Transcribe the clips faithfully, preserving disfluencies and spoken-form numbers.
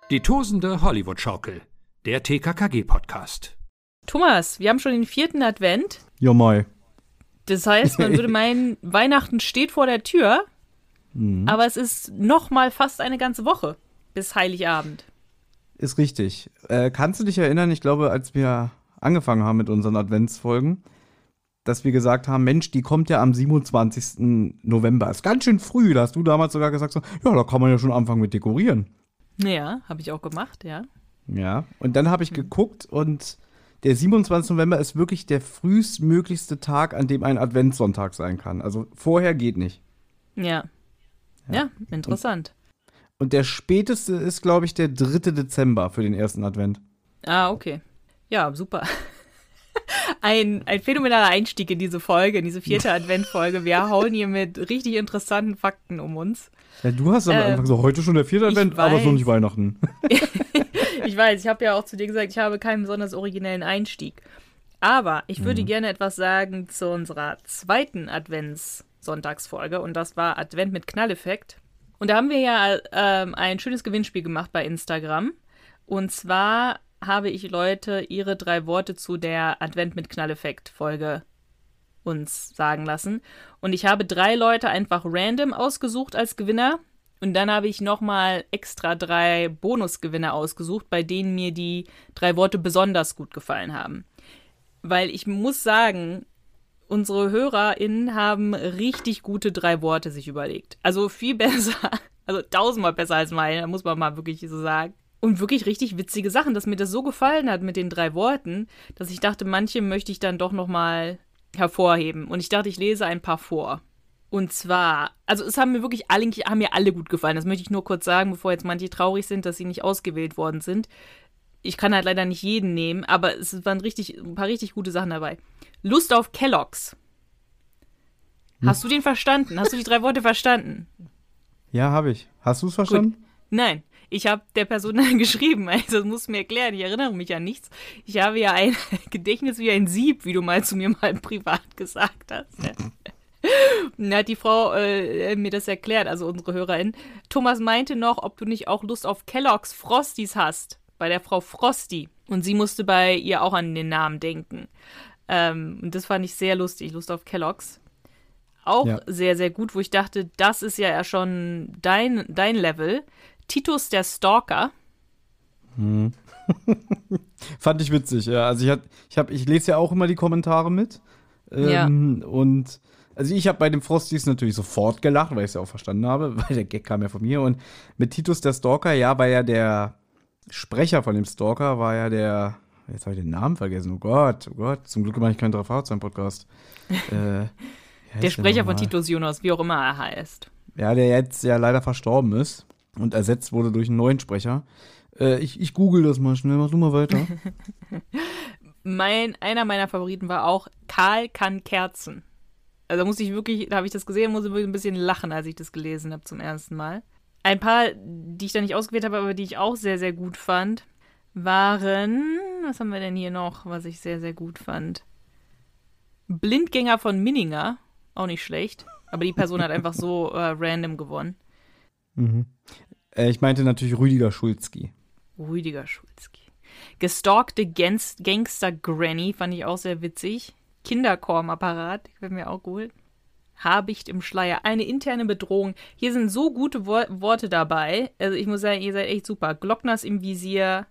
Die tosende Hollywood-Schaukel, der T K K G-Podcast. Thomas, wir haben schon den vierten Advent. Ja, mai. Das heißt, man würde meinen, Weihnachten steht vor der Tür, Mhm. aber es ist noch mal fast eine ganze Woche bis Heiligabend. Ist richtig. Äh, kannst du dich erinnern, ich glaube, als wir angefangen haben mit unseren Adventsfolgen, dass wir gesagt haben, Mensch, die kommt ja am siebenundzwanzigsten November. Ist ganz schön früh. Da hast du damals sogar gesagt, so, ja, da kann man ja schon anfangen mit dekorieren. Ja, habe ich auch gemacht, ja. Ja, und dann habe ich geguckt und der siebenundzwanzigste November ist wirklich der frühestmöglichste Tag, an dem ein Adventssonntag sein kann. Also vorher geht nicht. Ja. Ja, Ja. interessant. Und der späteste ist, glaube ich, der dritte Dezember für den ersten Advent. Ah, okay. Ja, super. Ein, ein phänomenaler Einstieg in diese Folge, in diese vierte Adventfolge. Wir hauen hier mit richtig interessanten Fakten um uns. Ja, du hast am Ähm, Anfang so, heute schon der vierte ich Advent, aber weiß. so nicht Weihnachten. Ich weiß, ich habe ja auch zu dir gesagt, ich habe keinen besonders originellen Einstieg. Aber ich würde Mhm. gerne etwas sagen zu unserer zweiten Advents-Sonntagsfolge. Und das war Advent mit Knalleffekt. Und da haben wir ja ähm, ein schönes Gewinnspiel gemacht bei Instagram. Und zwar habe ich Leute ihre drei Worte zu der Advent mit Knalleffekt-Folge uns sagen lassen. Und ich habe drei Leute einfach random ausgesucht als Gewinner. Und dann habe ich nochmal extra drei Bonusgewinner ausgesucht, bei denen mir die drei Worte besonders gut gefallen haben. Weil ich muss sagen, unsere HörerInnen haben richtig gute drei Worte sich überlegt. Also viel besser, also tausendmal besser als meine, muss man mal wirklich so sagen. Und wirklich richtig witzige Sachen, dass mir das so gefallen hat mit den drei Worten, dass ich dachte, manche möchte ich dann doch nochmal hervorheben. Und ich dachte, ich lese ein paar vor. Und zwar, also es haben mir wirklich alle, haben mir alle gut gefallen. Das möchte ich nur kurz sagen, bevor jetzt manche traurig sind, dass sie nicht ausgewählt worden sind. Ich kann halt leider nicht jeden nehmen, aber es waren richtig, ein paar richtig gute Sachen dabei. Lust auf Kellogg's. Hast du den verstanden? Hast du die drei Worte verstanden? Ja, habe ich. Hast du es verstanden? Gut. Nein, ich habe der Person dann geschrieben, also das musst du mir erklären, ich erinnere mich an nichts. Ich habe ja ein Gedächtnis wie ein Sieb, wie du mal zu mir mal privat gesagt hast. Ja. Und dann hat die Frau äh, mir das erklärt, also unsere HörerInnen. Thomas meinte noch, ob du nicht auch Lust auf Kellogg's Frosties hast, bei der Frau Frosty. Und sie musste bei ihr auch an den Namen denken. Ähm, und das fand ich sehr lustig, Lust auf Kellogg's. Auch Ja. sehr, sehr gut, wo ich dachte, das ist ja schon dein, dein Level. Titus der Stalker. Mhm. Fand ich witzig, ja. Also ich, hat, ich, hab, ich lese ja auch immer die Kommentare mit. Ähm, Und also ich habe bei den Frosties natürlich sofort gelacht, weil ich es ja auch verstanden habe, weil der Gag kam ja von mir. Und mit Titus der Stalker, ja, war ja der Sprecher von dem Stalker, war ja der, jetzt habe ich den Namen vergessen, oh Gott, oh Gott, zum Glück mache ich keinen Drei-Fahrzeugen-Podcast. äh, wie heißt Der Sprecher von nochmal? Titus Jonas, wie auch immer er heißt. Ja, der jetzt ja leider verstorben ist und ersetzt wurde durch einen neuen Sprecher. Äh, ich, ich google das mal schnell, mach du mal weiter. Mein, einer meiner Favoriten war auch Karl kann Kerzen. Also da musste ich wirklich, da habe ich das gesehen, musste wirklich ein bisschen lachen, als ich das gelesen habe zum ersten Mal. Ein paar, die ich da nicht ausgewählt habe, aber die ich auch sehr, sehr gut fand, waren, was haben wir denn hier noch, was ich sehr, sehr gut fand? Blindgänger von Minninger, auch nicht schlecht, aber die Person hat einfach so äh, random gewonnen. mhm. äh, ich meinte natürlich Rüdiger Schulzki. Rüdiger Schulzki. Gestalkte Gens- Gangster-Granny fand ich auch sehr witzig. Kinderkormapparat, wäre mir auch gut. Habicht im Schleier, eine interne Bedrohung. Hier sind so gute Wo- Worte dabei. Also ich muss sagen, ihr seid echt super. Glockners im Visier.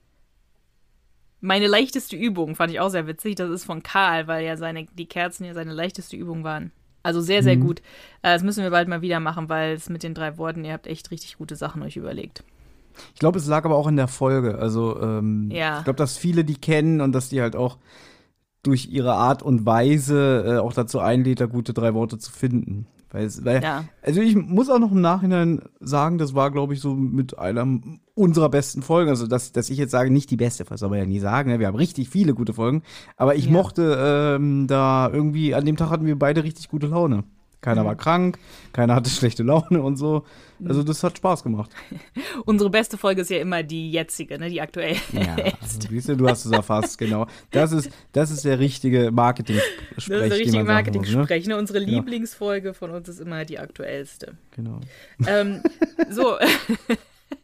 Meine leichteste Übung fand ich auch sehr witzig. Das ist von Karl, weil ja seine, die Kerzen ja seine leichteste Übung waren. Also sehr, sehr Mhm. gut. Äh, Das müssen wir bald mal wieder machen, weil es mit den drei Worten, ihr habt echt richtig gute Sachen euch überlegt. Ich glaube, es lag aber auch in der Folge. Also, ähm, Ja. ich glaube, dass viele die kennen und dass die halt auch durch ihre Art und Weise äh, auch dazu einlädt, da gute drei Worte zu finden. Weil, es, weil Ja. Also ich muss auch noch im Nachhinein sagen, das war, glaube ich, so mit einer unserer besten Folgen. Also, dass, dass ich jetzt sage, nicht die beste, das soll man ja nie sagen. Ne? Wir haben richtig viele gute Folgen. Aber ich Ja. mochte ähm, da irgendwie, an dem Tag hatten wir beide richtig gute Laune. Keiner Mhm. war krank, keiner hatte schlechte Laune und so. Also das hat Spaß gemacht. Unsere beste Folge ist ja immer die jetzige, ne, die aktuell. Ja, also, siehst du, du hast es erfasst, genau. Das ist, das ist der richtige Marketing-Sprech. Das ist der richtige Marketing-Sprech. Ne? Unsere Genau. Lieblingsfolge von uns ist immer die aktuellste. Genau. ähm, so,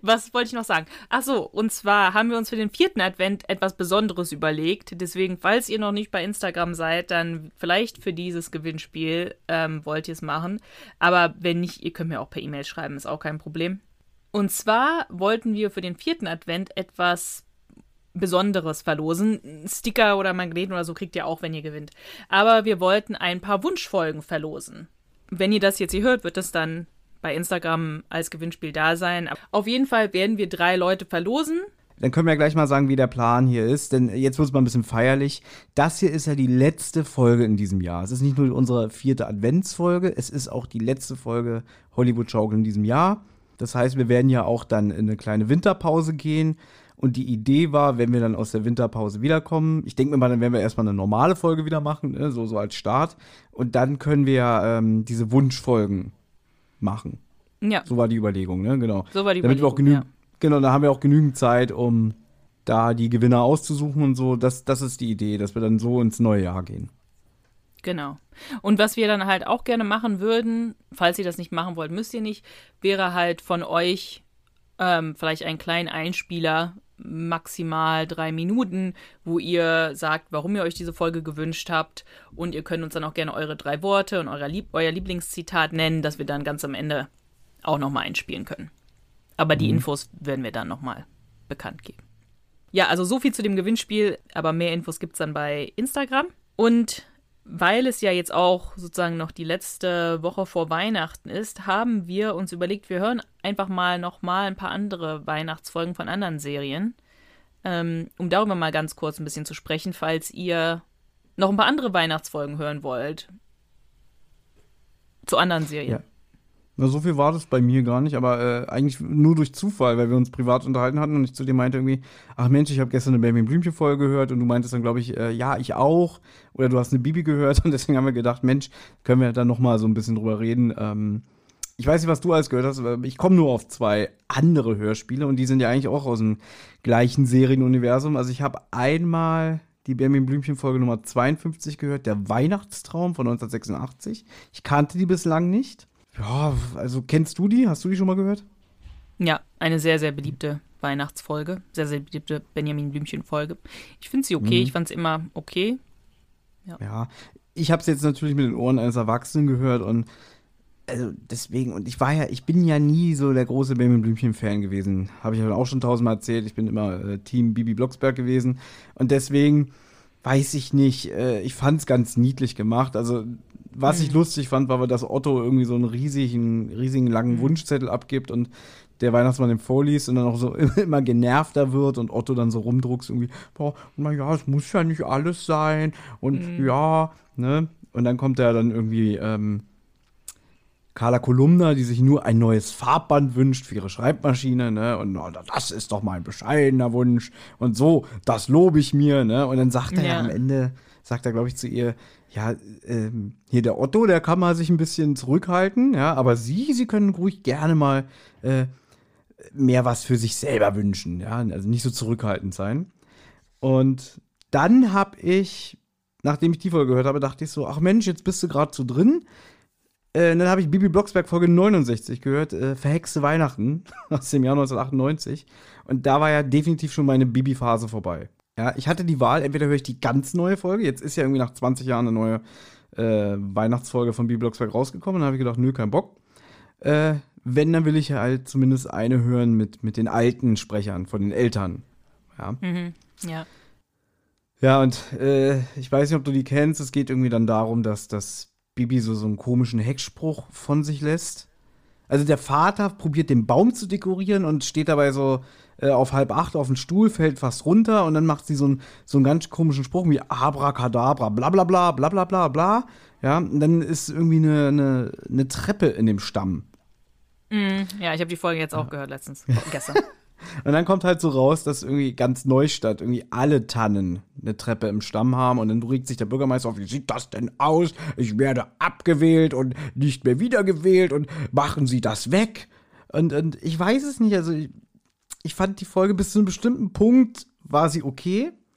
Was wollte ich noch sagen? Ach so, und zwar haben wir uns für den vierten Advent etwas Besonderes überlegt. Deswegen, falls ihr noch nicht bei Instagram seid, dann vielleicht für dieses Gewinnspiel ähm, wollt ihr es machen. Aber wenn nicht, ihr könnt mir auch per E-Mail schreiben, ist auch kein Problem. Und zwar wollten wir für den vierten Advent etwas Besonderes verlosen. Sticker oder Magneten oder so kriegt ihr auch, wenn ihr gewinnt. Aber wir wollten ein paar Wunschfolgen verlosen. Wenn ihr das jetzt hier hört, wird das dann bei Instagram als Gewinnspiel da sein. Auf jeden Fall werden wir drei Leute verlosen. Dann können wir ja gleich mal sagen, wie der Plan hier ist, denn jetzt wird es mal ein bisschen feierlich. Das hier ist ja die letzte Folge in diesem Jahr. Es ist nicht nur unsere vierte Adventsfolge, es ist auch die letzte Folge Hollywood-Schaukel in diesem Jahr. Das heißt, wir werden ja auch dann in eine kleine Winterpause gehen. Und die Idee war, wenn wir dann aus der Winterpause wiederkommen, ich denke mir mal, dann werden wir erstmal eine normale Folge wieder machen, ne? so, so als Start. Und dann können wir ähm, diese Wunschfolgen machen. Ja. So war die Überlegung, ne? Genau. So war die Damit Überlegung, wir auch genü- ja. Genau, da haben wir auch genügend Zeit, um da die Gewinner auszusuchen und so. Das, das ist die Idee, dass wir dann so ins neue Jahr gehen. Genau. Und was wir dann halt auch gerne machen würden, falls ihr das nicht machen wollt, müsst ihr nicht, wäre halt von euch ähm, vielleicht einen kleinen Einspieler, maximal drei Minuten, wo ihr sagt, warum ihr euch diese Folge gewünscht habt. Und ihr könnt uns dann auch gerne eure drei Worte und euer, Lieb- euer Lieblingszitat nennen, dass wir dann ganz am Ende auch nochmal einspielen können. Aber die Mhm. Infos werden wir dann nochmal bekannt geben. Ja, also so viel zu dem Gewinnspiel, aber mehr Infos gibt es dann bei Instagram. Und weil es ja jetzt auch sozusagen noch die letzte Woche vor Weihnachten ist, haben wir uns überlegt, wir hören einfach mal nochmal ein paar andere Weihnachtsfolgen von anderen Serien, ähm, um darüber mal ganz kurz ein bisschen zu sprechen, falls ihr noch ein paar andere Weihnachtsfolgen hören wollt. Zu anderen Serien. Ja. Na, so viel war das bei mir gar nicht, aber äh, eigentlich nur durch Zufall, weil wir uns privat unterhalten hatten und ich zu dir meinte irgendwie, ach Mensch, ich habe gestern eine Benjamin Blümchen-Folge gehört und du meintest dann, glaube ich, äh, ja, ich auch. Oder du hast eine Bibi gehört und deswegen haben wir gedacht, Mensch, können wir dann noch mal so ein bisschen drüber reden. Ähm, ich weiß nicht, was du alles gehört hast, aber ich komme nur auf zwei andere Hörspiele und die sind ja eigentlich auch aus dem gleichen Serienuniversum. Also ich habe einmal die Benjamin Blümchen-Folge Nummer zweiundfünfzig gehört, der Weihnachtstraum von neunzehnhundertsechsundachtzig. Ich kannte die bislang nicht. Ja, also kennst du die? Hast du die schon mal gehört? Ja, eine sehr, sehr beliebte Weihnachtsfolge. Sehr, sehr beliebte Benjamin Blümchen-Folge. Ich finde sie okay. Mhm. Ich fand es immer okay. Ja. Ja, ich habe es jetzt natürlich mit den Ohren eines Erwachsenen gehört und also deswegen, und ich war ja, ich bin ja nie so der große Benjamin Blümchen-Fan gewesen. Habe ich ja auch schon tausendmal erzählt. Ich bin immer äh, Team Bibi Blocksberg gewesen und deswegen weiß ich nicht, äh, ich fand es ganz niedlich gemacht. Also was Mhm. ich lustig fand, war, dass Otto irgendwie so einen riesigen, riesigen langen Mhm. Wunschzettel abgibt und der Weihnachtsmann den vorliest und dann auch so immer genervter wird und Otto dann so rumdruckst irgendwie, boah, naja, es muss ja nicht alles sein und Mhm. ja, ne? Und dann kommt er dann irgendwie ähm, Carla Kolumna, die sich nur ein neues Farbband wünscht für ihre Schreibmaschine, ne? Und na, das ist doch mein bescheidener Wunsch und so, das lobe ich mir, ne? Und dann sagt er ja, Ja. am Ende, sagt er, glaube ich, zu ihr, ja, ähm, hier der Otto, der kann mal sich ein bisschen zurückhalten, ja, aber Sie, Sie können ruhig gerne mal äh, mehr was für sich selber wünschen, ja, also nicht so zurückhaltend sein. Und dann habe ich, nachdem ich die Folge gehört habe, dachte ich so, ach Mensch, jetzt bist du gerade so drin. Äh, dann habe ich Bibi Blocksberg Folge neunundsechzig gehört, äh, Verhexte Weihnachten aus dem Jahr neunzehnhundertachtundneunzig. Und da war ja definitiv schon meine Bibi-Phase vorbei. Ja, ich hatte die Wahl, entweder höre ich die ganz neue Folge, jetzt ist ja irgendwie nach zwanzig Jahren eine neue äh, Weihnachtsfolge von Bibi Blocksberg rausgekommen, dann habe ich gedacht, nö, kein Bock. Äh, wenn, dann will ich halt zumindest eine hören mit, mit den alten Sprechern von den Eltern. Ja, Mhm. Ja. ja und äh, ich weiß nicht, ob du die kennst, es geht irgendwie dann darum, dass das Bibi so, so einen komischen Heckspruch von sich lässt. Also der Vater probiert den Baum zu dekorieren und steht dabei so äh, auf halb acht auf dem Stuhl, fällt fast runter und dann macht sie so, ein, so einen ganz komischen Spruch wie Abracadabra, bla bla bla, bla bla bla bla. Ja, und dann ist irgendwie eine, eine, eine Treppe in dem Stamm. Mhm. Ja, ich habe die Folge jetzt auch gehört letztens, gestern. Und dann kommt halt so raus, dass irgendwie ganz Neustadt irgendwie alle Tannen eine Treppe im Stamm haben und dann regt sich der Bürgermeister auf, wie sieht das denn aus? Ich werde abgewählt und nicht mehr wiedergewählt und machen Sie das weg. Und, und ich weiß es nicht, also ich, ich fand die Folge bis zu einem bestimmten Punkt war sie okay,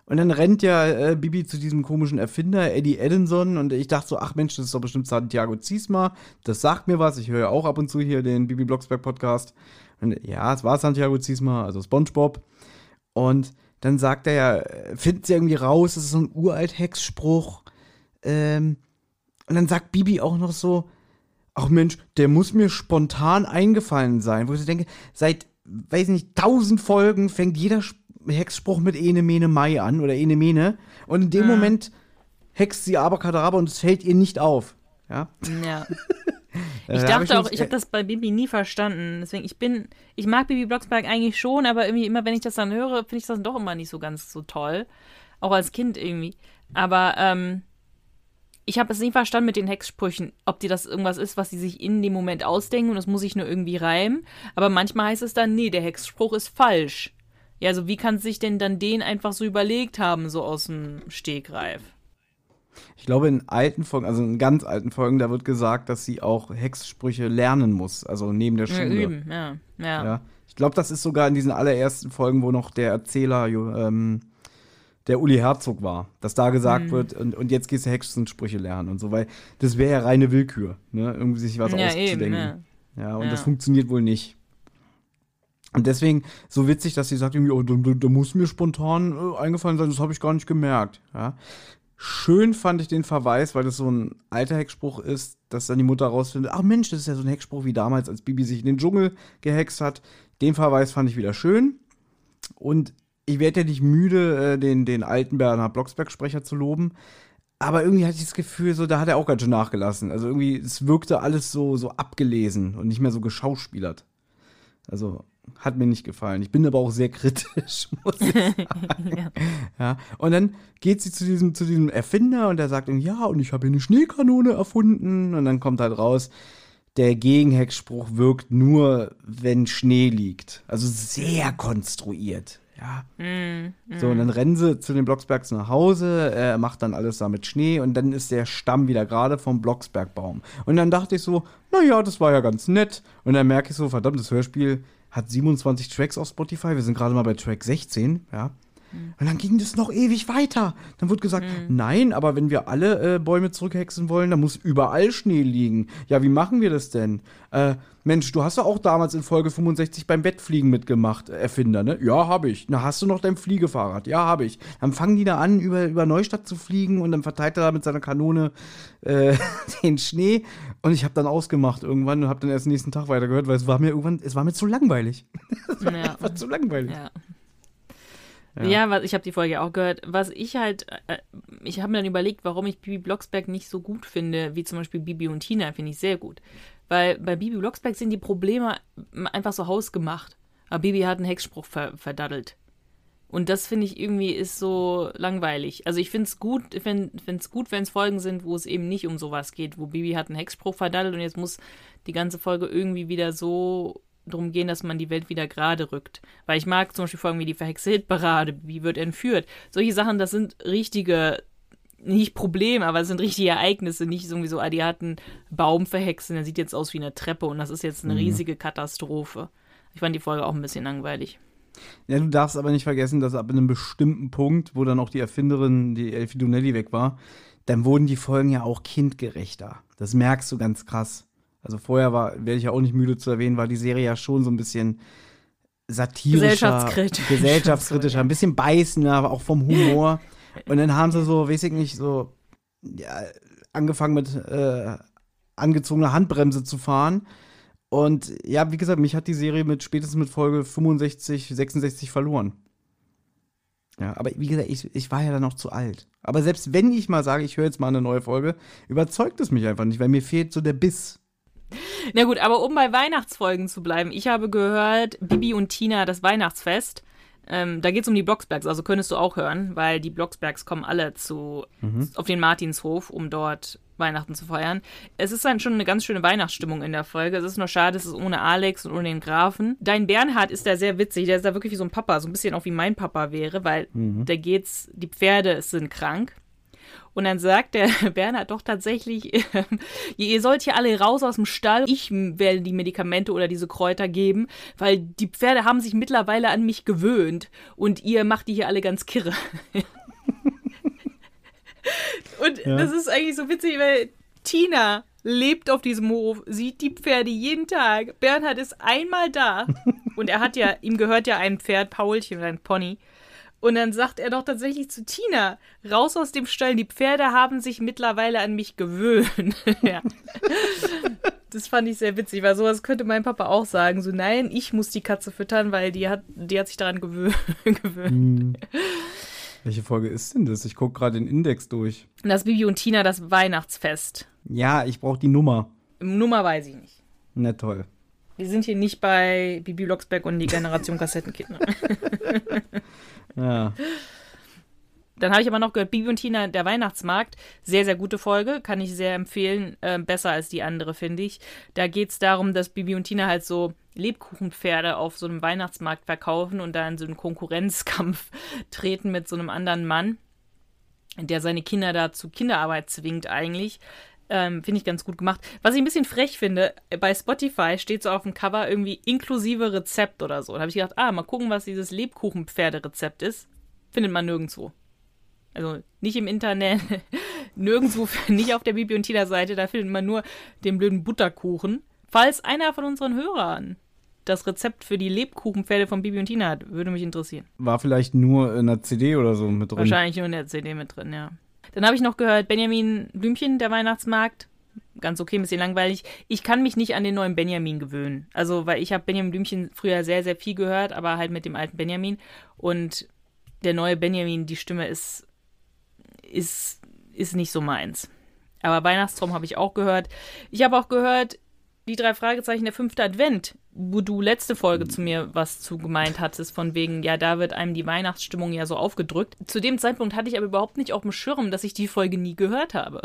Und dann rennt ja äh, Bibi zu diesem komischen Erfinder, Eddie Edinson. Und ich dachte so, ach Mensch, das ist doch bestimmt Santiago Ziesmer. Das sagt mir was. Ich höre ja auch ab und zu hier den Bibi Blocksberg-Podcast. Und ja, es war Santiago Ziesmer, also SpongeBob. Und dann sagt er ja, findet sie irgendwie raus, das ist so ein uralt Hexspruch. Ähm, und dann sagt Bibi auch noch so, ach Mensch, der muss mir spontan eingefallen sein. Wo ich so denke, seit, weiß nicht, tausend Folgen fängt jeder Hexspruch mit Ene Mene Mai an oder Ene Mene. Und in dem ja. Moment hext sie Abracadabra und es fällt ihr nicht auf. Ja. Ja. Ich dachte auch, ich habe das bei Bibi nie verstanden. Deswegen, ich bin, ich mag Bibi Blocksberg eigentlich schon, aber irgendwie immer, wenn ich das dann höre, finde ich das doch immer nicht so ganz so toll. Auch als Kind irgendwie. Aber ähm, ich habe es nie verstanden mit den Hexsprüchen, ob die das irgendwas ist, was sie sich in dem Moment ausdenken und das muss ich nur irgendwie reimen. Aber manchmal heißt es dann, nee, der Hexspruch ist falsch. Ja, also wie kann sich denn dann den einfach so überlegt haben, so aus dem Stegreif? Ich glaube, in alten Folgen, also in ganz alten Folgen, da wird gesagt, dass sie auch Hexsprüche lernen muss, also neben der Schule. Ja, üben, ja. ja. ja. Ich glaube, das ist sogar in diesen allerersten Folgen, wo noch der Erzähler, ähm, der Uli Herzog war, dass da gesagt mhm. wird, und, und jetzt gehst du Hexensprüche lernen und so, weil das wäre ja reine Willkür, ne, irgendwie sich was ja, auszudenken. Eben, ja. ja, und ja. das funktioniert wohl nicht. Und deswegen, so witzig, dass sie sagt, irgendwie, oh, da, da muss mir spontan äh, eingefallen sein, das habe ich gar nicht gemerkt. Ja. Schön fand ich den Verweis, weil das so ein alter Hexspruch ist, dass dann die Mutter rausfindet, ach Mensch, das ist ja so ein Hexspruch wie damals, als Bibi sich in den Dschungel gehext hat. Den Verweis fand ich wieder schön. Und ich werde ja nicht müde, äh, den, den alten Bernhard Blocksberg-Sprecher zu loben. Aber irgendwie hatte ich das Gefühl, so, da hat er auch ganz schön nachgelassen. Also irgendwie, es wirkte alles so, so abgelesen und nicht mehr so geschauspielert. Also hat mir nicht gefallen. Ich bin aber auch sehr kritisch, muss ich sagen. ja. Ja. Und dann geht sie zu diesem, zu diesem Erfinder und der sagt ihm, ja, und ich habe hier eine Schneekanone erfunden. Und dann kommt halt raus, der Gegenhexspruch wirkt nur, wenn Schnee liegt. Also sehr konstruiert. Ja. Mm, mm. So, und dann rennen sie zu den Blocksbergs nach Hause, er macht dann alles da mit Schnee und dann ist der Stamm wieder gerade vom Blocksbergbaum. Und dann dachte ich so, naja, das war ja ganz nett. Und dann merke ich so, verdammt, das Hörspiel hat siebenundzwanzig Tracks auf Spotify, wir sind gerade mal bei Track sechzehn, ja. Mhm. Und dann ging das noch ewig weiter. Dann wird gesagt, mhm. nein, aber wenn wir alle äh, Bäume zurückhexen wollen, dann muss überall Schnee liegen. Ja, wie machen wir das denn? Äh, Mensch, du hast ja auch damals in Folge fünfundsechzig beim Bettfliegen mitgemacht, Erfinder, ne? Ja, habe ich. Na, hast du noch dein Fliegefahrrad? Ja, habe ich. Dann fangen die da an, über, über Neustadt zu fliegen und dann verteilt er da mit seiner Kanone äh, den Schnee. Und ich habe dann ausgemacht irgendwann und habe dann erst den nächsten Tag weitergehört, weil es war mir irgendwann, es war mir zu langweilig. Es war ja. einfach zu langweilig. Ja. Ja, ja was, ich habe die Folge auch gehört. Was ich halt, äh, ich habe mir dann überlegt, warum ich Bibi Blocksberg nicht so gut finde, wie zum Beispiel Bibi und Tina, finde ich sehr gut. Weil bei Bibi Blocksberg sind die Probleme einfach so hausgemacht. Aber Bibi hat einen Hexspruch ver- verdaddelt. Und das finde ich irgendwie ist so langweilig. Also ich finde es gut, ich finde es gut, wenn es Folgen sind, wo es eben nicht um sowas geht, wo Bibi hat einen Hexspruch verdaddelt und jetzt muss die ganze Folge irgendwie wieder so drum gehen, dass man die Welt wieder gerade rückt. Weil ich mag zum Beispiel Folgen wie die verhexte Hitparade, wie wird entführt. Solche Sachen, das sind richtige, nicht Probleme, aber es sind richtige Ereignisse, nicht irgendwie so, ah, die hat einen Baum verhext und der sieht jetzt aus wie eine Treppe und das ist jetzt eine mhm. riesige Katastrophe. Ich fand die Folge auch ein bisschen langweilig. Ja, du darfst aber nicht vergessen, dass ab einem bestimmten Punkt, wo dann auch die Erfinderin, die Elfie Donnelly, weg war, dann wurden die Folgen ja auch kindgerechter. Das merkst du ganz krass. Also vorher war, werde ich ja auch nicht müde zu erwähnen, war die Serie ja schon so ein bisschen satirischer, gesellschaftskritisch, gesellschaftskritischer, ein bisschen beißender, aber auch vom Humor. Und dann haben sie so, weiß ich nicht, so ja, angefangen mit äh, angezogener Handbremse zu fahren. Und ja, wie gesagt, mich hat die Serie mit spätestens mit Folge fünfundsechzig, sechsundsechzig verloren. Ja, aber wie gesagt, ich, ich war ja dann noch zu alt. Aber selbst wenn ich mal sage, ich höre jetzt mal eine neue Folge, überzeugt es mich einfach nicht, weil mir fehlt so der Biss. Na gut, aber um bei Weihnachtsfolgen zu bleiben, ich habe gehört, Bibi und Tina, das Weihnachtsfest, ähm, da geht es um die Blocksbergs, also könntest du auch hören, weil die Blocksbergs kommen alle zu mhm. auf den Martinshof, um dort Weihnachten zu feiern. Es ist dann schon eine ganz schöne Weihnachtsstimmung in der Folge. Es ist nur schade, es ist ohne Alex und ohne den Grafen. Dein Bernhard ist da sehr witzig, der ist da wirklich wie so ein Papa, so ein bisschen auch wie mein Papa wäre, weil mhm. da geht's, die Pferde sind krank. Und dann sagt der Bernhard doch tatsächlich, äh, ihr sollt hier alle raus aus dem Stall. Ich werde die Medikamente oder diese Kräuter geben, weil die Pferde haben sich mittlerweile an mich gewöhnt und ihr macht die hier alle ganz kirre. Und ja. Das ist eigentlich so witzig, weil Tina lebt auf diesem Hof, sieht die Pferde jeden Tag. Bernhard ist einmal da und er hat ja, ihm gehört ja ein Pferd, Paulchen, ein Pony. Und dann sagt er doch tatsächlich zu Tina, raus aus dem Stall, die Pferde haben sich mittlerweile an mich gewöhnt. Ja. Das fand ich sehr witzig, weil sowas könnte mein Papa auch sagen. So, nein, ich muss die Katze füttern, weil die hat, die hat sich daran gewöhnt. Hm. Welche Folge ist denn das? Ich gucke gerade den Index durch. Das Bibi und Tina, das Weihnachtsfest. Ja, ich brauche die Nummer. Nummer weiß ich nicht. Na toll. Wir sind hier nicht bei Bibi Blocksberg und die Generation Kassettenkinder. Ja. Dann habe ich aber noch gehört, Bibi und Tina, der Weihnachtsmarkt. Sehr, sehr gute Folge, kann ich sehr empfehlen. Äh, besser als die andere, finde ich. Da geht es darum, dass Bibi und Tina halt so Lebkuchenpferde auf so einem Weihnachtsmarkt verkaufen und da in so einen Konkurrenzkampf treten mit so einem anderen Mann, der seine Kinder da zu Kinderarbeit zwingt eigentlich. Ähm, finde ich ganz gut gemacht. Was ich ein bisschen frech finde, bei Spotify steht so auf dem Cover irgendwie inklusive Rezept oder so. Da habe ich gedacht, ah, mal gucken, was dieses Lebkuchenpferderezept ist. Findet man nirgendwo. Also nicht im Internet, nirgendwo, nicht auf der Bibi und Tina-Seite, da findet man nur den blöden Butterkuchen. Falls einer von unseren Hörern das Rezept für die Lebkuchenpferde von Bibi und Tina hat, würde mich interessieren. War vielleicht nur in einer C D oder so mit drin? Wahrscheinlich nur in der C D mit drin, ja. Dann habe ich noch gehört, Benjamin Blümchen, der Weihnachtsmarkt. Ganz okay, ein bisschen langweilig. Ich kann mich nicht an den neuen Benjamin gewöhnen. Also, weil ich habe Benjamin Blümchen früher sehr, sehr viel gehört, aber halt mit dem alten Benjamin. Und der neue Benjamin, die Stimme ist, ist, ist nicht so meins. Aber Weihnachtstraum habe ich auch gehört. Ich habe auch gehört, die drei Fragezeichen, der fünfte Advent, wo du letzte Folge zu mir was zu gemeint hattest, von wegen, ja, da wird einem die Weihnachtsstimmung ja so aufgedrückt. Zu dem Zeitpunkt hatte ich aber überhaupt nicht auf dem Schirm, dass ich die Folge nie gehört habe.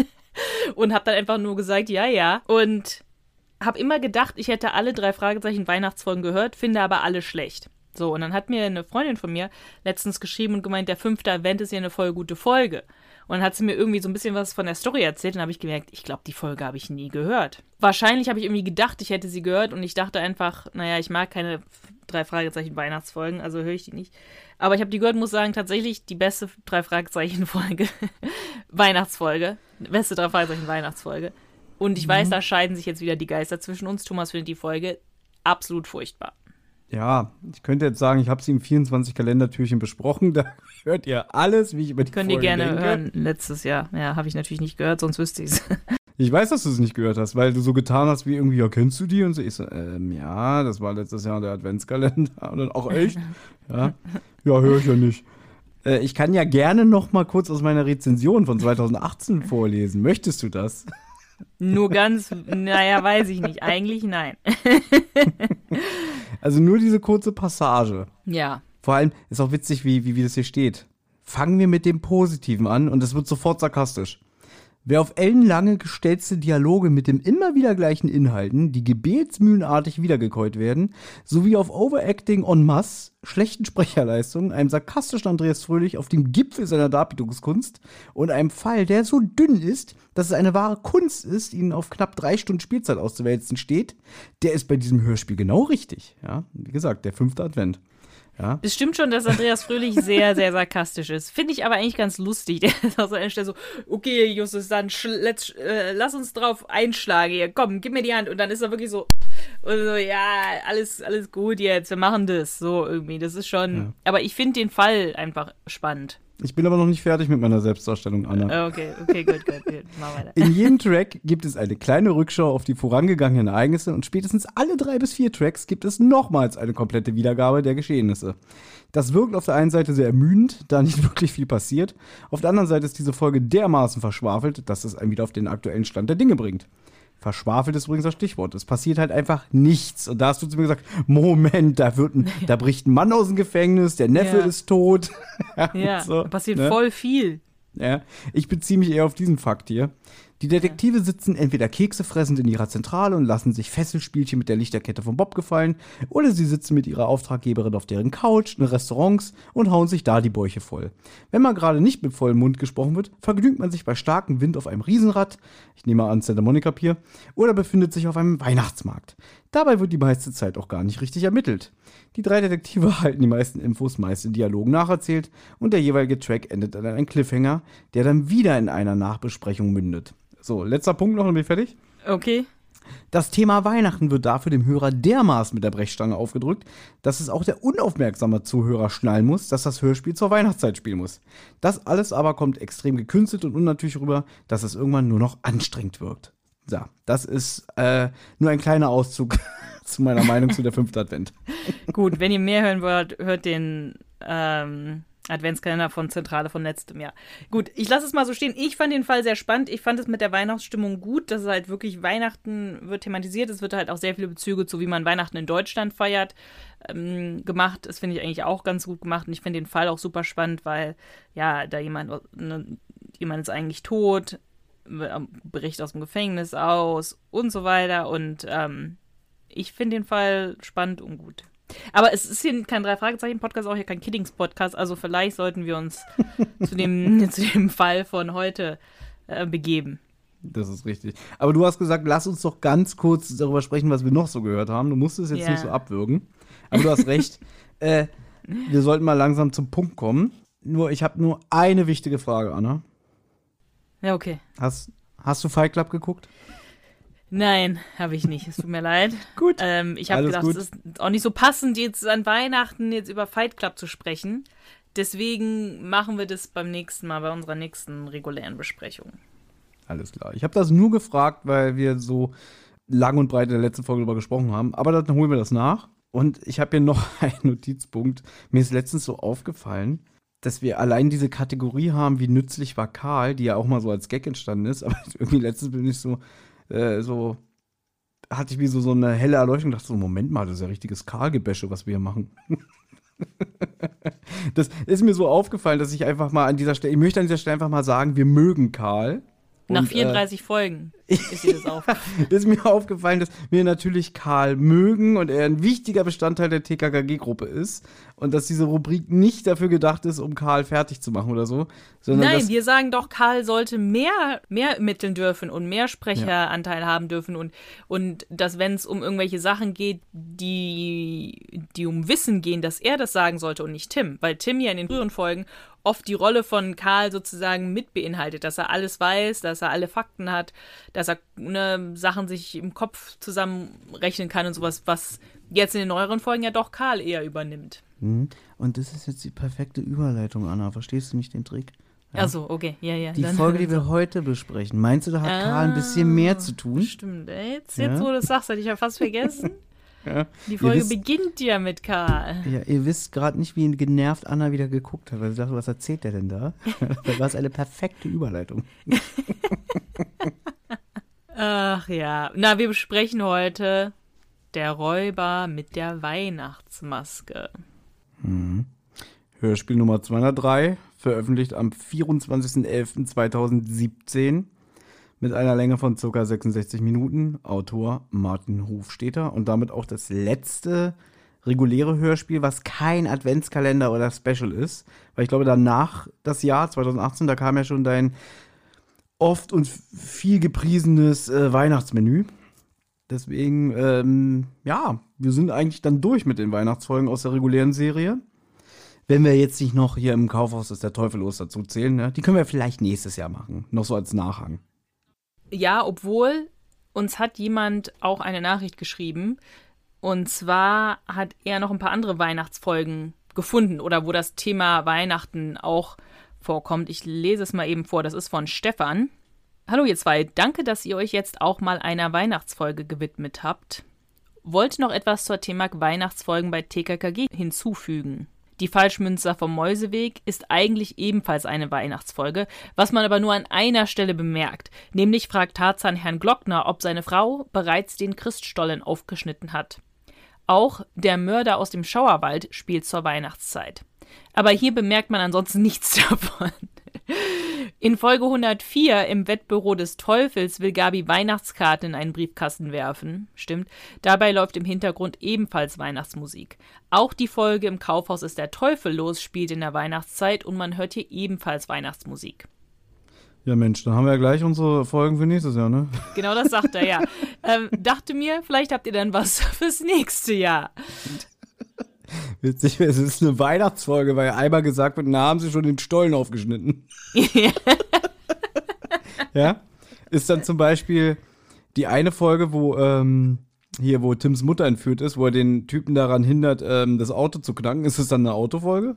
Und habe dann einfach nur gesagt, ja, ja. Und habe immer gedacht, ich hätte alle drei Fragezeichen Weihnachtsfolgen gehört, finde aber alle schlecht. So, und dann hat mir eine Freundin von mir letztens geschrieben und gemeint, der fünfte Advent ist ja eine voll gute Folge. Und dann hat sie mir irgendwie so ein bisschen was von der Story erzählt und habe ich gemerkt, ich glaube, die Folge habe ich nie gehört. Wahrscheinlich habe ich irgendwie gedacht, ich hätte sie gehört und ich dachte einfach, naja, ich mag keine drei Fragezeichen Weihnachtsfolgen, also höre ich die nicht. Aber ich habe die gehört und muss sagen, tatsächlich die beste drei Fragezeichen Folge, Weihnachtsfolge, beste drei Fragezeichen Weihnachtsfolge. Und ich mhm. weiß, da scheiden sich jetzt wieder die Geister zwischen uns. Thomas findet die Folge absolut furchtbar. Ja, ich könnte jetzt sagen, ich habe sie im vierundzwanzig Kalendertürchen besprochen. Da hört ihr alles, wie ich über die Könnt Folge ihr gerne denke. hören, letztes Jahr. Ja, habe ich natürlich nicht gehört, sonst wüsste ich es. Ich weiß, dass du es nicht gehört hast, weil du so getan hast, wie irgendwie, ja, kennst du die? Und so, ich so, ähm, ja, das war letztes Jahr der Adventskalender. Und dann, auch echt? Ja, ja, höre ich ja nicht. Äh, ich kann ja gerne noch mal kurz aus meiner Rezension von zweitausendachtzehn vorlesen. Möchtest du das? Nur ganz, naja, weiß ich nicht. Eigentlich nein. Also nur diese kurze Passage. Ja. Vor allem ist auch witzig, wie, wie, wie das hier steht. Fangen wir mit dem Positiven an und es wird sofort sarkastisch. Wer auf ellenlange gestelzte Dialoge mit dem immer wieder gleichen Inhalten, die gebetsmühlenartig wiedergekäut werden, sowie auf Overacting en masse, schlechten Sprecherleistungen, einem sarkastischen Andreas Fröhlich auf dem Gipfel seiner Darbietungskunst und einem Fall, der so dünn ist, dass es eine wahre Kunst ist, ihn auf knapp drei Stunden Spielzeit auszuwälzen steht, der ist bei diesem Hörspiel genau richtig. Ja, wie gesagt, der fünfte Advent. Ja. Es stimmt schon, dass Andreas Fröhlich sehr, sehr sarkastisch ist. Finde ich aber eigentlich ganz lustig. Der ist auf seiner Stelle so, okay, Justus, dann let's, äh, lass uns drauf einschlagen hier. Komm, gib mir die Hand. Und dann ist er wirklich so, und so, ja, alles, alles gut jetzt, wir machen das. So irgendwie, das ist schon, ja. Aber ich finde den Fall einfach spannend. Ich bin aber noch nicht fertig mit meiner Selbstdarstellung, Anna. Okay, okay, gut, gut, gut. Mach weiter. In jedem Track gibt es eine kleine Rückschau auf die vorangegangenen Ereignisse und spätestens alle drei bis vier Tracks gibt es nochmals eine komplette Wiedergabe der Geschehnisse. Das wirkt auf der einen Seite sehr ermüdend, da nicht wirklich viel passiert. Auf der anderen Seite ist diese Folge dermaßen verschwafelt, dass es einen wieder auf den aktuellen Stand der Dinge bringt. Verschwafelt ist übrigens das Stichwort. Es passiert halt einfach nichts. Und da hast du zu mir gesagt, Moment, da wird ein, ja. da bricht ein Mann aus dem Gefängnis, der Neffe ja. ist tot. Ja, so, da passiert ne? voll viel. Ja, ich beziehe mich eher auf diesen Fakt hier. Die Detektive sitzen entweder keksefressend in ihrer Zentrale und lassen sich Fesselspielchen mit der Lichterkette von Bob gefallen, oder sie sitzen mit ihrer Auftraggeberin auf deren Couch in Restaurants und hauen sich da die Bäuche voll. Wenn mal gerade nicht mit vollem Mund gesprochen wird, vergnügt man sich bei starkem Wind auf einem Riesenrad, ich nehme an Santa Monica Pier, oder befindet sich auf einem Weihnachtsmarkt. Dabei wird die meiste Zeit auch gar nicht richtig ermittelt. Die drei Detektive halten die meisten Infos meist in Dialogen nacherzählt und der jeweilige Track endet an einem Cliffhanger, der dann wieder in einer Nachbesprechung mündet. So, letzter Punkt noch und bin ich fertig. Okay. Das Thema Weihnachten wird dafür dem Hörer dermaßen mit der Brechstange aufgedrückt, dass es auch der unaufmerksame Zuhörer schnallen muss, dass das Hörspiel zur Weihnachtszeit spielen muss. Das alles aber kommt extrem gekünstelt und unnatürlich rüber, dass es irgendwann nur noch anstrengend wirkt. So, das ist äh, nur ein kleiner Auszug zu meiner Meinung zu der fünften Advent. Gut, wenn ihr mehr hören wollt, hört den ähm, Adventskalender von Zentrale von letztem Jahr. Gut, ich lasse es mal so stehen. Ich fand den Fall sehr spannend. Ich fand es mit der Weihnachtsstimmung gut, dass es halt wirklich Weihnachten wird thematisiert. Es wird halt auch sehr viele Bezüge zu, wie man Weihnachten in Deutschland feiert, ähm, gemacht. Das finde ich eigentlich auch ganz gut gemacht. Und ich finde den Fall auch super spannend, weil ja, da jemand, ne, jemand ist eigentlich tot, Bericht aus dem Gefängnis aus und so weiter. Und ähm, ich finde den Fall spannend und gut. Aber es ist hier kein Drei-Fragezeichen-Podcast, auch hier kein Kiddings-Podcast. Also vielleicht sollten wir uns zu, dem, zu dem Fall von heute äh, begeben. Das ist richtig. Aber du hast gesagt, lass uns doch ganz kurz darüber sprechen, was wir noch so gehört haben. Du musst es jetzt ja. nicht so abwürgen. Aber du hast recht. äh, wir sollten mal langsam zum Punkt kommen. Nur, ich habe nur eine wichtige Frage, Anna. Ja, okay. Hast, hast du Fight Club geguckt? Nein, habe ich nicht. Es tut mir leid. Gut. Ähm, ich habe gedacht, gut. es ist auch nicht so passend, jetzt an Weihnachten jetzt über Fight Club zu sprechen. Deswegen machen wir das beim nächsten Mal, bei unserer nächsten regulären Besprechung. Alles klar. Ich habe das nur gefragt, weil wir so lang und breit in der letzten Folge darüber gesprochen haben. Aber dann holen wir das nach. Und ich habe hier noch einen Notizpunkt. Mir ist letztens so aufgefallen, dass wir allein diese Kategorie haben, wie nützlich war Karl, die ja auch mal so als Gag entstanden ist. Aber irgendwie letztens bin ich so, äh, so, hatte ich wie so, so eine helle Erleuchtung und dachte so, Moment mal, das ist ja richtiges Karl-Gebäsche, was wir hier machen. Das ist mir so aufgefallen, dass ich einfach mal an dieser Stelle, ich möchte an dieser Stelle einfach mal sagen, wir mögen Karl. Nach Und, vierunddreißig äh, Folgen ist dir das aufgefallen. Ist mir aufgefallen, dass wir natürlich Karl mögen und er ein wichtiger Bestandteil der T K K G-Gruppe ist und dass diese Rubrik nicht dafür gedacht ist, um Karl fertig zu machen oder so. Sondern Nein, dass, wir sagen doch, Karl sollte mehr, mehr ermitteln dürfen und mehr Sprecheranteil ja. haben dürfen und, und dass, wenn es um irgendwelche Sachen geht, die, die um Wissen gehen, dass er das sagen sollte und nicht Tim. Weil Tim ja in den früheren Folgen oft die Rolle von Karl sozusagen mit beinhaltet, dass er alles weiß, dass er alle Fakten hat, dass er ne, Sachen sich im Kopf zusammenrechnen kann und sowas, was jetzt in den neueren Folgen ja doch Karl eher übernimmt. Und das ist jetzt die perfekte Überleitung, Anna. Verstehst du nicht den Trick? Ja. Ach so, okay, ja, ja. Die dann, Folge, die wir heute besprechen, meinst du, da hat ah, Karl ein bisschen mehr zu tun? Stimmt, jetzt, jetzt ja. wo du das sagst, hätte ich ja fast vergessen. Ja. Die Folge wisst, beginnt ja mit Karl. Ja, ihr wisst gerade nicht, wie genervt Anna wieder geguckt hat, weil sie dachte, was erzählt der denn da? Da war es eine perfekte Überleitung. Ach ja, na, wir besprechen heute Der Räuber mit der Weihnachtsmaske. Mhm. Hörspiel Nummer zweihundertdrei, veröffentlicht am vierundzwanzigsten elften zweitausendsiebzehn. Mit einer Länge von ca. sechsundsechzig Minuten. Autor Martin Hofstetter. Und damit auch das letzte reguläre Hörspiel, was kein Adventskalender oder Special ist. Weil ich glaube, danach das Jahr zweitausendachtzehn, da kam ja schon dein oft und viel gepriesenes äh, Weihnachtsmenü. Deswegen, ähm, ja, wir sind eigentlich dann durch mit den Weihnachtsfolgen aus der regulären Serie. Wenn wir jetzt nicht noch hier im Kaufhaus ist der Teufel los dazu zählen, ne? Die können wir vielleicht nächstes Jahr machen. Noch so als Nachhang. Ja, obwohl uns hat jemand auch eine Nachricht geschrieben. Und zwar hat er noch ein paar andere Weihnachtsfolgen gefunden oder wo das Thema Weihnachten auch vorkommt. Ich lese es mal eben vor. Das ist von Stefan. Hallo ihr zwei, danke, dass ihr euch jetzt auch mal einer Weihnachtsfolge gewidmet habt. Wollte noch etwas zur Thematik Weihnachtsfolgen bei T K K G hinzufügen. Die Falschmünzer vom Mäuseweg ist eigentlich ebenfalls eine Weihnachtsfolge, was man aber nur an einer Stelle bemerkt. Nämlich fragt Tarzan Herrn Glockner, ob seine Frau bereits den Christstollen aufgeschnitten hat. Auch Der Mörder aus dem Schauerwald spielt zur Weihnachtszeit. Aber hier bemerkt man ansonsten nichts davon. In Folge hundertvier im Wettbüro des Teufels will Gabi Weihnachtskarten in einen Briefkasten werfen. Stimmt. Dabei läuft im Hintergrund ebenfalls Weihnachtsmusik. Auch die Folge im Kaufhaus ist der Teufel los spielt in der Weihnachtszeit und man hört hier ebenfalls Weihnachtsmusik. Ja Mensch, dann haben wir ja gleich unsere Folgen für nächstes Jahr, ne? Genau das sagt er, ja. ähm, dachte mir, vielleicht habt ihr dann was fürs nächste Jahr. Witzig, es ist eine Weihnachtsfolge, weil einmal gesagt wird, na, haben sie schon den Stollen aufgeschnitten. Ja? Ist dann zum Beispiel die eine Folge, wo ähm, hier, wo Tims Mutter entführt ist, wo er den Typen daran hindert, ähm, das Auto zu knacken. Ist es dann eine Autofolge?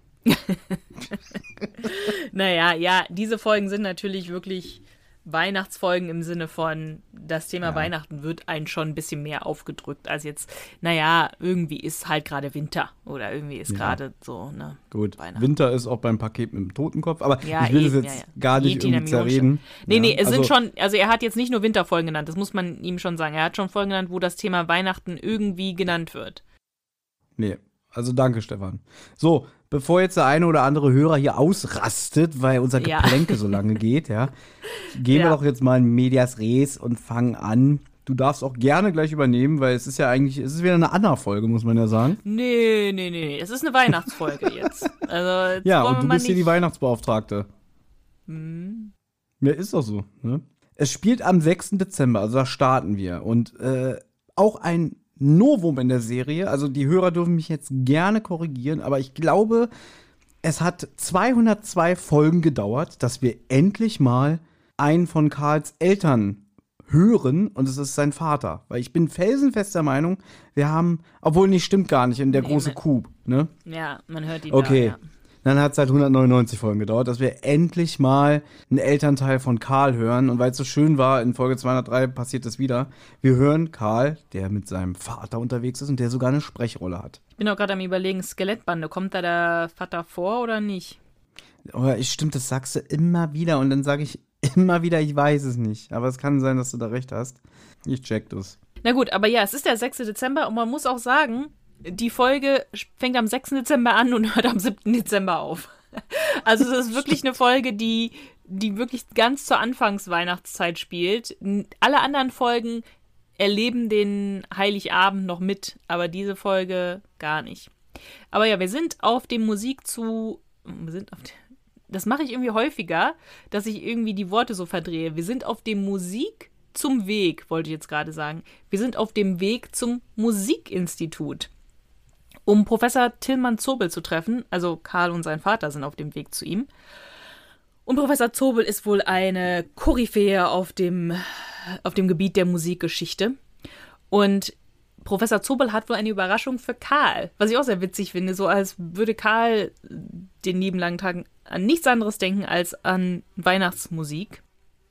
Naja, ja, diese Folgen sind natürlich wirklich Weihnachtsfolgen im Sinne von, das Thema ja. Weihnachten wird einen schon ein bisschen mehr aufgedrückt, als jetzt, naja, irgendwie ist halt gerade Winter oder irgendwie ist ja. gerade so, ne? Gut, Winter ist auch beim Paket mit dem Totenkopf, aber ja, ich will eben, es jetzt ja, ja. gar nicht irgendwie zerreden. Nee, ja. nee, es also, sind schon, also er hat jetzt nicht nur Winterfolgen genannt, das muss man ihm schon sagen. Er hat schon Folgen genannt, wo das Thema Weihnachten irgendwie genannt wird. Nee, also danke, Stefan. So, bevor jetzt der eine oder andere Hörer hier ausrastet, weil unser Geplänke ja. so lange geht, ja, gehen ja. wir doch jetzt mal in Medias Res und fangen an. Du darfst auch gerne gleich übernehmen, weil es ist ja eigentlich, es ist wieder eine Anna-Folge, muss man ja sagen. Nee, nee, nee, nee, es ist eine Weihnachtsfolge jetzt. Also, jetzt ja, und du bist nicht... hier die Weihnachtsbeauftragte. Hm. Ja, ist doch so, ne? Es spielt am sechsten Dezember, also da starten wir. Und äh, auch ein Novum in der Serie, also die Hörer dürfen mich jetzt gerne korrigieren, aber ich glaube, es hat zweihundertzwei Folgen gedauert, dass wir endlich mal einen von Karls Eltern hören und es ist sein Vater. Weil ich bin felsenfest der Meinung, wir haben, obwohl nicht, stimmt gar nicht, in der nee, große man, Kuh, ne? Ja, man hört ihn okay. da, ja. Dann hat es halt hundertneunundneunzig Folgen gedauert, dass wir endlich mal einen Elternteil von Karl hören. Und weil es so schön war, in Folge zweihundertdrei passiert es wieder. Wir hören Karl, der mit seinem Vater unterwegs ist und der sogar eine Sprechrolle hat. Ich bin auch gerade am Überlegen, Skelettbande, kommt da der Vater vor oder nicht? Oh, stimmt, das sagst du immer wieder. Und dann sage ich immer wieder, ich weiß es nicht. Aber es kann sein, dass du da recht hast. Ich check das. Na gut, aber ja, es ist der sechste Dezember und man muss auch sagen, die Folge fängt am sechsten Dezember an und hört am siebten Dezember auf. Also es ist wirklich eine Folge, die, die wirklich ganz zur Anfangsweihnachtszeit spielt. Alle anderen Folgen erleben den Heiligabend noch mit, aber diese Folge gar nicht. Aber ja, wir sind auf dem Musik zu... Wir sind auf der, das mache ich irgendwie häufiger, dass ich irgendwie die Worte so verdrehe. Wir sind auf dem Musik zum Weg, wollte ich jetzt gerade sagen. Wir sind auf dem Weg zum Musikinstitut. Um Professor Tilman Zobel zu treffen, also Karl und sein Vater sind auf dem Weg zu ihm. Und Professor Zobel ist wohl eine Koryphäe auf dem, auf dem Gebiet der Musikgeschichte. Und Professor Zobel hat wohl eine Überraschung für Karl, was ich auch sehr witzig finde, so als würde Karl den lieben langen Tagen an nichts anderes denken als an Weihnachtsmusik.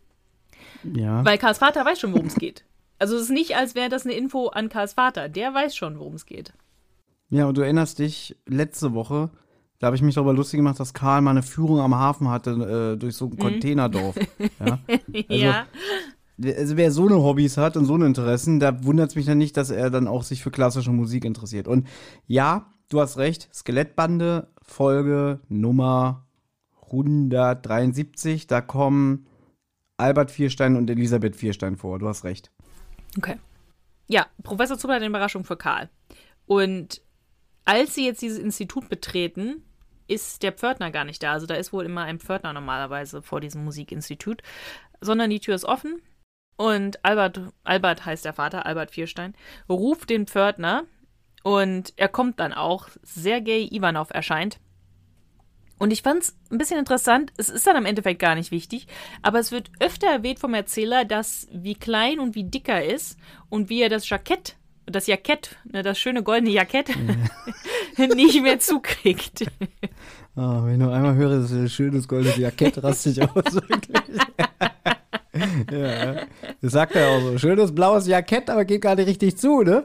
Ja. Weil Karls Vater weiß schon, worum es geht. Also es ist nicht, als wäre das eine Info an Karls Vater. Der weiß schon, worum es geht. Ja, und du erinnerst dich, letzte Woche, da habe ich mich darüber lustig gemacht, dass Karl mal eine Führung am Hafen hatte, äh, durch so ein Containerdorf. Ja. Also, ja. Also wer so eine Hobbys hat und so eine Interessen, da wundert es mich dann nicht, dass er dann auch sich für klassische Musik interessiert. Und ja, du hast recht, Skelettbande, Folge Nummer hundertdreiundsiebzig, da kommen Albert Vierstein und Elisabeth Vierstein vor, du hast recht. Okay. Ja, Professor Zobel hat eine Überraschung für Karl. Und als sie jetzt dieses Institut betreten, ist der Pförtner gar nicht da. Also da ist wohl immer ein Pförtner normalerweise vor diesem Musikinstitut. Sondern die Tür ist offen und Albert, Albert heißt der Vater, Albert Vierstein, ruft den Pförtner und er kommt dann auch. Sergei Ivanov erscheint. Und ich fand's ein bisschen interessant, es ist dann im Endeffekt gar nicht wichtig, aber es wird öfter erwähnt vom Erzähler, dass wie klein und wie dick er ist und wie er das Jackett das Jackett, das schöne goldene Jackett, ja. nicht mehr zukriegt. Oh, wenn ich nur einmal höre, das ist ein schönes goldenes Jackett, raste ich aus, wirklich. Ja, das sagt er auch so. Schönes blaues Jackett, aber geht gar nicht richtig zu, ne?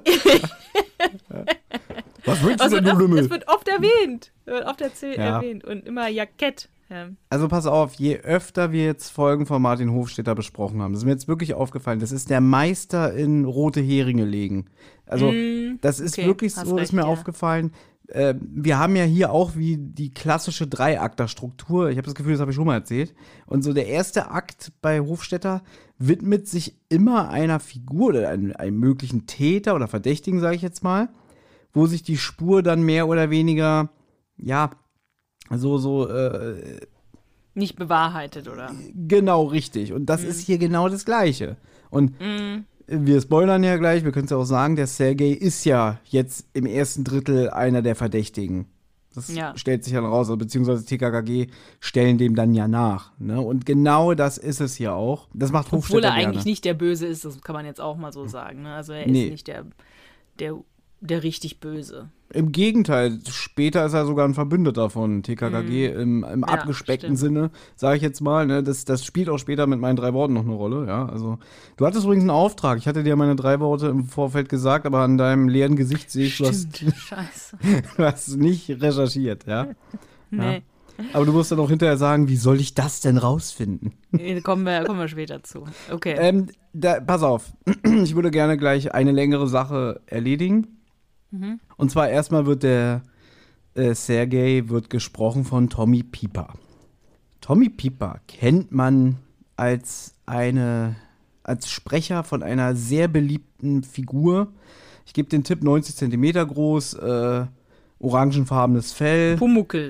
Was willst du denn, du Lümmel? Das wird oft erwähnt. Wird oft erzählt, ja. erwähnt. Und immer Jackett. Ja. Also pass auf, je öfter wir jetzt Folgen von Martin Hofstetter besprochen haben, das ist mir jetzt wirklich aufgefallen, das ist der Meister in rote Heringe legen. Also mm, das ist okay, wirklich so, recht, ist mir ja. aufgefallen, äh, wir haben ja hier auch wie die klassische Dreiakter-Struktur. Ich habe das Gefühl, das habe ich schon mal erzählt. Und so der erste Akt bei Hofstetter widmet sich immer einer Figur oder einem, einem möglichen Täter oder Verdächtigen, sage ich jetzt mal, wo sich die Spur dann mehr oder weniger, ja, so, so, äh, nicht bewahrheitet, oder? Genau, richtig. Und das mhm. ist hier genau das Gleiche. Und mhm. wir spoilern ja gleich, wir können es ja auch sagen, der Sergei ist ja jetzt im ersten Drittel einer der Verdächtigen. Das ja. stellt sich dann raus, also beziehungsweise T K K G stellen dem dann ja nach. Ne? Und genau das ist es hier auch. Das macht Hofstetter Obwohl er gerne. eigentlich nicht der Böse ist, das kann man jetzt auch mal so sagen. Ne? Also er nee. ist nicht der, der, der richtig Böse. Im Gegenteil, später ist er sogar ein Verbündeter von T K K G mm. im, im ja, abgespeckten stimmt. Sinne, sage ich jetzt mal. Ne? Das, das spielt auch später mit meinen drei Worten noch eine Rolle. Ja? Also, du hattest übrigens einen Auftrag. Ich hatte dir meine drei Worte im Vorfeld gesagt, aber an deinem leeren Gesicht sehe ich, du hast, Scheiße. du hast nicht recherchiert. Ja? Nee. Ja? Aber du musst dann auch hinterher sagen, wie soll ich das denn rausfinden? kommen, wir, kommen wir später zu. Okay. Ähm, da, pass auf, ich würde gerne gleich eine längere Sache erledigen. Mhm. Und zwar erstmal wird der äh, Sergei wird gesprochen von Tommy Pieper. Tommy Pieper kennt man als eine als Sprecher von einer sehr beliebten Figur. Ich gebe den Tipp, neunzig Zentimeter groß, äh, orangenfarbenes Fell. Pumuckl.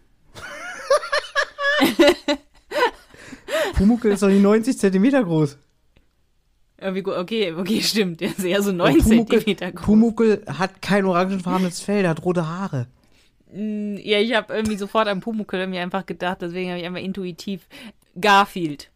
Pumuckl ist doch nicht neunzig Zentimeter groß. Okay, okay, stimmt. Der ist eher so neun Zentimeter groß. Pumuckl hat kein orangenfarbenes Fell, der hat rote Haare. Ja, ich habe irgendwie sofort an Pumuckl mir einfach gedacht, deswegen habe ich einfach intuitiv Garfield.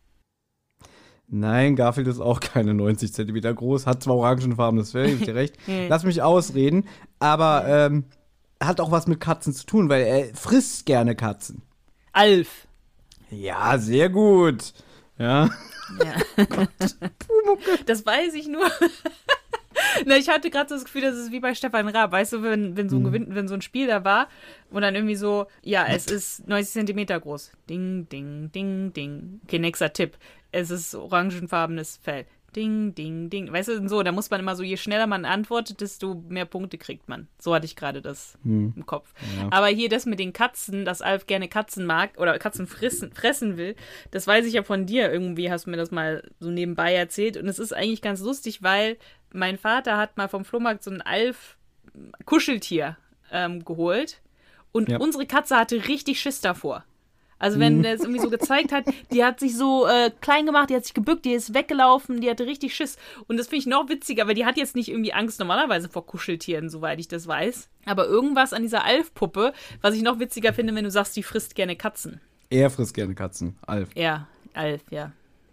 Nein, Garfield ist auch keine neunzig Zentimeter groß, hat zwar orangenfarbenes Fell, ich dir recht. Lass mich ausreden, aber ähm, hat auch was mit Katzen zu tun, weil er frisst gerne Katzen. Alf. Ja, sehr gut. Ja. Ja. Das weiß ich nur. Na, ich hatte gerade so das Gefühl, das ist wie bei Stefan Raab, weißt du, wenn, wenn, so ein Gewinn, wenn so ein Spiel da war und dann irgendwie so, ja, es ist neunzig Zentimeter groß. Ding, ding, ding, ding. Okay, nächster Tipp. Es ist orangenfarbenes Fell. Ding, ding, ding. Weißt du, so, da muss man immer so, je schneller man antwortet, desto mehr Punkte kriegt man. So hatte ich gerade das hm. im Kopf. Ja. Aber hier das mit den Katzen, dass Alf gerne Katzen mag oder Katzen fressen, fressen will, das weiß ich ja von dir. Irgendwie hast du mir das mal so nebenbei erzählt. Und es ist eigentlich ganz lustig, weil mein Vater hat mal vom Flohmarkt so ein Alf-Kuscheltier ähm, geholt. Und ja. unsere Katze hatte richtig Schiss davor. Also wenn der es irgendwie so gezeigt hat, die hat sich so äh, klein gemacht, die hat sich gebückt, die ist weggelaufen, die hatte richtig Schiss. Und das finde ich noch witziger, weil die hat jetzt nicht irgendwie Angst normalerweise vor Kuscheltieren, soweit ich das weiß. Aber irgendwas an dieser Alf-Puppe, was ich noch witziger finde, wenn du sagst, die frisst gerne Katzen. Er frisst gerne Katzen, Alf. Ja, Alf, ja.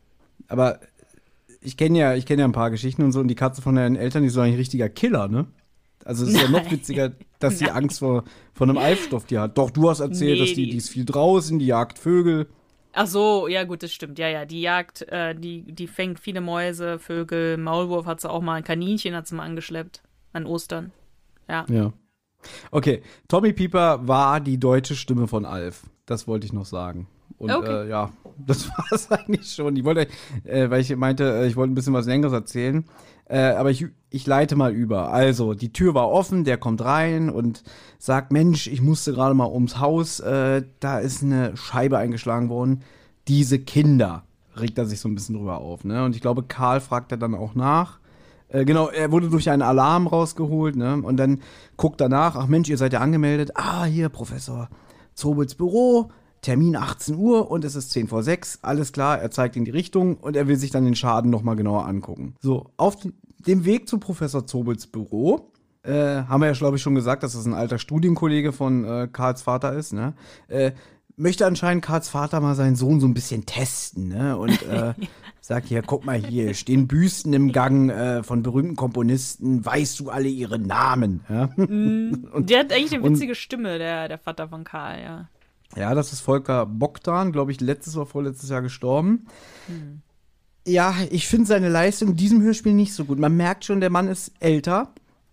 Aber ich kenne ja, ich kenn ja ein paar Geschichten und so, und die Katze von deinen Eltern, die ist so ein richtiger Killer, ne? Also es ist Nein. ja noch witziger, dass sie Angst vor, vor einem Alfstofftier hat. Doch, du hast erzählt, nee, dass die, die ist viel draußen, die jagt Vögel. Ach so, ja gut, das stimmt. Ja, ja, die jagt, äh, die, die fängt viele Mäuse, Vögel, Maulwurf hat sie auch mal, ein Kaninchen hat sie mal angeschleppt an Ostern. Ja. Ja. Okay, Tommy Pieper war die deutsche Stimme von Alf. Das wollte ich noch sagen. Und okay. äh, ja, das war es eigentlich schon. Ich wollte, äh, weil ich meinte, äh, ich wollte ein bisschen was Längeres erzählen. Äh, aber ich, ich leite mal über. Also, die Tür war offen, der kommt rein und sagt, Mensch, ich musste gerade mal ums Haus, äh, da ist eine Scheibe eingeschlagen worden. Diese Kinder, regt er sich so ein bisschen drüber auf, ne? Und ich glaube, Karl fragt er dann auch nach. Äh, genau, er wurde durch einen Alarm rausgeholt, ne? Und dann guckt er nach, ach Mensch, ihr seid ja angemeldet. Ah, hier, Professor Zobels Büro, Termin achtzehn Uhr und es ist zehn vor sechs. Alles klar, er zeigt in die Richtung und er will sich dann den Schaden nochmal genauer angucken. So, auf dem Weg zu Professor Zobels Büro, äh, haben wir ja, glaube ich, schon gesagt, dass das ein alter Studienkollege von äh, Karls Vater ist, ne? Äh, möchte anscheinend Karls Vater mal seinen Sohn so ein bisschen testen, ne? Und äh, sagt hier, guck mal hier, stehen Büsten im Gang äh, von berühmten Komponisten, weißt du alle ihre Namen? Ja? Mm, und, der hat eigentlich eine witzige und, Stimme, der, der Vater von Karl, ja. Ja, das ist Volker Bogdan, glaube ich, letztes oder vorletztes Jahr gestorben. Hm. Ja, ich finde seine Leistung in diesem Hörspiel nicht so gut. Man merkt schon, der Mann ist älter.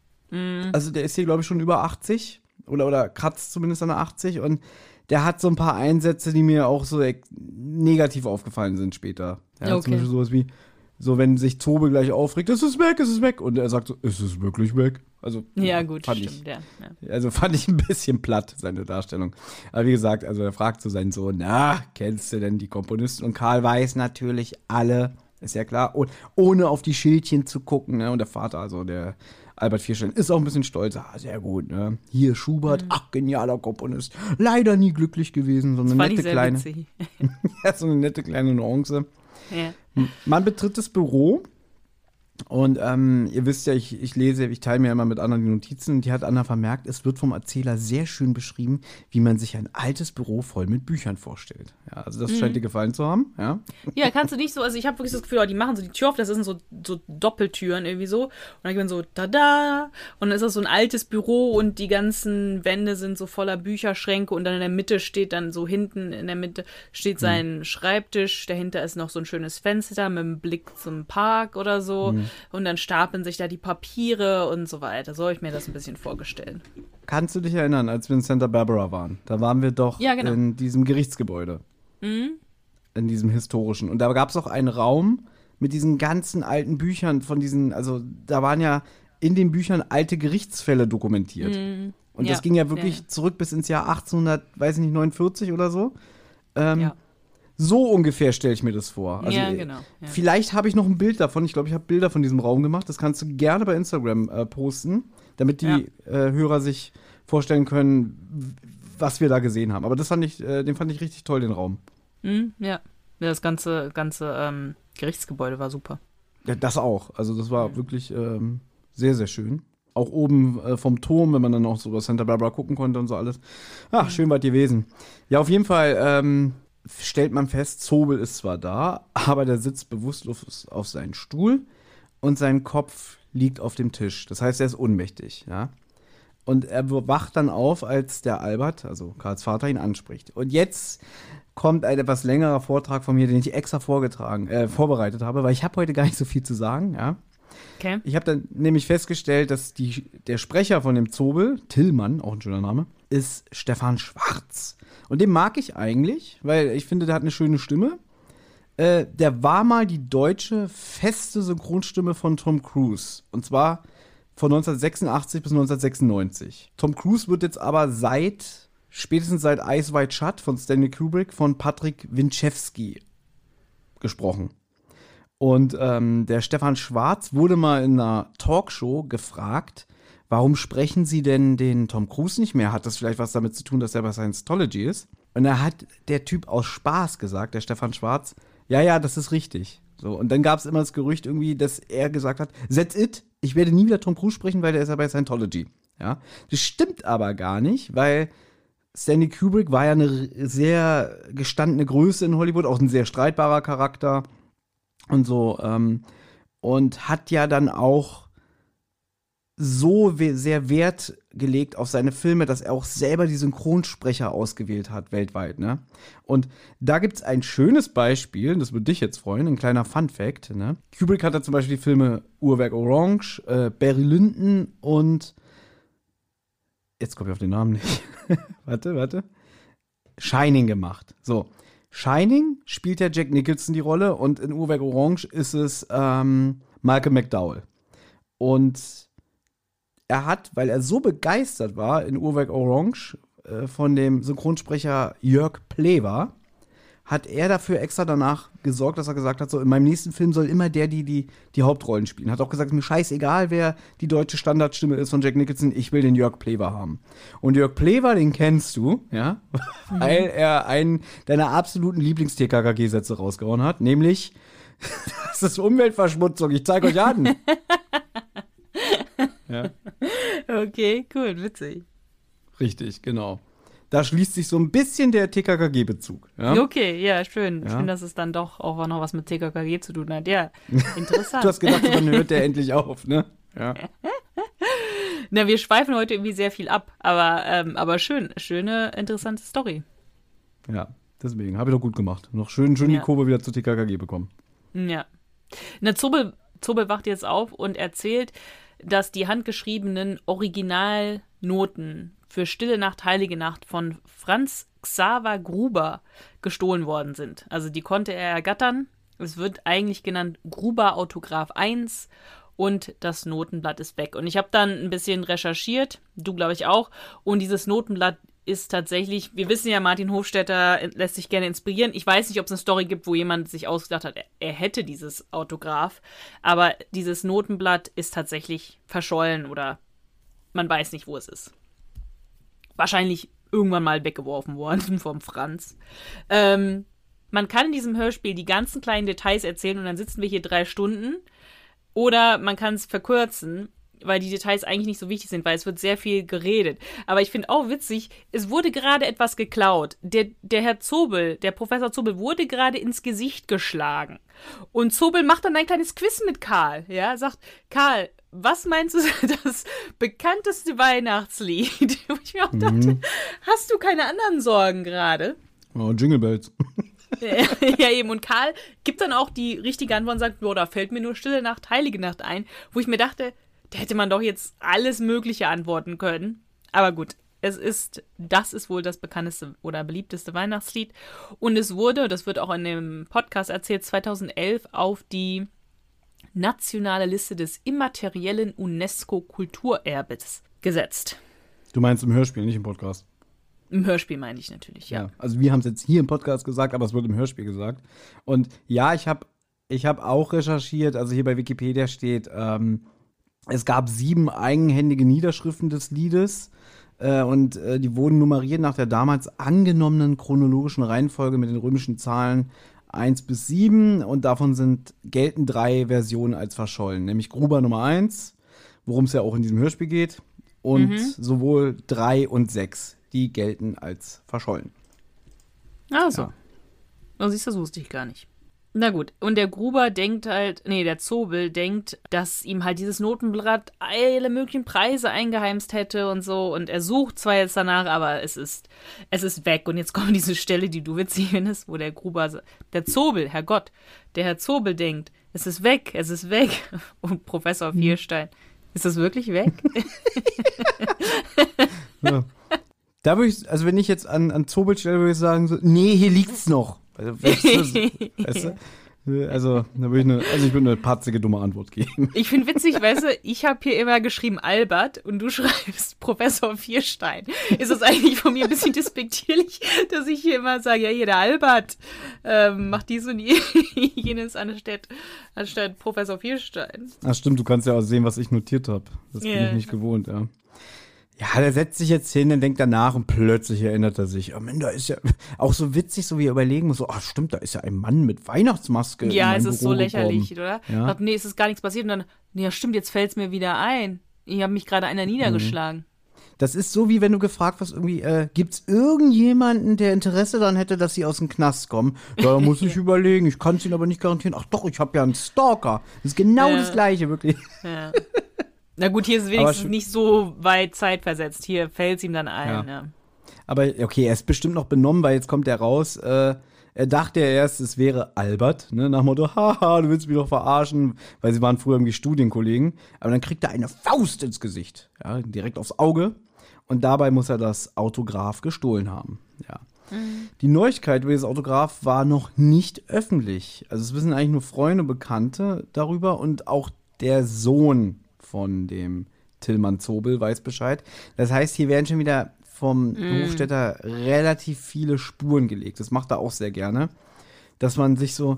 Hm. Also der ist hier, glaube ich, schon über achtzig. Oder, oder kratzt zumindest an der achtzig. Und der hat so ein paar Einsätze, die mir auch so negativ aufgefallen sind später. Ja, okay. Zum Beispiel sowas wie, so wenn sich Zobel gleich aufregt, es ist weg, es ist weg. Und er sagt so, ist es wirklich weg? Also, ja, gut, fand stimmt, ich, ja, ja. Also fand ich ein bisschen platt, seine Darstellung. Aber wie gesagt, also er fragt so seinen Sohn, na, kennst du denn die Komponisten? Und Karl weiß natürlich alle, ist ja klar, und ohne auf die Schildchen zu gucken, ne? Und der Vater, also der Albert Vierstein, ist auch ein bisschen stolz. Ah, sehr gut, ne? Hier Schubert, mhm. ach, genialer Komponist. Leider nie glücklich gewesen, so eine das nette kleine. Ja, so eine nette kleine Nuance. Ja. Man betritt das Büro. Und ähm, ihr wisst ja, ich, ich lese, ich teile mir ja immer mit Anna die Notizen und die hat Anna vermerkt, es wird vom Erzähler sehr schön beschrieben, wie man sich ein altes Büro voll mit Büchern vorstellt. Ja, also das mhm. scheint dir gefallen zu haben, ja? Ja, kannst du nicht so, also ich habe wirklich das Gefühl, oh, die machen so die Tür auf, das sind so, so Doppeltüren irgendwie so und dann geht man so, tada, und dann ist das so ein altes Büro und die ganzen Wände sind so voller Bücherschränke und dann in der Mitte steht dann so hinten, in der Mitte steht sein mhm. Schreibtisch, dahinter ist noch so ein schönes Fenster mit einem Blick zum Park oder so. Mhm. Und dann stapeln sich da die Papiere und so weiter. So habe ich mir das ein bisschen vorgestellt. Kannst du dich erinnern, als wir in Santa Barbara waren? Da waren wir doch ja, genau. in diesem Gerichtsgebäude. Mhm. In diesem historischen. Und da gab es auch einen Raum mit diesen ganzen alten Büchern von diesen, also da waren ja in den Büchern alte Gerichtsfälle dokumentiert. Mhm. Und ja. das ging ja wirklich ja, ja. zurück bis ins Jahr achtzehnhundert, weiß ich nicht, neunundvierzig oder so. Ähm, ja. So ungefähr stelle ich mir das vor. Also, ja, genau. Ja. Vielleicht habe ich noch ein Bild davon. Ich glaube, ich habe Bilder von diesem Raum gemacht. Das kannst du gerne bei Instagram äh, posten, damit die ja. äh, Hörer sich vorstellen können, was wir da gesehen haben. Aber das fand ich, äh, den fand ich richtig toll, den Raum. Mhm, ja. ja, das ganze, ganze ähm, Gerichtsgebäude war super. Ja, das auch. Also das war ja. wirklich ähm, sehr, sehr schön. Auch oben äh, vom Turm, wenn man dann auch so über Santa Barbara gucken konnte und so alles. Ach, mhm. schön weit gewesen. Ja, auf jeden Fall ähm, stellt man fest, Zobel ist zwar da, aber der sitzt bewusstlos auf seinem Stuhl und sein Kopf liegt auf dem Tisch. Das heißt, er ist ohnmächtig, ja. Und er wacht dann auf, als der Albert, also Karls Vater, ihn anspricht. Und jetzt kommt ein etwas längerer Vortrag von mir, den ich extra vorgetragen, äh, vorbereitet habe, weil ich habe heute gar nicht so viel zu sagen, ja. Okay. Ich habe dann nämlich festgestellt, dass die, der Sprecher von dem Zobel, Tillmann, auch ein schöner Name, ist Stefan Schwarz. Und den mag ich eigentlich, weil ich finde, der hat eine schöne Stimme. Äh, der war mal die deutsche feste Synchronstimme von Tom Cruise. Und zwar von neunzehnhundertsechsundachtzig bis neunzehnhundertsechsundneunzig. Tom Cruise wird jetzt aber seit, spätestens seit Eyes Wide Shut von Stanley Kubrick von Patrick Winchewski gesprochen. Und ähm, der Stefan Schwarz wurde mal in einer Talkshow gefragt, warum sprechen Sie denn den Tom Cruise nicht mehr? Hat das vielleicht was damit zu tun, dass er bei Scientology ist? Und da hat der Typ aus Spaß gesagt, der Stefan Schwarz, ja, ja, das ist richtig. So, und dann gab es immer das Gerücht irgendwie, dass er gesagt hat, that's it, ich werde nie wieder Tom Cruise sprechen, weil der ist ja bei Scientology. Ja? Das stimmt aber gar nicht, weil Stanley Kubrick war ja eine sehr gestandene Größe in Hollywood, auch ein sehr streitbarer Charakter und so, ähm, und hat ja dann auch so we- sehr Wert gelegt auf seine Filme, dass er auch selber die Synchronsprecher ausgewählt hat weltweit, ne? Und da gibt's ein schönes Beispiel, das würde dich jetzt freuen, ein kleiner Fun-Fact, ne? Kubrick hat da zum Beispiel die Filme Uhrwerk Orange, äh, Barry Lyndon und jetzt komme ich auf den Namen nicht. warte, warte. Shining gemacht. So, Shining spielt ja Jack Nicholson die Rolle und in Uhrwerk Orange ist es ähm, Malcolm McDowell. Und er hat, weil er so begeistert war in Uhrwerk Orange äh, von dem Synchronsprecher Jörg Plewa, hat er dafür extra danach gesorgt, dass er gesagt hat, so in meinem nächsten Film soll immer der, die die, die Hauptrollen spielen. Hat auch gesagt, mir scheißegal, wer die deutsche Standardstimme ist von Jack Nicholson, ich will den Jörg Plewa haben. Und Jörg Plewa, den kennst du, ja, mhm. weil er einen deiner absoluten Lieblings-T K K G-Sätze rausgehauen hat, nämlich, das ist Umweltverschmutzung, ich zeig euch an. Ja. Okay, cool, witzig. Richtig, genau. Da schließt sich so ein bisschen der T K K G-Bezug. Ja? Okay, ja, schön. Ja. Schön, dass es dann doch auch noch was mit T K K G zu tun hat. Ja, interessant. Du hast gedacht, wann hört der endlich auf, ne? Ja. Na, wir schweifen heute irgendwie sehr viel ab, aber, ähm, aber schön. Schöne, interessante Story. Ja, deswegen. Habe ich doch gut gemacht. Noch schön, schön ja. die Kurve wieder zu T K K G bekommen. Ja. Na, Zobel, Zobel wacht jetzt auf und erzählt, dass die handgeschriebenen Originalnoten für Stille Nacht, Heilige Nacht von Franz Xaver Gruber gestohlen worden sind. Also die konnte er ergattern Es wird eigentlich genannt Gruber Autograph eins und das Notenblatt ist weg. Und ich habe dann ein bisschen recherchiert, du glaube ich auch, und dieses Notenblatt ist tatsächlich, wir wissen ja, Martin Hofstetter lässt sich gerne inspirieren. Ich weiß nicht, ob es eine Story gibt, wo jemand sich ausgedacht hat, er hätte dieses Autograph, aber dieses Notenblatt ist tatsächlich verschollen oder man weiß nicht, wo es ist. Wahrscheinlich irgendwann mal weggeworfen worden vom Franz. Ähm, man kann in diesem Hörspiel die ganzen kleinen Details erzählen und dann sitzen wir hier drei Stunden. Oder man kann es verkürzen, weil die Details eigentlich nicht so wichtig sind, weil es wird sehr viel geredet. Aber ich finde auch witzig, es wurde gerade etwas geklaut. Der, der Herr Zobel, der Professor Zobel, wurde gerade ins Gesicht geschlagen. Und Zobel macht dann ein kleines Quiz mit Karl. Ja, sagt, Karl, was meinst du, das bekannteste Weihnachtslied? Wo ich mir auch dachte, mhm. hast du keine anderen Sorgen gerade? Oh, Jingle Bells. Ja, eben. Und Karl gibt dann auch die richtige Antwort und sagt, boah, da fällt mir nur Stille Nacht, Heilige Nacht ein. Wo ich mir dachte, da hätte man doch jetzt alles Mögliche antworten können. Aber gut, es ist, das ist wohl das bekannteste oder beliebteste Weihnachtslied. Und es wurde, das wird auch in dem Podcast erzählt, zweitausendelf auf die nationale Liste des immateriellen UNESCO-Kulturerbes gesetzt. Du meinst im Hörspiel, nicht im Podcast? Im Hörspiel meine ich natürlich, ja. ja also wir haben es jetzt hier im Podcast gesagt, aber es wird im Hörspiel gesagt. Und ja, ich habe ich hab auch recherchiert, also hier bei Wikipedia steht, ähm, es gab sieben eigenhändige Niederschriften des Liedes äh, und äh, die wurden nummeriert nach der damals angenommenen chronologischen Reihenfolge mit den römischen Zahlen eins bis sieben und davon sind gelten drei Versionen als verschollen, nämlich Gruber Nummer eins, worum es ja auch in diesem Hörspiel geht, und mhm. sowohl drei und sechs, die gelten als verschollen. Ach so. Ja. Oh, siehst du, das wusste ich gar nicht. Na gut, und der Gruber denkt halt, nee, der Zobel denkt, dass ihm halt dieses Notenblatt alle möglichen Preise eingeheimst hätte und so. Und er sucht zwar jetzt danach, aber es ist, es ist weg. Und jetzt kommt diese Stelle, die du witzig findest, wo der Gruber, der Zobel, Herrgott, der Herr Zobel denkt, es ist weg, es ist weg. Und Professor Vierstein, ist das wirklich weg? Ja. Da würde ich, also wenn ich jetzt an, an Zobel stelle, würde ich sagen, so, nee, hier liegt's noch. Also, weißt du, weißt du? also, da würde ich eine, also ich würde eine patzige, dumme Antwort geben. Ich finde witzig, weißt du, ich habe hier immer geschrieben Albert und du schreibst Professor Vierstein. Ist das eigentlich von mir ein bisschen despektierlich, dass ich hier immer sage, ja, hier der Albert ähm, macht dies und jenes anstatt, anstatt Professor Vierstein. Ach stimmt, du kannst ja auch sehen, was ich notiert habe. Das yeah. bin ich nicht gewohnt, ja. Ja, der setzt sich jetzt hin, dann denkt danach und plötzlich erinnert er sich, oh Mann, da ist ja auch so witzig, so wie er überlegen muss, so, ach stimmt, da ist ja ein Mann mit Weihnachtsmaske. Ja, es ist Büro so lächerlich, gekommen. Oder? Ja. Dachte, nee, es ist gar nichts passiert und dann, ja stimmt, jetzt fällt es mir wieder ein. Ich habe mich gerade einer niedergeschlagen. Mhm. Das ist so, wie wenn du gefragt wirst, irgendwie, äh, gibt's irgendjemanden, der Interesse daran hätte, dass sie aus dem Knast kommen? Da muss ich überlegen, ich kann es ihnen aber nicht garantieren. Ach doch, ich habe ja einen Stalker. Das ist genau ja. das Gleiche, wirklich. Ja. Na gut, hier ist es wenigstens nicht so weit zeitversetzt. Hier fällt es ihm dann ein. Ja. Ja. Aber okay, er ist bestimmt noch benommen, weil jetzt kommt er raus. Äh, er dachte ja erst, es wäre Albert, ne, nach dem Motto, haha, du willst mich doch verarschen, weil sie waren früher irgendwie Studienkollegen. Aber dann kriegt er eine Faust ins Gesicht, ja, direkt aufs Auge. Und dabei muss er das Autograph gestohlen haben. Ja. Mhm. Die Neuigkeit über das Autograph war noch nicht öffentlich. Also es wissen eigentlich nur Freunde und Bekannte darüber und auch der Sohn von dem Tillmann Zobel weiß Bescheid. Das heißt, hier werden schon wieder vom mm. Hofstetter relativ viele Spuren gelegt. Das macht er auch sehr gerne. Dass man sich so,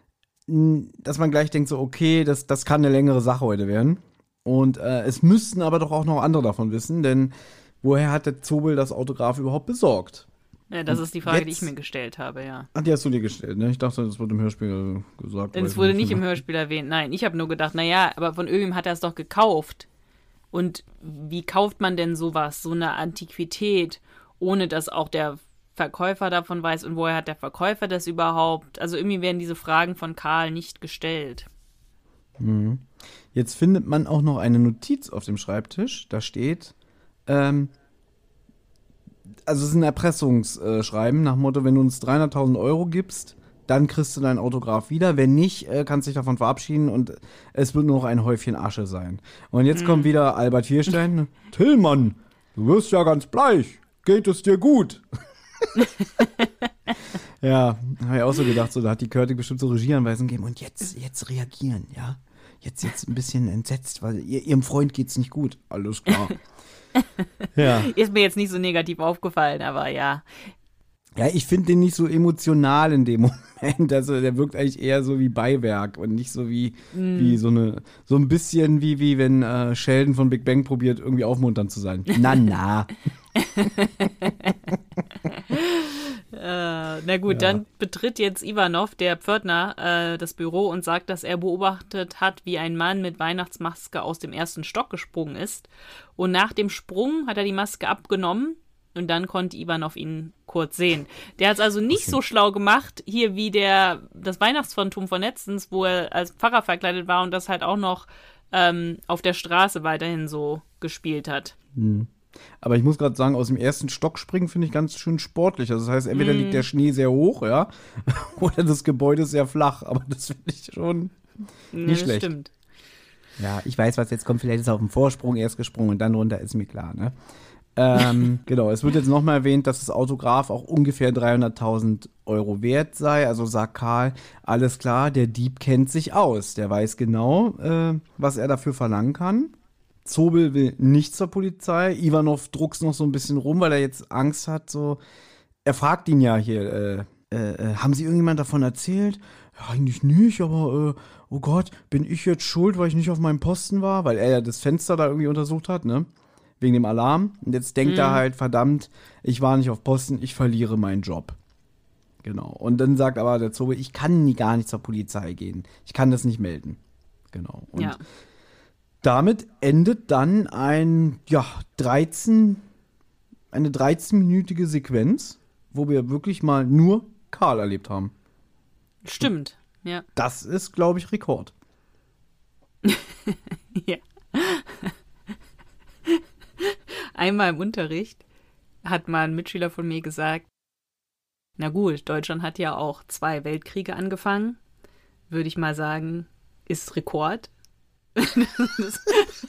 dass man gleich denkt so, okay, das, das kann eine längere Sache heute werden. Und äh, es müssten aber doch auch noch andere davon wissen, denn woher hat der Zobel das Autograph überhaupt besorgt? Ja, das Und ist die Frage, jetzt, die ich mir gestellt habe, ja. Ach, die hast du dir gestellt, ne? Ich dachte, das wurde im Hörspiel gesagt. Es wurde nicht im Hörspiel erwähnt, nein. Ich habe nur gedacht, naja, aber von irgendwem hat er es doch gekauft. Und wie kauft man denn sowas, so eine Antiquität, ohne dass auch der Verkäufer davon weiß? Und woher hat der Verkäufer das überhaupt? Also irgendwie werden diese Fragen von Karl nicht gestellt. Mhm. Jetzt findet man auch noch eine Notiz auf dem Schreibtisch. Da steht, ähm, also es ist ein Erpressungsschreiben nach dem Motto, wenn du uns dreihunderttausend Euro gibst, dann kriegst du dein Autograph wieder. Wenn nicht, äh, kannst du dich davon verabschieden und es wird nur noch ein Häufchen Asche sein. Und jetzt hm. kommt wieder Albert Vierstein. Tillmann, du wirst ja ganz bleich. Geht es dir gut? Ja, habe ich auch so gedacht, so, da hat die Körtig bestimmt so Regieanweisungen gegeben. Und jetzt, jetzt reagieren, ja. Jetzt, jetzt ein bisschen entsetzt, weil ihr, ihrem Freund geht's nicht gut. Alles klar. Ja. Ist mir jetzt nicht so negativ aufgefallen, aber ja. Ja, ich finde den nicht so emotional in dem Moment. Also der wirkt eigentlich eher so wie Beiwerk und nicht so wie, mm. wie so eine, so ein bisschen wie, wie wenn äh, Sheldon von Big Bang probiert, irgendwie aufmunternd zu sein. Na, na. äh, na gut, ja. Dann betritt jetzt Ivanov, der Pförtner, äh, das Büro und sagt, dass er beobachtet hat, wie ein Mann mit Weihnachtsmaske aus dem ersten Stock gesprungen ist. Und nach dem Sprung hat er die Maske abgenommen. Und dann konnte Ivanov ihn kurz sehen. Der hat es also nicht okay. so schlau gemacht, hier wie der das Weihnachtsphantom von letztens, wo er als Pfarrer verkleidet war und das halt auch noch ähm, auf der Straße weiterhin so gespielt hat. Hm. Aber ich muss gerade sagen, aus dem ersten Stock springen finde ich ganz schön sportlich. Also das heißt, entweder hm. liegt der Schnee sehr hoch, ja, oder das Gebäude ist sehr flach. Aber das finde ich schon nicht ja, schlecht. Stimmt. Ja, ich weiß, was jetzt kommt. Vielleicht ist er auf dem Vorsprung erst gesprungen und dann runter, ist mir klar, ne? ähm, genau, es wird jetzt nochmal erwähnt, dass das Autograph auch ungefähr dreihunderttausend Euro wert sei. Also sagt Karl, alles klar, der Dieb kennt sich aus. Der weiß genau, äh, was er dafür verlangen kann. Zobel will nicht zur Polizei. Ivanov druckst noch so ein bisschen rum, weil er jetzt Angst hat. So, er fragt ihn ja hier, äh, äh, haben Sie irgendjemand davon erzählt? Ja, eigentlich nicht, aber äh, oh Gott, bin ich jetzt schuld, weil ich nicht auf meinem Posten war? Weil er ja das Fenster da irgendwie untersucht hat, ne? Wegen dem Alarm. Und jetzt denkt mhm. er halt, verdammt, ich war nicht auf Posten, ich verliere meinen Job. Genau. Und dann sagt aber der Zobel, ich kann nie gar nicht zur Polizei gehen. Ich kann das nicht melden. Genau. Und ja. damit endet dann ein, ja, dreizehn, eine dreizehnminütige Sequenz, wo wir wirklich mal nur Karl erlebt haben. Stimmt, ja. Das ist, glaube ich, Rekord. Ja. Einmal im Unterricht hat mal ein Mitschüler von mir gesagt, na gut, Deutschland hat ja auch zwei Weltkriege angefangen. Würde ich mal sagen, ist Rekord. das,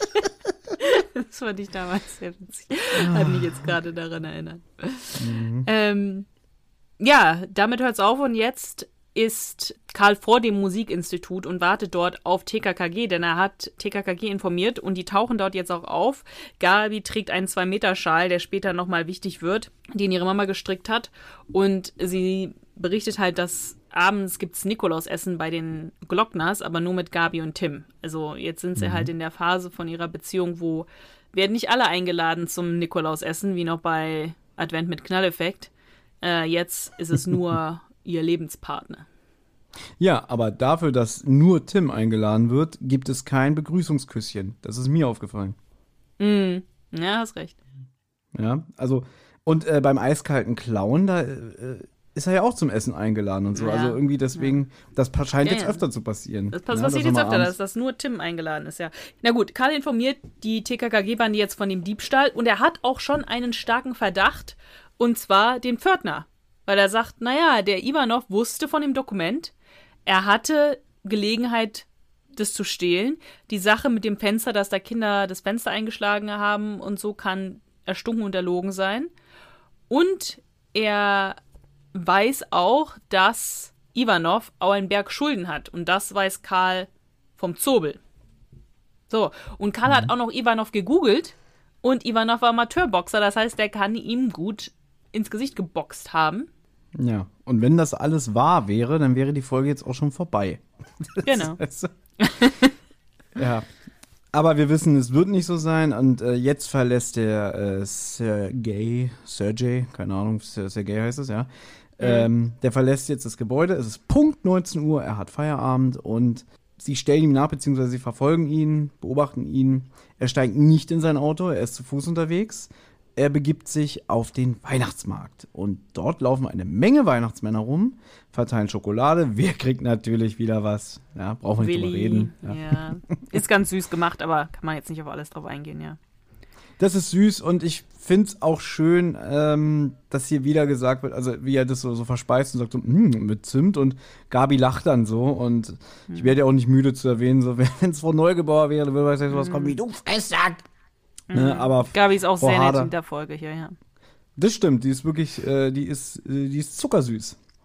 das fand ich damals sehr witzig. Hat mich jetzt gerade daran erinnert. Mhm. Ähm, ja, damit hört es auf und jetzt ist Karl vor dem Musikinstitut und wartet dort auf T K K G, denn er hat T K K G informiert und die tauchen dort jetzt auch auf. Gabi trägt einen zwei Meter Schal, der später nochmal wichtig wird, den ihre Mama gestrickt hat. Und sie berichtet halt, dass abends gibt's Nikolausessen bei den Glockners, aber nur mit Gabi und Tim. Also jetzt sind sie mhm. halt in der Phase von ihrer Beziehung, wo werden nicht alle eingeladen zum Nikolausessen, wie noch bei Advent mit Knalleffekt. Äh, jetzt ist es nur ihr Lebenspartner. Ja, aber dafür, dass nur Tim eingeladen wird, gibt es kein Begrüßungsküsschen. Das ist mir aufgefallen. Mm, ja, hast recht. Ja, also, und äh, beim eiskalten Clown, da äh, ist er ja auch zum Essen eingeladen und so. Ja. Also irgendwie deswegen, ja. das scheint ja, jetzt ja. öfter zu passieren. Das passiert ja, jetzt öfter, dass, dass nur Tim eingeladen ist, ja. Na gut, Karl informiert die T K K G-Bande jetzt von dem Diebstahl und er hat auch schon einen starken Verdacht, und zwar den Pförtner. Weil er sagt, naja, der Ivanov wusste von dem Dokument, er hatte Gelegenheit, das zu stehlen. Die Sache mit dem Fenster, dass da Kinder das Fenster eingeschlagen haben und so, kann erstunken und erlogen sein. Und er weiß auch, dass Ivanov auch einen Berg Schulden hat. Und das weiß Karl vom Zobel. So, und Karl mhm. hat auch noch Ivanov gegoogelt und Ivanov war Amateurboxer. Das heißt, der kann ihm gut ins Gesicht geboxt haben. Ja, und wenn das alles wahr wäre, dann wäre die Folge jetzt auch schon vorbei. Genau. Also, ja, aber wir wissen, es wird nicht so sein. Und äh, jetzt verlässt der äh, Sergei, Sergei, keine Ahnung, Sergei heißt es, ja. Mhm. Ähm, der verlässt jetzt das Gebäude. Es ist Punkt neunzehn Uhr, er hat Feierabend und sie stellen ihm nach, beziehungsweise sie verfolgen ihn, beobachten ihn. Er steigt nicht in sein Auto, er ist zu Fuß unterwegs. Er begibt sich auf den Weihnachtsmarkt und dort laufen eine Menge Weihnachtsmänner rum, verteilen Schokolade. Wer kriegt natürlich wieder was? Ja, brauchen wir nicht drüber reden. Ja. ja, ist ganz süß gemacht, aber kann man jetzt nicht auf alles drauf eingehen, ja. Das ist süß und ich finde es auch schön, ähm, dass hier wieder gesagt wird, also wie er das so, so verspeist und sagt so, hm, mit Zimt und Gabi lacht dann so und hm. ich werde ja auch nicht müde zu erwähnen, so wenn es Frau Neugebauer wäre, würde ich sagen, sowas hm. kommt wie du Fressack. Ne, aber Gabi ist auch sehr nett in der Folge hier, ja. Das stimmt, die ist wirklich, äh, die ist, äh, die ist zuckersüß.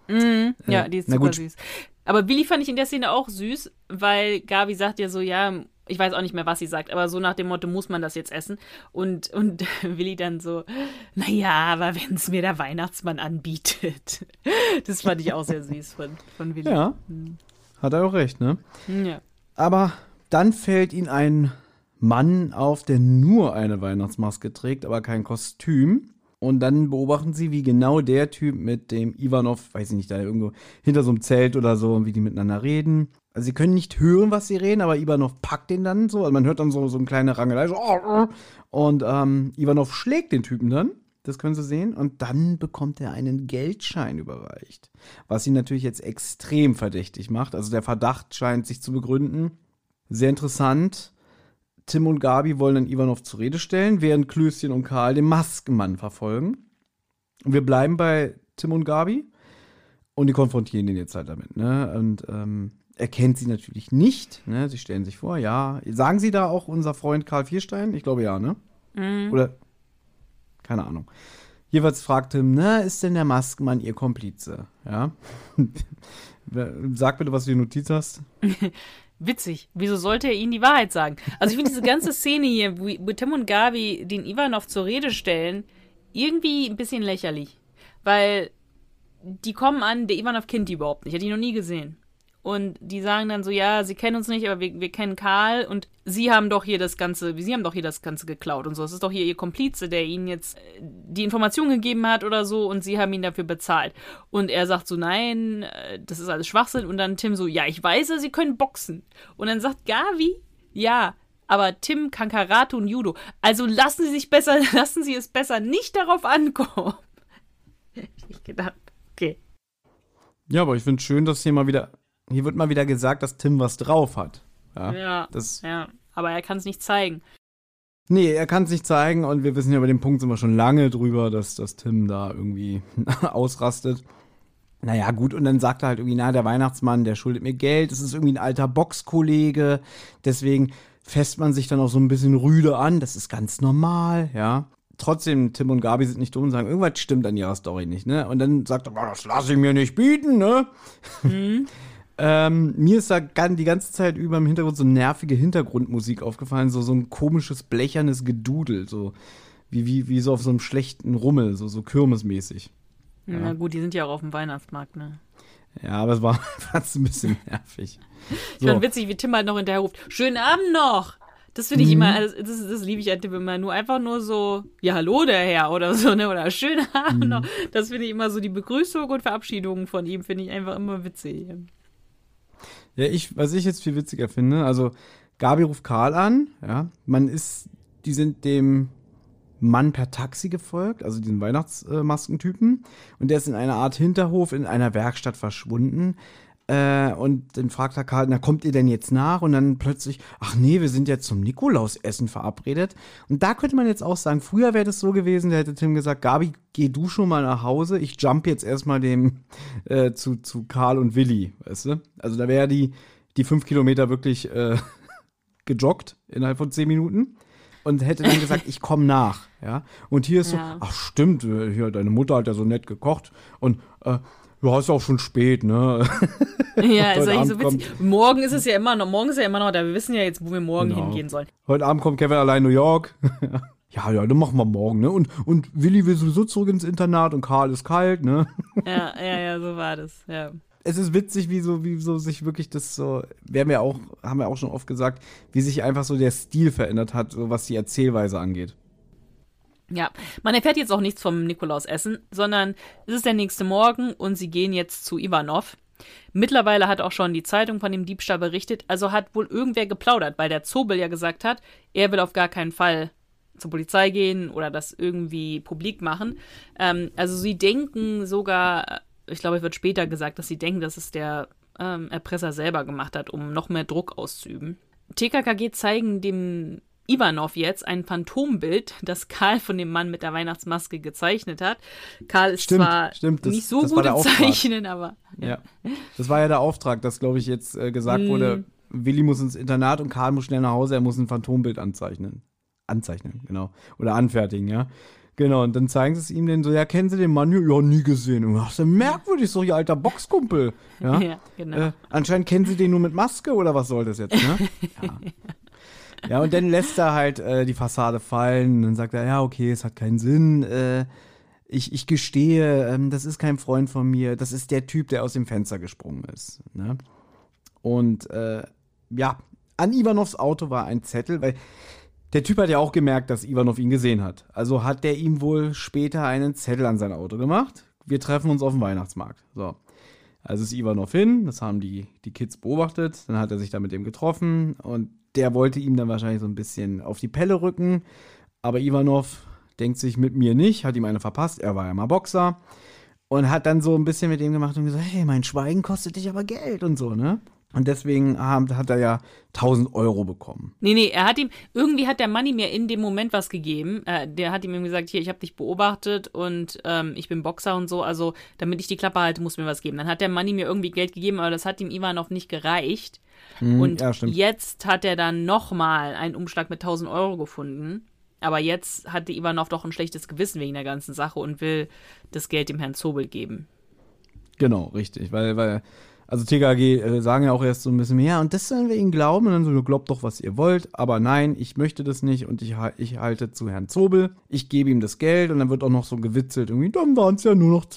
Mhm, ja, Äh, die ist na super gut. süß. Aber Willi fand ich in der Szene auch süß, weil Gabi sagt ja so, ja, ich weiß auch nicht mehr, was sie sagt, aber so nach dem Motto, muss man das jetzt essen? Und, und Willi dann so, naja, aber wenn es mir der Weihnachtsmann anbietet. Das fand ich auch sehr süß von, von Willi. Ja, hat er auch recht, ne? Ja. Aber dann fällt ihm ein Mann auf, der nur eine Weihnachtsmaske trägt, aber kein Kostüm. Und dann beobachten sie, wie genau der Typ mit dem Ivanov, weiß ich nicht, da irgendwo hinter so einem Zelt oder so, wie die miteinander reden. Also sie können nicht hören, was sie reden, aber Ivanov packt den dann so. Also man hört dann so, so eine kleine Rangelei. So, und ähm, Ivanov schlägt den Typen dann. Das können sie sehen. Und dann bekommt er einen Geldschein überreicht. Was ihn natürlich jetzt extrem verdächtig macht. Also der Verdacht scheint sich zu begründen. Sehr interessant. Tim und Gabi wollen dann Ivanov zur Rede stellen, während Klößchen und Karl den Maskenmann verfolgen. Und wir bleiben bei Tim und Gabi. Und die konfrontieren ihn jetzt halt damit. Ne? Und ähm, er kennt sie natürlich nicht. Ne? Sie stellen sich vor, ja. Sagen sie da auch unser Freund Karl Vierstein? Ich glaube ja, ne? Mhm. Oder? Keine Ahnung. Jeweils fragt Tim, na, ist denn der Maskenmann ihr Komplize? Ja. Sag bitte, was du die Notiz hast. Witzig. Wieso sollte er ihnen die Wahrheit sagen? Also ich finde diese ganze Szene hier, wo, wo Tim und Gabi den Ivanov zur Rede stellen, irgendwie ein bisschen lächerlich. Weil die kommen an, der Ivanov kennt die überhaupt nicht, hat die noch nie gesehen. Und die sagen dann so, ja, sie kennen uns nicht, aber wir, wir kennen Karl und sie haben doch hier das Ganze, sie haben doch hier das Ganze geklaut und so. Es ist doch hier ihr Komplize, der ihnen jetzt die Information gegeben hat oder so und sie haben ihn dafür bezahlt. Und er sagt so, nein, das ist alles Schwachsinn. Und dann Tim so, ja, ich weiß ja, sie können boxen. Und dann sagt Gabi, ja, aber Tim kann Karate und Judo. Also lassen Sie sich besser, lassen Sie es besser nicht darauf ankommen. Ich gedacht, okay. Ja, aber ich finde es schön, dass hier mal wieder, hier wird mal wieder gesagt, dass Tim was drauf hat. Ja, Ja, das, ja, aber er kann es nicht zeigen. nee, er kann es nicht zeigen und wir wissen ja, bei dem Punkt sind wir schon lange drüber, dass, dass Tim da irgendwie ausrastet. Naja, gut, und dann sagt er halt irgendwie, na, der Weihnachtsmann, der schuldet mir Geld, es ist irgendwie ein alter Boxkollege, deswegen fässt man sich dann auch so ein bisschen rüde an, das ist ganz normal, ja. Trotzdem, Tim und Gabi sind nicht dumm und sagen, irgendwas stimmt an ihrer Story nicht, ne? Und dann sagt er, das lasse ich mir nicht bieten, ne? Mhm. ähm, mir ist da gan- die ganze Zeit über im Hintergrund so nervige Hintergrundmusik aufgefallen, so, so ein komisches, blechernes Gedudel, so wie, wie, wie so auf so einem schlechten Rummel, so, so kirmesmäßig. Ja. Na gut, die sind ja auch auf dem Weihnachtsmarkt, ne? Ja, aber es war fast ein bisschen nervig. Ich fand witzig, wie Tim halt noch hinterher ruft, schönen Abend noch! Das finde ich Mhm. immer, das, das, das liebe ich an Tim immer, nur einfach nur so, ja, hallo der Herr oder so, ne, oder schönen Abend Mhm. noch. Das finde ich immer so, die Begrüßung und Verabschiedung von ihm finde ich einfach immer witzig. Ja, ich, was ich jetzt viel witziger finde, also Gabi ruft Karl an, ja, man ist, die sind dem Mann per Taxi gefolgt, also diesen Weihnachtsmaskentypen, und der ist in einer Art Hinterhof in einer Werkstatt verschwunden. Äh, und dann fragt er Karl, na, kommt ihr denn jetzt nach? Und dann plötzlich, ach nee, wir sind jetzt zum Nikolausessen verabredet. Und da könnte man jetzt auch sagen, früher wäre das so gewesen, da hätte Tim gesagt, Gabi, geh du schon mal nach Hause, ich jump jetzt erstmal dem äh, zu, zu Karl und Willi, weißt du? Also da wäre die, die fünf Kilometer wirklich äh, gejoggt innerhalb von zehn Minuten. Und hätte dann gesagt, ich komme nach, ja. Und hier ist Ja. so, ach stimmt, äh, hier, deine Mutter hat ja so nett gekocht. Und äh, ja, ist ja auch schon spät, ne? Ja, ist Heute eigentlich so Abend witzig. Morgen ist es ja immer noch, morgen ist ja immer noch, da wir wissen ja jetzt, wo wir morgen Genau. hingehen sollen. Heute Abend kommt Kevin allein New York. Ja, ja, dann machen wir morgen, ne? Und, und Willi will sowieso zurück ins Internat und Karl ist kalt, ne? Ja, ja, ja, so war das, ja. Es ist witzig, wie so, wie so sich wirklich das so, wir haben ja auch, haben wir auch schon oft gesagt, wie sich einfach so der Stil verändert hat, so was die Erzählweise angeht. Ja, man erfährt jetzt auch nichts vom Nikolausessen, sondern es ist der nächste Morgen und sie gehen jetzt zu Ivanov. Mittlerweile hat auch schon die Zeitung von dem Diebstahl berichtet, also hat wohl irgendwer geplaudert, weil der Zobel ja gesagt hat, er will auf gar keinen Fall zur Polizei gehen oder das irgendwie publik machen. Ähm, also sie denken sogar, ich glaube, es wird später gesagt, dass sie denken, dass es der ähm, Erpresser selber gemacht hat, um noch mehr Druck auszuüben. T K K G zeigen dem Ivanov jetzt ein Phantombild, das Karl von dem Mann mit der Weihnachtsmaske gezeichnet hat. Karl ist Stimmt, zwar stimmt, das- nicht so das war gut der im Auftrag. Zeichnen, aber Ja. Das war ja der Auftrag, dass, glaube ich, jetzt äh, gesagt Mm. wurde, Willi muss ins Internat und Karl muss schnell nach Hause, er muss ein Phantombild anzeichnen. Anzeichnen, genau. Oder anfertigen, ja. Genau, und dann zeigen sie es ihm dann so, ja, kennen Sie den Mann? Ja, nie gesehen. Und ach, so merkwürdig, so ihr alter Boxkumpel. Ja, ja genau. Äh, anscheinend kennen Sie den nur mit Maske oder was soll das jetzt, ne? Ja. Ja, und dann lässt er halt äh, die Fassade fallen und dann sagt er, ja, okay, es hat keinen Sinn, äh, ich, ich gestehe, ähm, das ist kein Freund von mir, das ist der Typ, der aus dem Fenster gesprungen ist, ne? Und, äh, ja, an Ivanovs Auto war ein Zettel, weil der Typ hat ja auch gemerkt, dass Ivanov ihn gesehen hat. Also hat der ihm wohl später einen Zettel an sein Auto gemacht. Wir treffen uns auf dem Weihnachtsmarkt. So. Also ist Ivanov hin, das haben die, die Kids beobachtet, dann hat er sich da mit dem getroffen und der wollte ihm dann wahrscheinlich so ein bisschen auf die Pelle rücken. Aber Ivanov denkt sich mit mir nicht, hat ihm eine verpasst, er war ja mal Boxer. Und hat dann so ein bisschen mit dem gemacht und gesagt, hey, mein Schweigen kostet dich aber Geld und so, ne? Und deswegen hat er ja tausend Euro bekommen. Nee, nee, er hat ihm, irgendwie hat der Manni mir in dem Moment was gegeben. Äh, der hat ihm gesagt, hier, ich habe dich beobachtet und ähm, ich bin Boxer und so, also damit ich die Klappe halte, muss mir was geben. Dann hat der Manni mir irgendwie Geld gegeben, aber das hat ihm Ivanov nicht gereicht. Hm, und ja, jetzt hat er dann nochmal einen Umschlag mit tausend Euro gefunden. Aber jetzt hatte Ivanov doch ein schlechtes Gewissen wegen der ganzen Sache und will das Geld dem Herrn Zobel geben. Genau, richtig, weil, weil also T K G äh, sagen ja auch erst so ein bisschen, ja, und das sollen wir ihnen glauben. Und dann so, glaubt doch, was ihr wollt. Aber nein, ich möchte das nicht und ich, ich halte zu Herrn Zobel. Ich gebe ihm das Geld und dann wird auch noch so gewitzelt. Irgendwie, dann waren es ja nur noch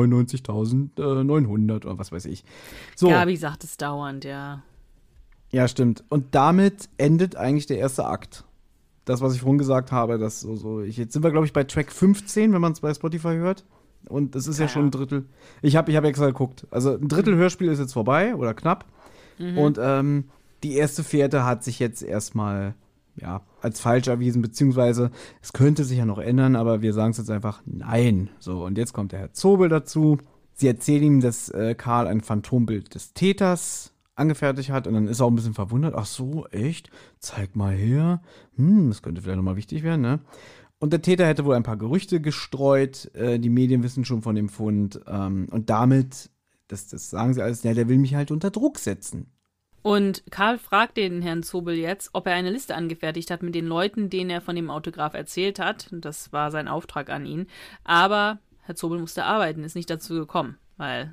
zweihundertneunundneunzigtausendneunhundert oder was weiß ich. So. Gabi sagt es dauernd, ja. Ja, stimmt. Und damit endet eigentlich der erste Akt. Das, was ich vorhin gesagt habe, dass so, so ich, jetzt sind wir, glaube ich, bei Track fünfzehn, wenn man es bei Spotify hört. Und das ist ja, ja schon ein Drittel. Ich habe ich hab extra geguckt. Also ein Drittel Hörspiel ist jetzt vorbei oder knapp. Mhm. Und ähm, die erste Fährte hat sich jetzt erstmal ja, als falsch erwiesen, beziehungsweise es könnte sich ja noch ändern, aber wir sagen es jetzt einfach nein. So, und jetzt kommt der Herr Zobel dazu. Sie erzählen ihm, dass äh, Karl ein Phantombild des Täters angefertigt hat und dann ist er auch ein bisschen verwundert. Ach so, echt? Zeig mal her. Hm, das könnte vielleicht nochmal wichtig werden, ne? Und der Täter hätte wohl ein paar Gerüchte gestreut. Äh, die Medien wissen schon von dem Fund. Ähm, und damit, das, das sagen sie alles, ja, der will mich halt unter Druck setzen. Und Karl fragt den Herrn Zobel jetzt, ob er eine Liste angefertigt hat mit den Leuten, denen er von dem Autograph erzählt hat. Das war sein Auftrag an ihn. Aber Herr Zobel musste arbeiten, ist nicht dazu gekommen, weil,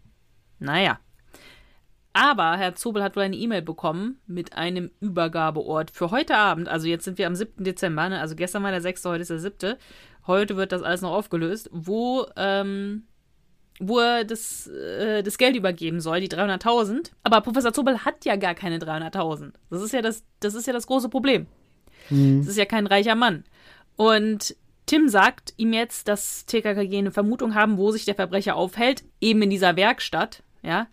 naja. Aber Herr Zobel hat wohl eine E-Mail bekommen mit einem Übergabeort für heute Abend. Also jetzt sind wir am siebten Dezember, ne? Also gestern war der sechste, heute ist der siebte. Heute wird das alles noch aufgelöst, wo, ähm, wo er das, äh, das Geld übergeben soll, die dreihunderttausend. Aber Professor Zobel hat ja gar keine dreihunderttausend. Das ist ja das, das ist ja das große Problem. Mhm. Das ist ja kein reicher Mann. Und Tim sagt ihm jetzt, dass T K K G eine Vermutung haben, wo sich der Verbrecher aufhält, eben in dieser Werkstatt, ja.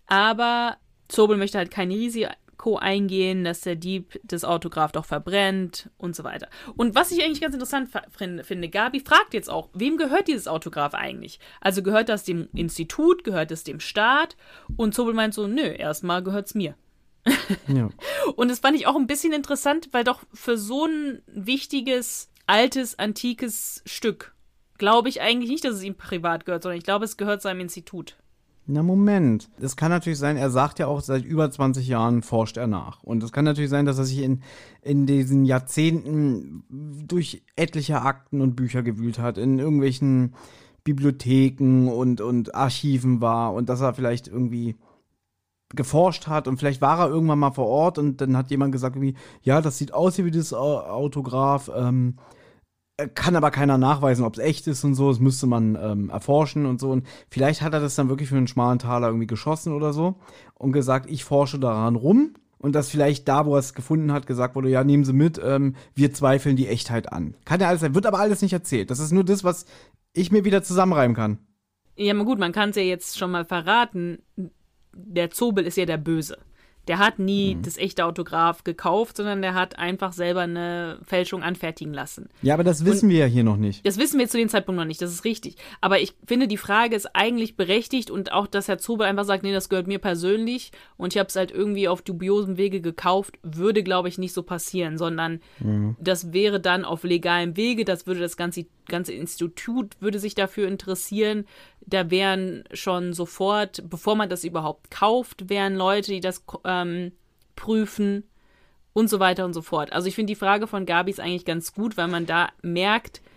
Aber Zobel möchte halt kein Risiko eingehen, dass der Dieb das Autograph doch verbrennt und so weiter. Und was ich eigentlich ganz interessant finde, Gabi fragt jetzt auch, wem gehört dieses Autograph eigentlich? Also gehört das dem Institut, gehört es dem Staat? Und Zobel meint so, nö, erstmal gehört es mir. Ja. Und das fand ich auch ein bisschen interessant, weil doch für so ein wichtiges, altes, antikes Stück glaube ich eigentlich nicht, dass es ihm privat gehört, sondern ich glaube, es gehört seinem Institut. Na Moment, es kann natürlich sein, er sagt ja auch, seit über zwanzig Jahren forscht er nach. Und es kann natürlich sein, dass er sich in, in diesen Jahrzehnten durch etliche Akten und Bücher gewühlt hat, in irgendwelchen Bibliotheken und, und Archiven war und dass er vielleicht irgendwie geforscht hat und vielleicht war er irgendwann mal vor Ort und dann hat jemand gesagt irgendwie, ja, das sieht aus wie das Autograph, ähm, kann aber keiner nachweisen, ob es echt ist und so. Das müsste man ähm, erforschen und so. Und vielleicht hat er das dann wirklich für einen schmalen Taler irgendwie geschossen oder so und gesagt, ich forsche daran rum. Und dass vielleicht da, wo er es gefunden hat, gesagt wurde, ja, nehmen Sie mit, ähm, wir zweifeln die Echtheit an. Kann ja alles sein, wird aber alles nicht erzählt. Das ist nur das, was ich mir wieder zusammenreimen kann. Ja, gut, man kann es ja jetzt schon mal verraten. Der Zobel ist ja der Böse. Der hat nie mhm. das echte Autograph gekauft, sondern der hat einfach selber eine Fälschung anfertigen lassen. Ja, aber das wissen und wir ja hier noch nicht. Das wissen wir zu dem Zeitpunkt noch nicht, das ist richtig. Aber ich finde, die Frage ist eigentlich berechtigt und auch, dass Herr Zobel einfach sagt, nee, das gehört mir persönlich und ich habe es halt irgendwie auf dubiosem Wege gekauft, würde, glaube ich, nicht so passieren, sondern mhm. das wäre dann auf legalem Wege, das würde das ganze, ganze Institut würde sich dafür interessieren. Da wären schon sofort, bevor man das überhaupt kauft, wären Leute, die das ähm, prüfen und so weiter und so fort. Also ich finde die Frage von Gabi ist eigentlich ganz gut, weil man da merkt,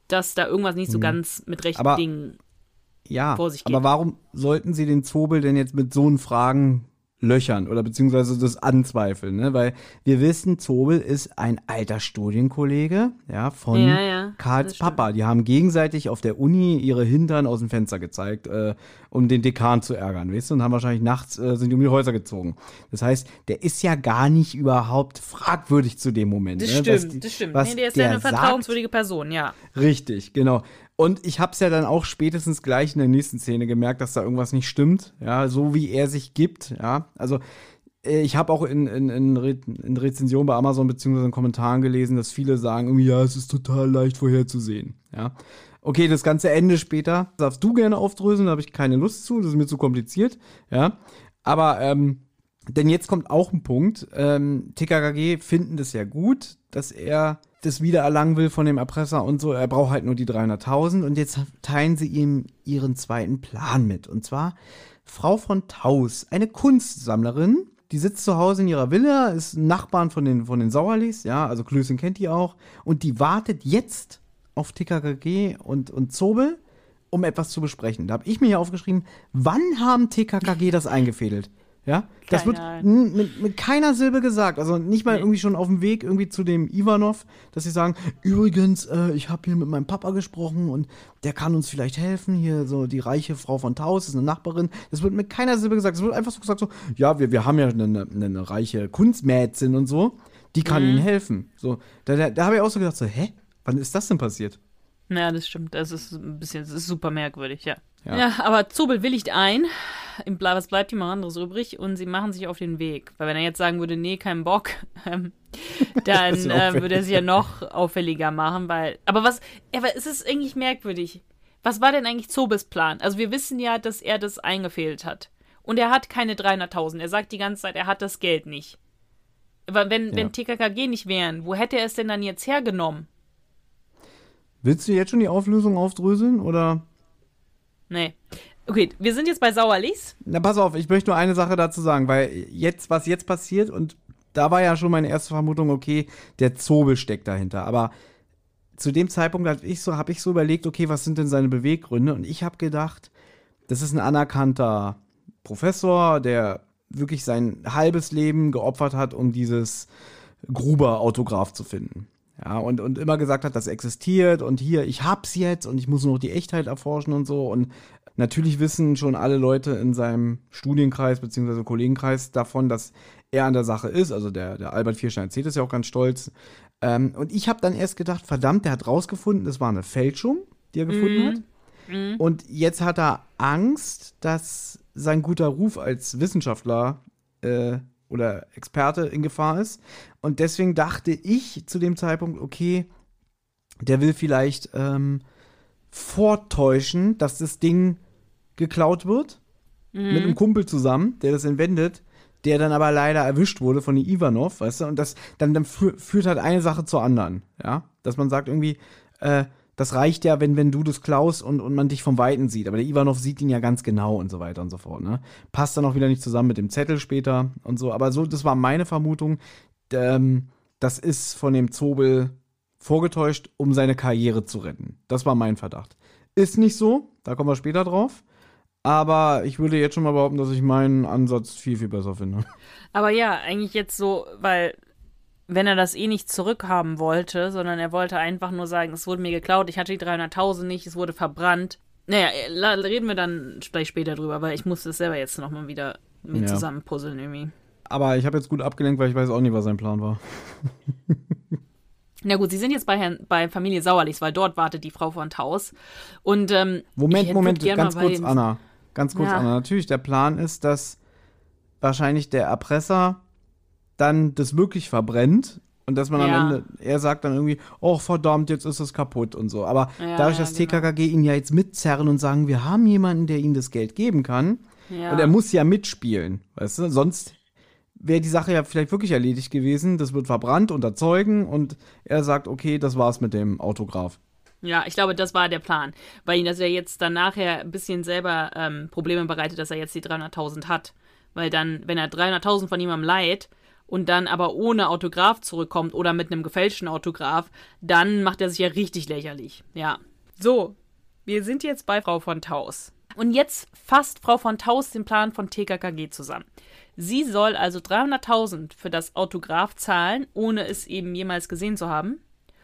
dass da irgendwas nicht so Mhm. ganz mit rechten Aber- Dingen Ja, vor sich geht. aber warum sollten sie den Zobel denn jetzt mit so einen Fragen löchern oder beziehungsweise das anzweifeln, ne? Weil wir wissen, Zobel ist ein alter Studienkollege, ja, von Ja, ja, Karls das stimmt. Papa. Die haben gegenseitig auf der Uni ihre Hintern aus dem Fenster gezeigt, äh, um den Dekan zu ärgern, weißt du, und haben wahrscheinlich nachts, äh, sind die um die Häuser gezogen. Das heißt, der ist ja gar nicht überhaupt fragwürdig zu dem Moment. Das ne? Was stimmt, die- das stimmt. was Nee, der ist ja eine sagt, vertrauenswürdige Person, ja. Richtig, genau. Und ich hab's ja dann auch spätestens gleich in der nächsten Szene gemerkt, dass da irgendwas nicht stimmt. Ja, so wie er sich gibt. Ja, also äh, ich habe auch in, in, in, Re in Rezensionen bei Amazon beziehungsweise in Kommentaren gelesen, dass viele sagen, irgendwie, ja, es ist total leicht vorherzusehen. Ja. Okay, das ganze Ende später darfst du gerne aufdröseln, da habe ich keine Lust zu, das ist mir zu kompliziert. Ja. Aber, ähm, denn jetzt kommt auch ein Punkt. Ähm, T K K G finden das ja gut, dass er das wiedererlangen will von dem Erpresser und so. Er braucht halt nur die dreihunderttausend und jetzt teilen sie ihm ihren zweiten Plan mit. Und zwar Frau von Taus, eine Kunstsammlerin, die sitzt zu Hause in ihrer Villa, ist ein Nachbarn von den, von den Sauerlichs, ja, also Klößchen kennt die auch. Und die wartet jetzt auf T K K G und, und Zobel, um etwas zu besprechen. Da habe ich mir hier aufgeschrieben, wann haben T K K G das eingefädelt? Ja, das Keine wird Ahnung. n- mit, mit keiner Silbe gesagt. Also nicht mal Nee. irgendwie schon auf dem Weg irgendwie zu dem Ivanov, dass sie sagen, übrigens, äh, ich habe hier mit meinem Papa gesprochen und der kann uns vielleicht helfen. Hier so die reiche Frau von Taus ist eine Nachbarin. Das wird mit keiner Silbe gesagt. Es wird einfach so gesagt, so, ja, wir, wir haben ja eine, eine, eine reiche Kunstmädchen und so, die kann Mhm. ihnen helfen. So, da da, da habe ich auch so gedacht, so, hä? Wann ist das denn passiert? Ja, das stimmt. Das ist ein bisschen, das ist super merkwürdig, ja. Ja. Ja, aber Zobel willigt ein. Im Ble- Was bleibt ihm noch anderes übrig? Und sie machen sich auf den Weg. Weil wenn er jetzt sagen würde, nee, kein Bock, ähm, dann Das ist ja äh, auffällig. würde er sich ja noch auffälliger machen, weil. Aber was, aber es ist eigentlich merkwürdig. Was war denn eigentlich Zobels Plan? Also wir wissen ja, dass er das eingefehlt hat. Und er hat keine dreihunderttausend. Er sagt die ganze Zeit, er hat das Geld nicht. Aber wenn, Ja. wenn T K K G nicht wären, wo hätte er es denn dann jetzt hergenommen? Willst du jetzt schon die Auflösung aufdröseln oder? Nee. Okay, wir sind jetzt bei Sauerlichs. Na, pass auf, ich möchte nur eine Sache dazu sagen, weil jetzt, was jetzt passiert, und da war ja schon meine erste Vermutung, okay, der Zobel steckt dahinter. Aber zu dem Zeitpunkt habe ich, so, hab ich so überlegt, okay, was sind denn seine Beweggründe? Und ich habe gedacht, das ist ein anerkannter Professor, der wirklich sein halbes Leben geopfert hat, um dieses Gruber-Autograph zu finden. Ja, und, und immer gesagt hat, das existiert und hier, ich hab's jetzt und ich muss nur noch die Echtheit erforschen und so. Und natürlich wissen schon alle Leute in seinem Studienkreis bzw. Kollegenkreis davon, dass er an der Sache ist. Also der, der Albert Vierstein erzählt es ja auch ganz stolz. Ähm, und ich habe dann erst gedacht, verdammt, der hat rausgefunden, das war eine Fälschung, die er gefunden Mhm. hat. Und jetzt hat er Angst, dass sein guter Ruf als Wissenschaftler äh, oder Experte in Gefahr ist. Und deswegen dachte ich zu dem Zeitpunkt, okay, der will vielleicht ähm, vortäuschen, dass das Ding geklaut wird. Mit einem Kumpel zusammen, der das entwendet, der dann aber leider erwischt wurde von Ivanov, weißt du, und das dann, dann fü führt halt eine Sache zur anderen, ja, dass man sagt irgendwie, äh, das reicht ja, wenn, wenn du das klaust und, und man dich vom Weiten sieht, aber der Ivanov sieht ihn ja ganz genau und so weiter und so fort, ne, passt dann auch wieder nicht zusammen mit dem Zettel später und so, aber so, das war meine Vermutung, ähm, das ist von dem Zobel vorgetäuscht, um seine Karriere zu retten, das war mein Verdacht. Ist nicht so, da kommen wir später drauf. Aber ich würde jetzt schon mal behaupten, dass ich meinen Ansatz viel, viel besser finde. Aber ja, eigentlich jetzt so, weil wenn er das eh nicht zurückhaben wollte, sondern er wollte einfach nur sagen, es wurde mir geklaut, ich hatte die dreihunderttausend nicht, es wurde verbrannt. Naja, la- reden wir dann gleich später drüber, weil ich muss das selber jetzt nochmal wieder mit Ja. zusammenpuzzeln irgendwie. Aber ich habe jetzt gut abgelenkt, weil ich weiß auch nicht, was sein Plan war. Na gut, sie sind jetzt bei, Herrn, bei Familie Sauerlichs, weil dort wartet die Frau von Taus. Und, ähm, ich Moment, hätte Moment, gern ganz mal bei kurz, dem- Anna. Ganz kurz, Ja. Anna. Natürlich, der Plan ist, dass wahrscheinlich der Erpresser dann das wirklich verbrennt und dass man Ja. am Ende, er sagt dann irgendwie, oh verdammt, jetzt ist es kaputt und so. Aber Ja, dadurch, ja, dass T K K G ihn ja jetzt mitzerren und sagen, wir haben jemanden, der ihnen das Geld geben kann, Ja. und er muss ja mitspielen, weißt du? Sonst wäre die Sache ja vielleicht wirklich erledigt gewesen. Das wird verbrannt unter Zeugen und er sagt, okay, das war's mit dem Autograph. Ja, ich glaube, das war der Plan. Weil ihn das ja jetzt dann nachher ein bisschen selber ähm, Probleme bereitet, dass er jetzt die dreihunderttausend hat. Weil dann, wenn er dreihunderttausend von jemandem leiht und dann aber ohne Autograph zurückkommt oder mit einem gefälschten Autograph, dann macht er sich ja richtig lächerlich. Ja. So, wir sind jetzt bei Frau von Taus. Und jetzt fasst Frau von Taus den Plan von T K K G zusammen. Sie soll also dreihunderttausend für das Autograph zahlen, ohne es eben jemals gesehen zu haben.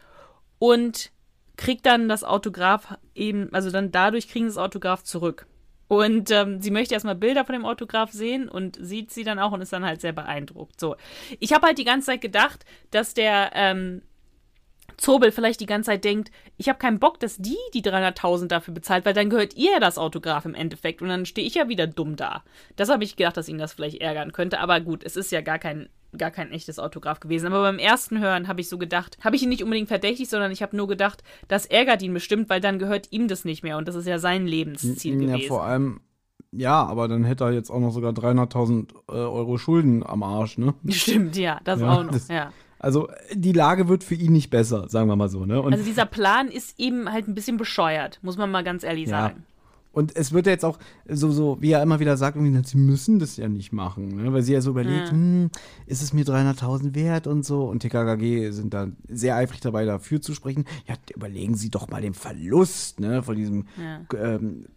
Und kriegt dann das Autograph eben, also dann dadurch kriegen sie das Autograph zurück. Und ähm, sie möchte erstmal Bilder von dem Autograph sehen und sieht sie dann auch und ist dann halt sehr beeindruckt. So, ich habe halt die ganze Zeit gedacht, dass der ähm, Zobel vielleicht die ganze Zeit denkt, ich habe keinen Bock, dass die die dreihunderttausend dafür bezahlt, weil dann gehört ihr das Autograph im Endeffekt und dann stehe ich ja wieder dumm da. Das habe ich gedacht, dass ihn das vielleicht ärgern könnte, aber gut, es ist ja gar kein, gar kein echtes Autograph gewesen. Aber beim ersten Hören habe ich so gedacht, habe ich ihn nicht unbedingt verdächtigt, sondern ich habe nur gedacht, das ärgert ihn bestimmt, weil dann gehört ihm das nicht mehr und das ist ja sein Lebensziel ja, gewesen. Ja, vor allem, ja, aber dann hätte er jetzt auch noch sogar dreihunderttausend äh, Euro Schulden am Arsch, ne? Stimmt, ja, das ja, auch noch, das, ja. Also die Lage wird für ihn nicht besser, sagen wir mal so, ne? Und also dieser Plan ist eben halt ein bisschen bescheuert, muss man mal ganz ehrlich ja. sagen. Und es wird ja jetzt auch so, so, wie er immer wieder sagt, irgendwie, sie müssen das ja nicht machen, ne? Weil sie ja so überlegt, ja. hm, ist es mir dreihunderttausend wert und so. Und T K K G sind da sehr eifrig dabei, dafür zu sprechen. Ja, überlegen Sie doch mal den Verlust, ne, von diesem ja. ähm,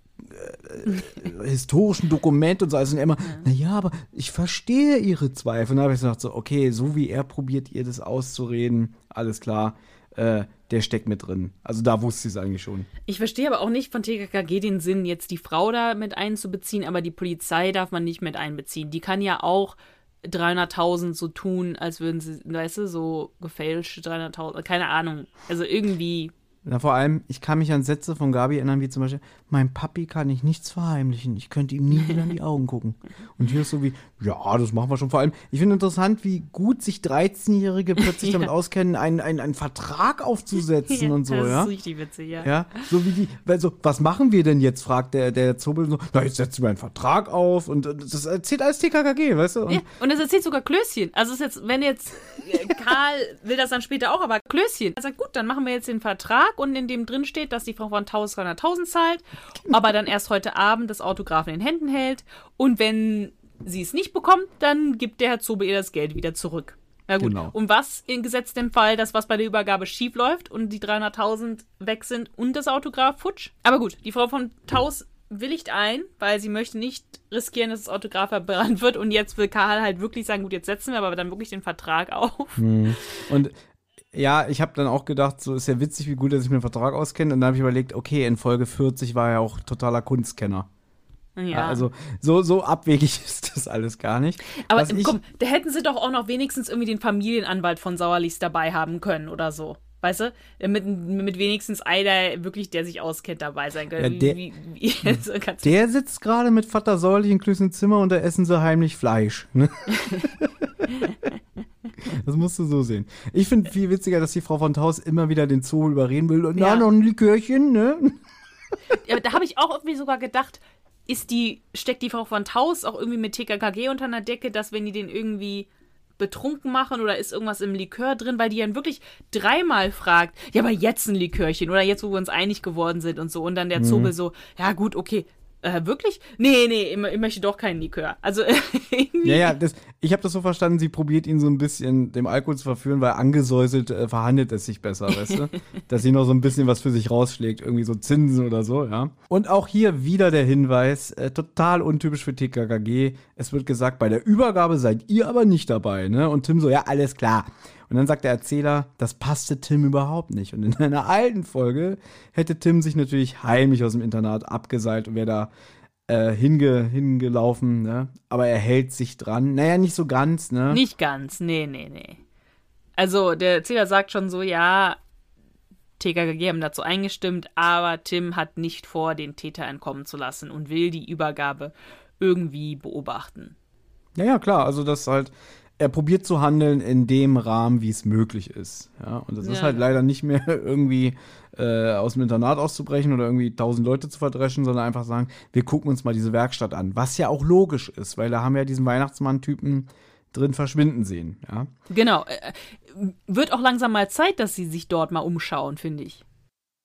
äh, historischen Dokument und so. Also immer, ja. naja, aber ich verstehe Ihre Zweifel. Und da habe ich gedacht, so, okay, so wie er probiert, ihr das auszureden, alles klar, äh, der steckt mit drin. Also da wusste sie es eigentlich schon. Ich verstehe aber auch nicht von T K K G den Sinn, jetzt die Frau da mit einzubeziehen, aber die Polizei darf man nicht mit einbeziehen. Die kann ja auch dreihunderttausend so tun, als würden sie, weißt du, so gefälscht dreihunderttausend, keine Ahnung. Also irgendwie. Na, vor allem, ich kann mich an Sätze von Gabi erinnern, wie zum Beispiel, mein Papi kann ich nichts verheimlichen, ich könnte ihm nie wieder in die Augen gucken. Und hier ist so wie, ja, das machen wir schon. Vor allem, ich finde interessant, wie gut sich dreizehnjährige plötzlich ja. damit auskennen, einen, einen, einen Vertrag aufzusetzen ja, und so, das ja. Das ist richtig witzig, ja. Ja, so wie die, also, was machen wir denn jetzt, fragt der, der Zobel so, na, jetzt setzen wir einen Vertrag auf und das erzählt alles T K K G, weißt du? Und, ja, und das erzählt sogar Klößchen. Also ist jetzt, wenn jetzt, Karl will das dann später auch, aber Klößchen, er sagt, gut, dann machen wir jetzt den Vertrag und in dem drin steht, dass die Frau von Taus dreihunderttausend zahlt, aber dann erst heute Abend das Autograph in den Händen hält und wenn sie es nicht bekommt, dann gibt der Herr Zobel ihr das Geld wieder zurück. Na gut, genau. Und was in gesetztem Fall, das was bei der Übergabe schief läuft und die dreihunderttausend weg sind und das Autograph futsch. Aber gut, die Frau von Taus willigt ein, weil sie möchte nicht riskieren, dass das Autograph verbrannt wird und jetzt will Karl halt wirklich sagen, gut, jetzt setzen wir aber dann wirklich den Vertrag auf. Mhm. Und ja, ich habe dann auch gedacht, so ist ja witzig, wie gut er sich mit dem Vertrag auskennt. Und dann habe ich überlegt, okay, in Folge vierzig war er auch totaler Kunstkenner. Ja. Ja, also so, so abwegig ist das alles gar nicht. Aber Was komm, ich, da hätten sie doch auch noch wenigstens irgendwie den Familienanwalt von Sauerlichs dabei haben können oder so. Weißt du? Mit, mit wenigstens einer wirklich, der sich auskennt, dabei sein könnte. Ja, der, wie, wie, wie, so der sitzt gerade mit Vater Säuerlich in Klößens Zimmer und da essen sie heimlich Fleisch. Ne? Das musst du so sehen. Ich finde viel witziger, dass die Frau von Taus immer wieder den Zobel überreden will. Und ja. na, noch ein Likörchen, ne? Ja, da habe ich auch irgendwie sogar gedacht, ist die, steckt die Frau von Taus auch irgendwie mit T K K G unter einer Decke, dass wenn die den irgendwie betrunken machen oder ist irgendwas im Likör drin, weil die dann wirklich dreimal fragt, ja, aber jetzt ein Likörchen oder jetzt, wo wir uns einig geworden sind und so. Und dann der Zobel mhm. so, ja gut, okay, Äh, wirklich? Nee, nee, ich, ich möchte doch keinen Likör. Also irgendwie. Ja, ja, das, ich habe das so verstanden, sie probiert ihn so ein bisschen dem Alkohol zu verführen, weil angesäuselt äh, verhandelt es sich besser, weißt du? Dass sie noch so ein bisschen was für sich rausschlägt, irgendwie so Zinsen oder so, ja. Und auch hier wieder der Hinweis, äh, total untypisch für T K K G. Es wird gesagt, bei der Übergabe seid ihr aber nicht dabei, ne? Und Tim so, ja, alles klar. Und dann sagt der Erzähler, das passte Tim überhaupt nicht. Und in einer alten Folge hätte Tim sich natürlich heimlich aus dem Internat abgeseilt und wäre da äh, hinge, hingelaufen. Ne? Aber er hält sich dran. Naja, nicht so ganz, ne? Nicht ganz, nee, nee, nee. Also der Erzähler sagt schon so, ja, T K K G haben dazu eingestimmt, aber Tim hat nicht vor, den Täter entkommen zu lassen und will die Übergabe irgendwie beobachten. Ja, ja, klar. Also das halt... Er probiert zu handeln in dem Rahmen, wie es möglich ist. Ja, und das ja, ist halt ja. leider nicht mehr irgendwie äh, aus dem Internat auszubrechen oder irgendwie tausend Leute zu verdreschen, sondern einfach sagen, wir gucken uns mal diese Werkstatt an. Was ja auch logisch ist, weil da haben wir ja diesen Weihnachtsmann-Typen drin verschwinden sehen. Ja? Genau. Wird auch langsam mal Zeit, dass sie sich dort mal umschauen, finde ich.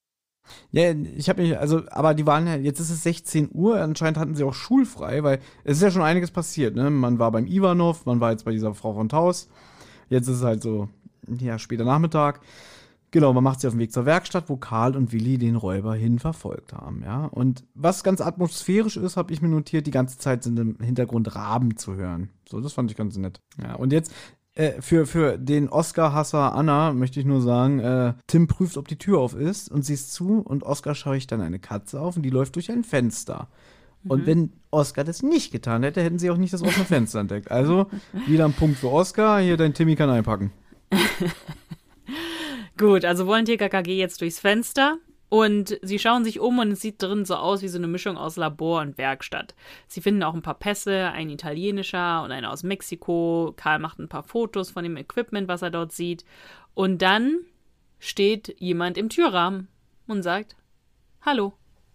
Ja, ich habe mich, also, aber die waren ja, jetzt ist es sechzehn Uhr, anscheinend hatten sie auch schulfrei, weil es ist ja schon einiges passiert, ne? Man war beim Ivanov, man war jetzt bei dieser Frau von Taus. Jetzt ist es halt so, ja, später Nachmittag. Genau, man macht sich auf den Weg zur Werkstatt, wo Karl und Willi den Räuber hin verfolgt haben, ja. Und was ganz atmosphärisch ist, habe ich mir notiert, die ganze Zeit sind im Hintergrund Raben zu hören. So, das fand ich ganz nett. Ja, und jetzt äh, für, für den Oscar-Hasser Anna möchte ich nur sagen, äh, Tim prüft, ob die Tür auf ist und sie ist zu und Oscar scheucht dann eine Katze auf und die läuft durch ein Fenster. Mhm. Und wenn Oscar das nicht getan hätte, hätten sie auch nicht das offene Fenster entdeckt. Also, wieder ein Punkt für Oscar. Hier, dein Timmy kann einpacken. Gut, also wollen T K K G jetzt durchs Fenster und sie schauen sich um und es sieht drin so aus wie so eine Mischung aus Labor und Werkstatt. Sie finden auch ein paar Pässe, ein italienischer und einer aus Mexiko. Karl macht ein paar Fotos von dem Equipment, was er dort sieht. Und dann steht jemand im Türrahmen und sagt, hallo.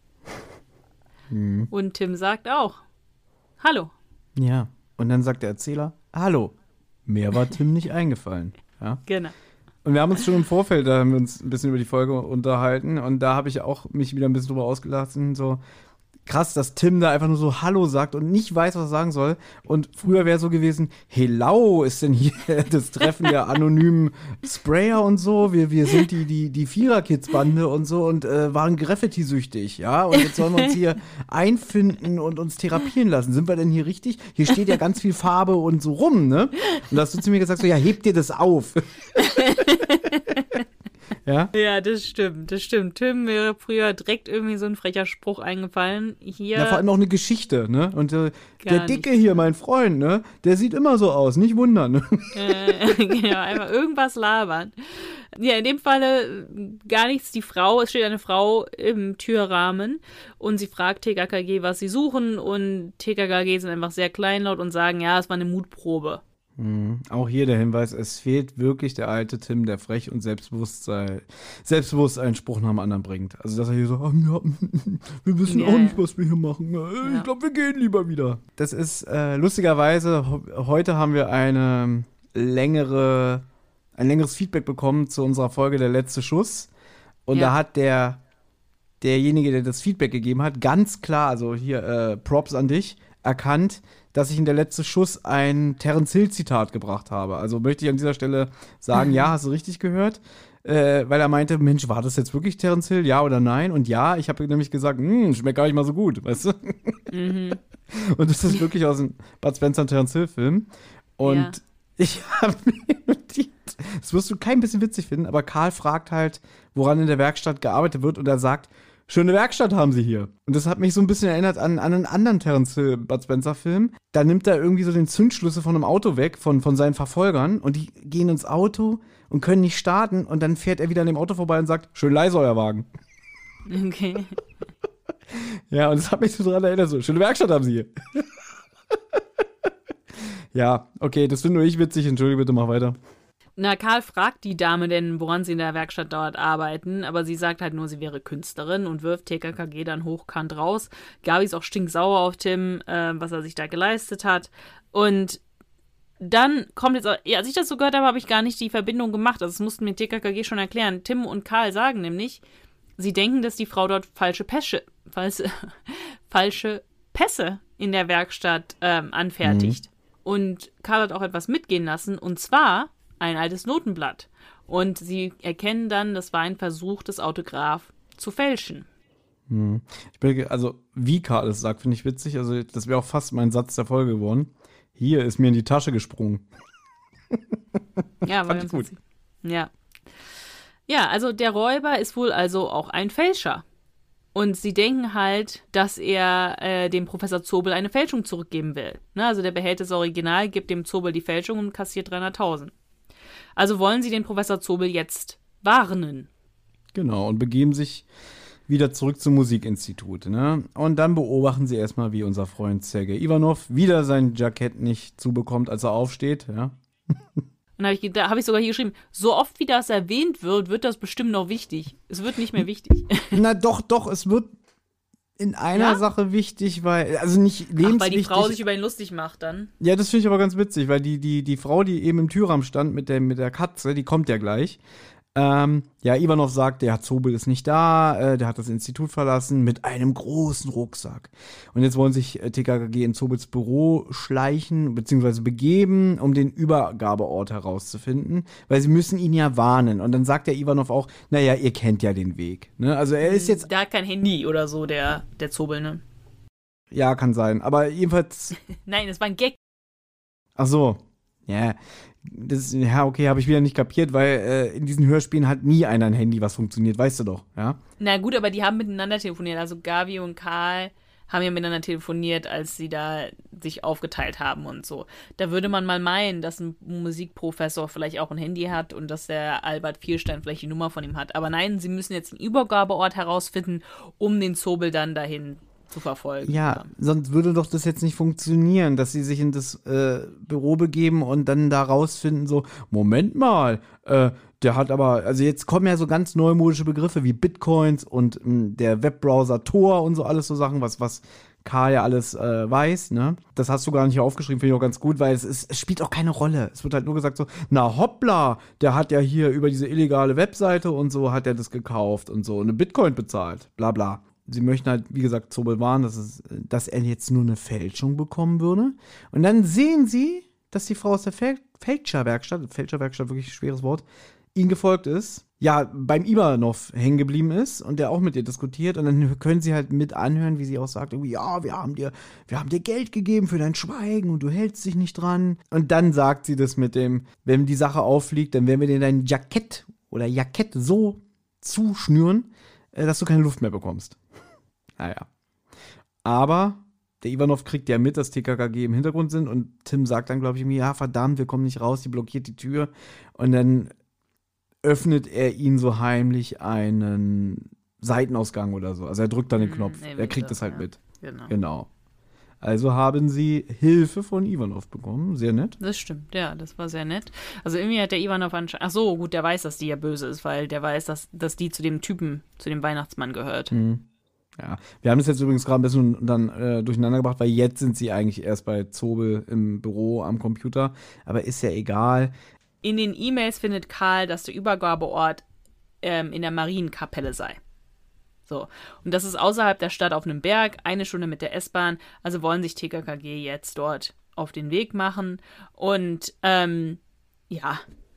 Hm. Und Tim sagt auch, hallo. Ja, und dann sagt der Erzähler, hallo. Mehr war Tim nicht eingefallen. Ja? Genau. Und wir haben uns schon im Vorfeld, da haben wir uns ein bisschen über die Folge unterhalten und da habe ich auch mich wieder ein bisschen drüber ausgelassen, so krass, dass Tim da einfach nur so Hallo sagt und nicht weiß, was er sagen soll. Und früher wäre so gewesen, Hello ist denn hier das Treffen der anonymen Sprayer und so. Wir, wir sind die, die, die Vierer-Kids-Bande und so und äh, waren Graffiti-süchtig, ja. Und jetzt sollen wir uns hier einfinden und uns therapieren lassen. Sind wir denn hier richtig? Hier steht ja ganz viel Farbe und so rum, ne? Und da hast du zu mir gesagt, so, ja, heb dir das auf. Ja? Ja, das stimmt, das stimmt. Tim wäre früher direkt irgendwie so ein frecher Spruch eingefallen. Hier. Ja, vor allem auch eine Geschichte, ne? Und äh, der Dicke hier, mein Freund, ne? Der sieht immer so aus, nicht wundern. Ne? Äh, genau, einfach irgendwas labern. Ja, in dem Falle gar nichts. Die Frau, es steht eine Frau im Türrahmen und sie fragt T K K G, was sie suchen und T K K G sind einfach sehr kleinlaut und sagen, ja, es war eine Mutprobe. Mhm. Auch hier der Hinweis, es fehlt wirklich der alte Tim, der frech und Selbstbewusstsein, selbstbewusst einen Spruch nach dem anderen bringt. Also, dass er hier so, ah, ja, wir wissen yeah. auch nicht, was wir hier machen. Ich ja. glaube, wir gehen lieber wieder. Das ist äh, lustigerweise, heute haben wir eine längere, ein längeres Feedback bekommen zu unserer Folge Der letzte Schuss. Und ja. da hat der, derjenige, der das Feedback gegeben hat, ganz klar, also hier äh, Props an dich, erkannt, dass ich in Der letzte Schuss ein Terence Hill-Zitat gebracht habe. Also möchte ich an dieser Stelle sagen, ja, hast du richtig gehört? Äh, weil er meinte, Mensch, war das jetzt wirklich Terence Hill? Ja oder nein? Und ja, ich habe nämlich gesagt, schmeckt gar nicht mal so gut, weißt du? Mhm. Und das ist wirklich aus dem Bud Spencer und Terence Hill-Film. Und ja. ich habe mir notiert, das wirst du kein bisschen witzig finden, aber Karl fragt halt, woran in der Werkstatt gearbeitet wird und er sagt, schöne Werkstatt haben sie hier. Und das hat mich so ein bisschen erinnert an, an einen anderen Terence Hill Bud Spencer Film. Da nimmt er irgendwie so den Zündschlüssel von einem Auto weg, von, von seinen Verfolgern. Und die gehen ins Auto und können nicht starten. Und dann fährt er wieder an dem Auto vorbei und sagt, schön leise euer Wagen. Okay. Ja, und das hat mich so dran erinnert. So, schöne Werkstatt haben sie hier. Ja, okay, das finde nur ich witzig. Entschuldige bitte, mach weiter. Na, Karl fragt die Dame denn, woran sie in der Werkstatt dort arbeiten, aber sie sagt halt nur, sie wäre Künstlerin und wirft T K K G dann hochkant raus. Gabi ist auch stinksauer auf Tim, äh, was er sich da geleistet hat. Und dann kommt jetzt, auch, ja, als ich das so gehört habe, habe ich gar nicht die Verbindung gemacht. Also das mussten mir T K K G schon erklären. Tim und Karl sagen nämlich, sie denken, dass die Frau dort falsche Pässe, falsche, falsche Pässe in der Werkstatt ähm, anfertigt. Mhm. Und Karl hat auch etwas mitgehen lassen, und zwar ein altes Notenblatt. Und sie erkennen dann, das war ein Versuch, das Autograph zu fälschen. Hm. Ich bin, also, wie Karl es sagt, finde ich witzig. Also, das wäre auch fast mein Satz der Folge geworden. Hier ist mir in die Tasche gesprungen. Ja, war ganz gut. Ja. Ja, also der Räuber ist wohl also auch ein Fälscher. Und sie denken halt, dass er äh, dem Professor Zobel eine Fälschung zurückgeben will. Ne? Also der behält das Original, gibt dem Zobel die Fälschung und kassiert dreihunderttausend. Also wollen sie den Professor Zobel jetzt warnen. Genau, und begeben sich wieder zurück zum Musikinstitut. Ne? Und dann beobachten sie erstmal, wie unser Freund Sergei Ivanov wieder sein Jackett nicht zubekommt, als er aufsteht. Ja? Und hab ich, da habe ich sogar hier geschrieben, so oft wie das erwähnt wird, wird das bestimmt noch wichtig. Es wird nicht mehr wichtig. Na doch, doch, es wird in einer ja? Sache wichtig, weil, also nicht lebenswichtig. Ach, weil die Frau sich über ihn lustig macht dann. Ja, das finde ich aber ganz witzig, weil die, die, die Frau, die eben im Türrahmen stand mit der, mit der Katze, die kommt ja gleich. Ähm, ja, Ivanov sagt, der Zobel ist nicht da, äh, der hat das Institut verlassen mit einem großen Rucksack. Und jetzt wollen sich äh, T K K G in Zobels Büro schleichen, beziehungsweise begeben, um den Übergabeort herauszufinden, weil sie müssen ihn ja warnen. Und dann sagt der Ivanov auch, naja, ihr kennt ja den Weg. Ne? Also er ist jetzt... Da hat kein Handy oder so, der, der Zobel, ne? Ja, kann sein. Aber jedenfalls... Nein, das war ein Gag. Ach so. Ja, das, ja, okay, habe ich wieder nicht kapiert, weil äh, in diesen Hörspielen hat nie einer ein Handy, was funktioniert, weißt du doch, ja? Na gut, aber die haben miteinander telefoniert. Also Gavi und Karl haben ja miteinander telefoniert, als sie da sich aufgeteilt haben und so. Da würde man mal meinen, dass ein Musikprofessor vielleicht auch ein Handy hat und dass der Albert Vierstein vielleicht die Nummer von ihm hat. Aber nein, sie müssen jetzt einen Übergabeort herausfinden, um den Zobel dann dahin zu verfolgen. Ja, sonst würde doch das jetzt nicht funktionieren, dass sie sich in das äh, Büro begeben und dann da rausfinden, so, Moment mal, äh, der hat aber, also jetzt kommen ja so ganz neumodische Begriffe wie Bitcoins und mh, der Webbrowser Tor und so alles so Sachen, was, was Karl ja alles äh, weiß, ne? Das hast du gar nicht aufgeschrieben, finde ich auch ganz gut, weil es, ist, es spielt auch keine Rolle. Es wird halt nur gesagt so, na hoppla, der hat ja hier über diese illegale Webseite und so hat er das gekauft und so, eine Bitcoin bezahlt, bla bla. Sie möchten halt, wie gesagt, Zobel warnen, dass, es, dass er jetzt nur eine Fälschung bekommen würde. Und dann sehen sie, dass die Frau aus der Fäl- Fälscherwerkstatt, Fälscherwerkstatt, wirklich ein schweres Wort, ihnen gefolgt ist. Ja, beim Ivanov hängen geblieben ist und der auch mit ihr diskutiert. Und dann können sie halt mit anhören, wie sie auch sagt, irgendwie, ja, wir haben dir, wir haben dir Geld gegeben für dein Schweigen und du hältst dich nicht dran. Und dann sagt sie das mit dem, wenn die Sache auffliegt, dann werden wir dir dein Jackett oder Jackett so zuschnüren, dass du keine Luft mehr bekommst. Naja. Aber der Ivanov kriegt ja mit, dass T K K G im Hintergrund sind und Tim sagt dann, glaube ich, irgendwie, ja, verdammt, wir kommen nicht raus, die blockiert die Tür. Und dann öffnet er ihnen so heimlich einen Seitenausgang oder so. Also er drückt dann den Knopf. Nee, er kriegt das, es halt ja. mit. Genau. Genau. Also haben sie Hilfe von Ivanov bekommen. Sehr nett. Das stimmt, ja, das war sehr nett. Also irgendwie hat der Ivanov anscheinend, ach so, gut, der weiß, dass die ja böse ist, weil der weiß, dass, dass die zu dem Typen, zu dem Weihnachtsmann gehört. Mhm. Ja, wir haben das jetzt übrigens gerade ein bisschen dann äh, durcheinander gebracht, weil jetzt sind sie eigentlich erst bei Zobel im Büro am Computer. Aber ist ja egal. In den E-Mails findet Karl, dass der Übergabeort ähm, in der Marienkapelle sei. So. Und das ist außerhalb der Stadt auf einem Berg, eine Stunde mit der S-Bahn. Also wollen sich T K K G jetzt dort auf den Weg machen. Und, ähm, ja.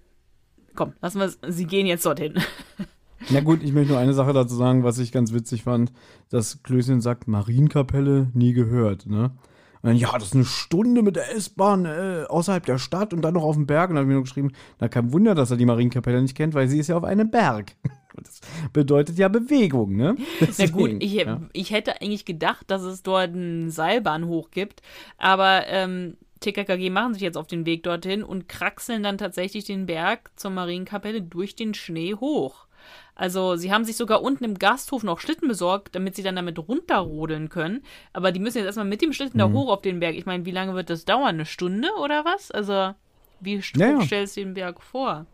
Komm, lassen wir es. Sie gehen jetzt dorthin. Na gut, ich möchte nur eine Sache dazu sagen, was ich ganz witzig fand, dass Klößchen sagt, Marienkapelle, nie gehört, ne? Und dann, ja, das ist eine Stunde mit der S-Bahn äh, außerhalb der Stadt und dann noch auf dem Berg. Und dann habe ich mir nur geschrieben, na, kein Wunder, dass er die Marienkapelle nicht kennt, weil sie ist ja auf einem Berg. Das bedeutet ja Bewegung, ne? Deswegen, na gut, ich, ja. ich hätte eigentlich gedacht, dass es dort einen Seilbahnhof gibt, aber ähm, T K K G machen sich jetzt auf den Weg dorthin und kraxeln dann tatsächlich den Berg zur Marienkapelle durch den Schnee hoch. Also sie haben sich sogar unten im Gasthof noch Schlitten besorgt, damit sie dann damit runterrodeln können. Aber die müssen jetzt erstmal mit dem Schlitten mhm. da hoch auf den Berg. Ich meine, wie lange wird das dauern? Eine Stunde oder was? Also wie ja, ja. stellst du den Berg vor?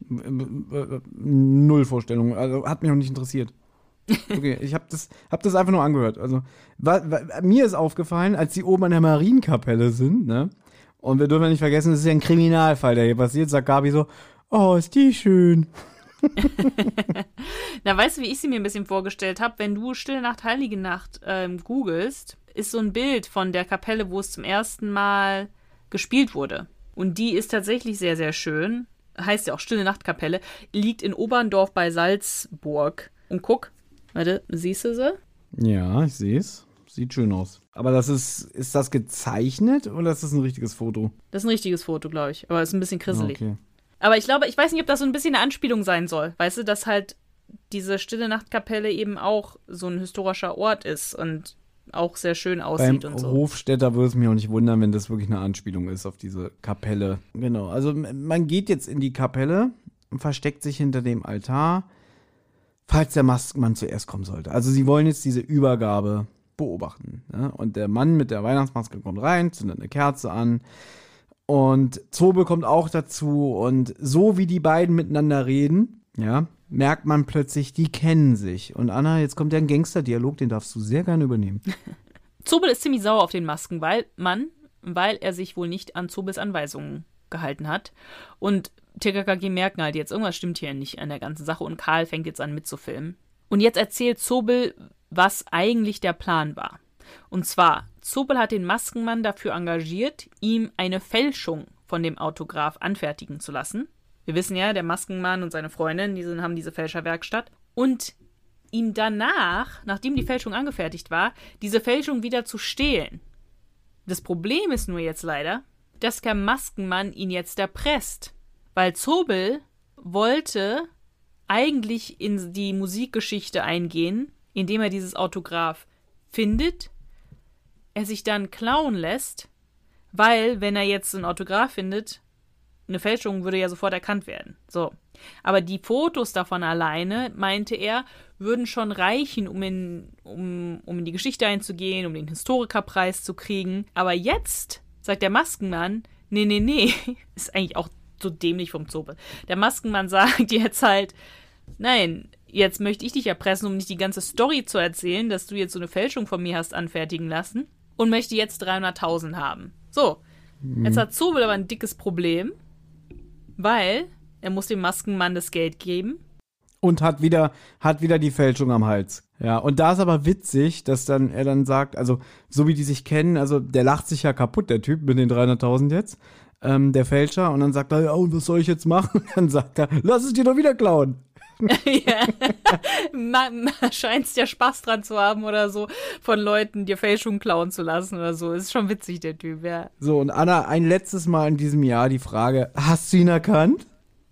Null Vorstellung. Also hat mich auch nicht interessiert. Okay, ich habe das, hab das einfach nur angehört. Also war, war, mir ist aufgefallen, als sie oben an der Marienkapelle sind, ne? Und wir dürfen ja nicht vergessen, das ist ja ein Kriminalfall, der hier passiert, sagt Gabi so, oh, ist die schön. Na, weißt du, wie ich sie mir ein bisschen vorgestellt habe? Wenn du Stille Nacht, Heilige Nacht ähm, googelst, ist so ein Bild von der Kapelle, wo es zum ersten Mal gespielt wurde. Und die ist tatsächlich sehr, sehr schön. Heißt ja auch Stille Nacht Kapelle. Liegt in Oberndorf bei Salzburg. Und guck, warte, siehst du sie? Ja, ich sehe es. Sieht schön aus. Aber das ist, ist das gezeichnet oder ist das ein richtiges Foto? Das ist ein richtiges Foto, glaube ich. Aber ist ein bisschen krisselig. Okay. Aber ich glaube, ich weiß nicht, ob das so ein bisschen eine Anspielung sein soll. Weißt du, dass halt diese Stille Nacht-Kapelle eben auch so ein historischer Ort ist und auch sehr schön aussieht Beim und so. Hofstädter würde es mich auch nicht wundern, wenn das wirklich eine Anspielung ist auf diese Kapelle. Genau, also man geht jetzt in die Kapelle und versteckt sich hinter dem Altar, falls der Maskenmann zuerst kommen sollte. Also sie wollen jetzt diese Übergabe beobachten. Ne? Und der Mann mit der Weihnachtsmaske kommt rein, zündet eine Kerze an. Und Zobel kommt auch dazu und so wie die beiden miteinander reden, ja, merkt man plötzlich, die kennen sich. Und Anna, jetzt kommt ja ein Gangsterdialog, den darfst du sehr gerne übernehmen. Zobel ist ziemlich sauer auf den Maskenmann, weil er sich wohl nicht an Zobels Anweisungen aufgehalten hat. Und T K K G merken halt jetzt, irgendwas stimmt hier nicht an der ganzen Sache und Karl fängt jetzt an mitzufilmen. Und jetzt erzählt Zobel, was eigentlich der Plan war. Und zwar, Zobel hat den Maskenmann dafür engagiert, ihm eine Fälschung von dem Autograph anfertigen zu lassen. Wir wissen ja, der Maskenmann und seine Freundin, die sind, haben diese Fälscherwerkstatt. Und ihm danach, nachdem die Fälschung angefertigt war, diese Fälschung wieder zu stehlen. Das Problem ist nur jetzt leider, dass der Maskenmann ihn jetzt erpresst. Weil Zobel wollte eigentlich in die Musikgeschichte eingehen, indem er dieses Autograph findet, er sich dann klauen lässt, weil, wenn er jetzt ein Autograph findet, eine Fälschung würde ja sofort erkannt werden. So. Aber die Fotos davon alleine, meinte er, würden schon reichen, um in, um, um in die Geschichte einzugehen, um den Historikerpreis zu kriegen. Aber jetzt sagt der Maskenmann, nee, nee, nee, ist eigentlich auch so dämlich vom Zobel. Der Maskenmann sagt jetzt halt, nein, jetzt möchte ich dich erpressen, um nicht die ganze Story zu erzählen, dass du jetzt so eine Fälschung von mir hast anfertigen lassen und möchte jetzt dreihunderttausend haben. So, mhm. Jetzt hat Zobel aber ein dickes Problem, weil er muss dem Maskenmann das Geld geben. Und hat wieder, hat wieder die Fälschung am Hals. Ja, und da ist aber witzig, dass dann er dann sagt, also so wie die sich kennen, also der lacht sich ja kaputt, der Typ mit den dreihunderttausend jetzt, ähm, der Fälscher, und dann sagt er, ja, und was soll ich jetzt machen? Und dann sagt er, lass es dir doch wieder klauen. Ja, man, man scheint ja Spaß dran zu haben oder so, von Leuten dir Fälschungen klauen zu lassen oder so. Ist schon witzig, der Typ, ja. So, und Anna, ein letztes Mal in diesem Jahr die Frage, hast du ihn erkannt?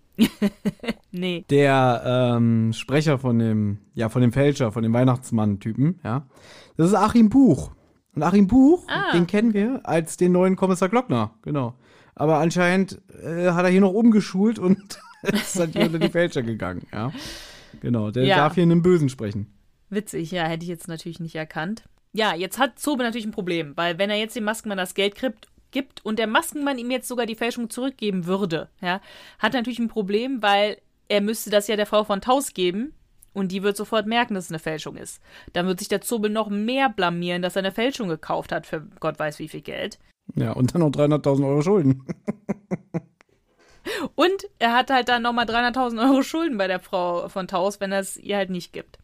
Nee. Der ähm, Sprecher von dem, ja, von dem Fälscher, von dem Weihnachtsmann-Typen, ja. Das ist Achim Buch. Und Achim Buch, ah. den kennen wir als den neuen Kommissar Glockner, genau. Aber anscheinend äh, hat er hier noch umgeschult und ist halt hier unter die Fälscher gegangen, ja. Genau, der ja. darf hier in einem Bösen sprechen. Witzig, ja, hätte ich jetzt natürlich nicht erkannt. Ja, jetzt hat Zobel natürlich ein Problem, weil wenn er jetzt dem Maskenmann das Geld kriegt, gibt und der Maskenmann ihm jetzt sogar die Fälschung zurückgeben würde, ja, hat natürlich ein Problem, weil er müsste das ja der Frau von Taus geben und die wird sofort merken, dass es eine Fälschung ist. Dann wird sich der Zobel noch mehr blamieren, dass er eine Fälschung gekauft hat für Gott weiß wie viel Geld. Ja, und dann noch dreihunderttausend Euro Schulden. Und er hat halt dann nochmal dreihunderttausend Euro Schulden bei der Frau von Taus, wenn er es ihr halt nicht gibt.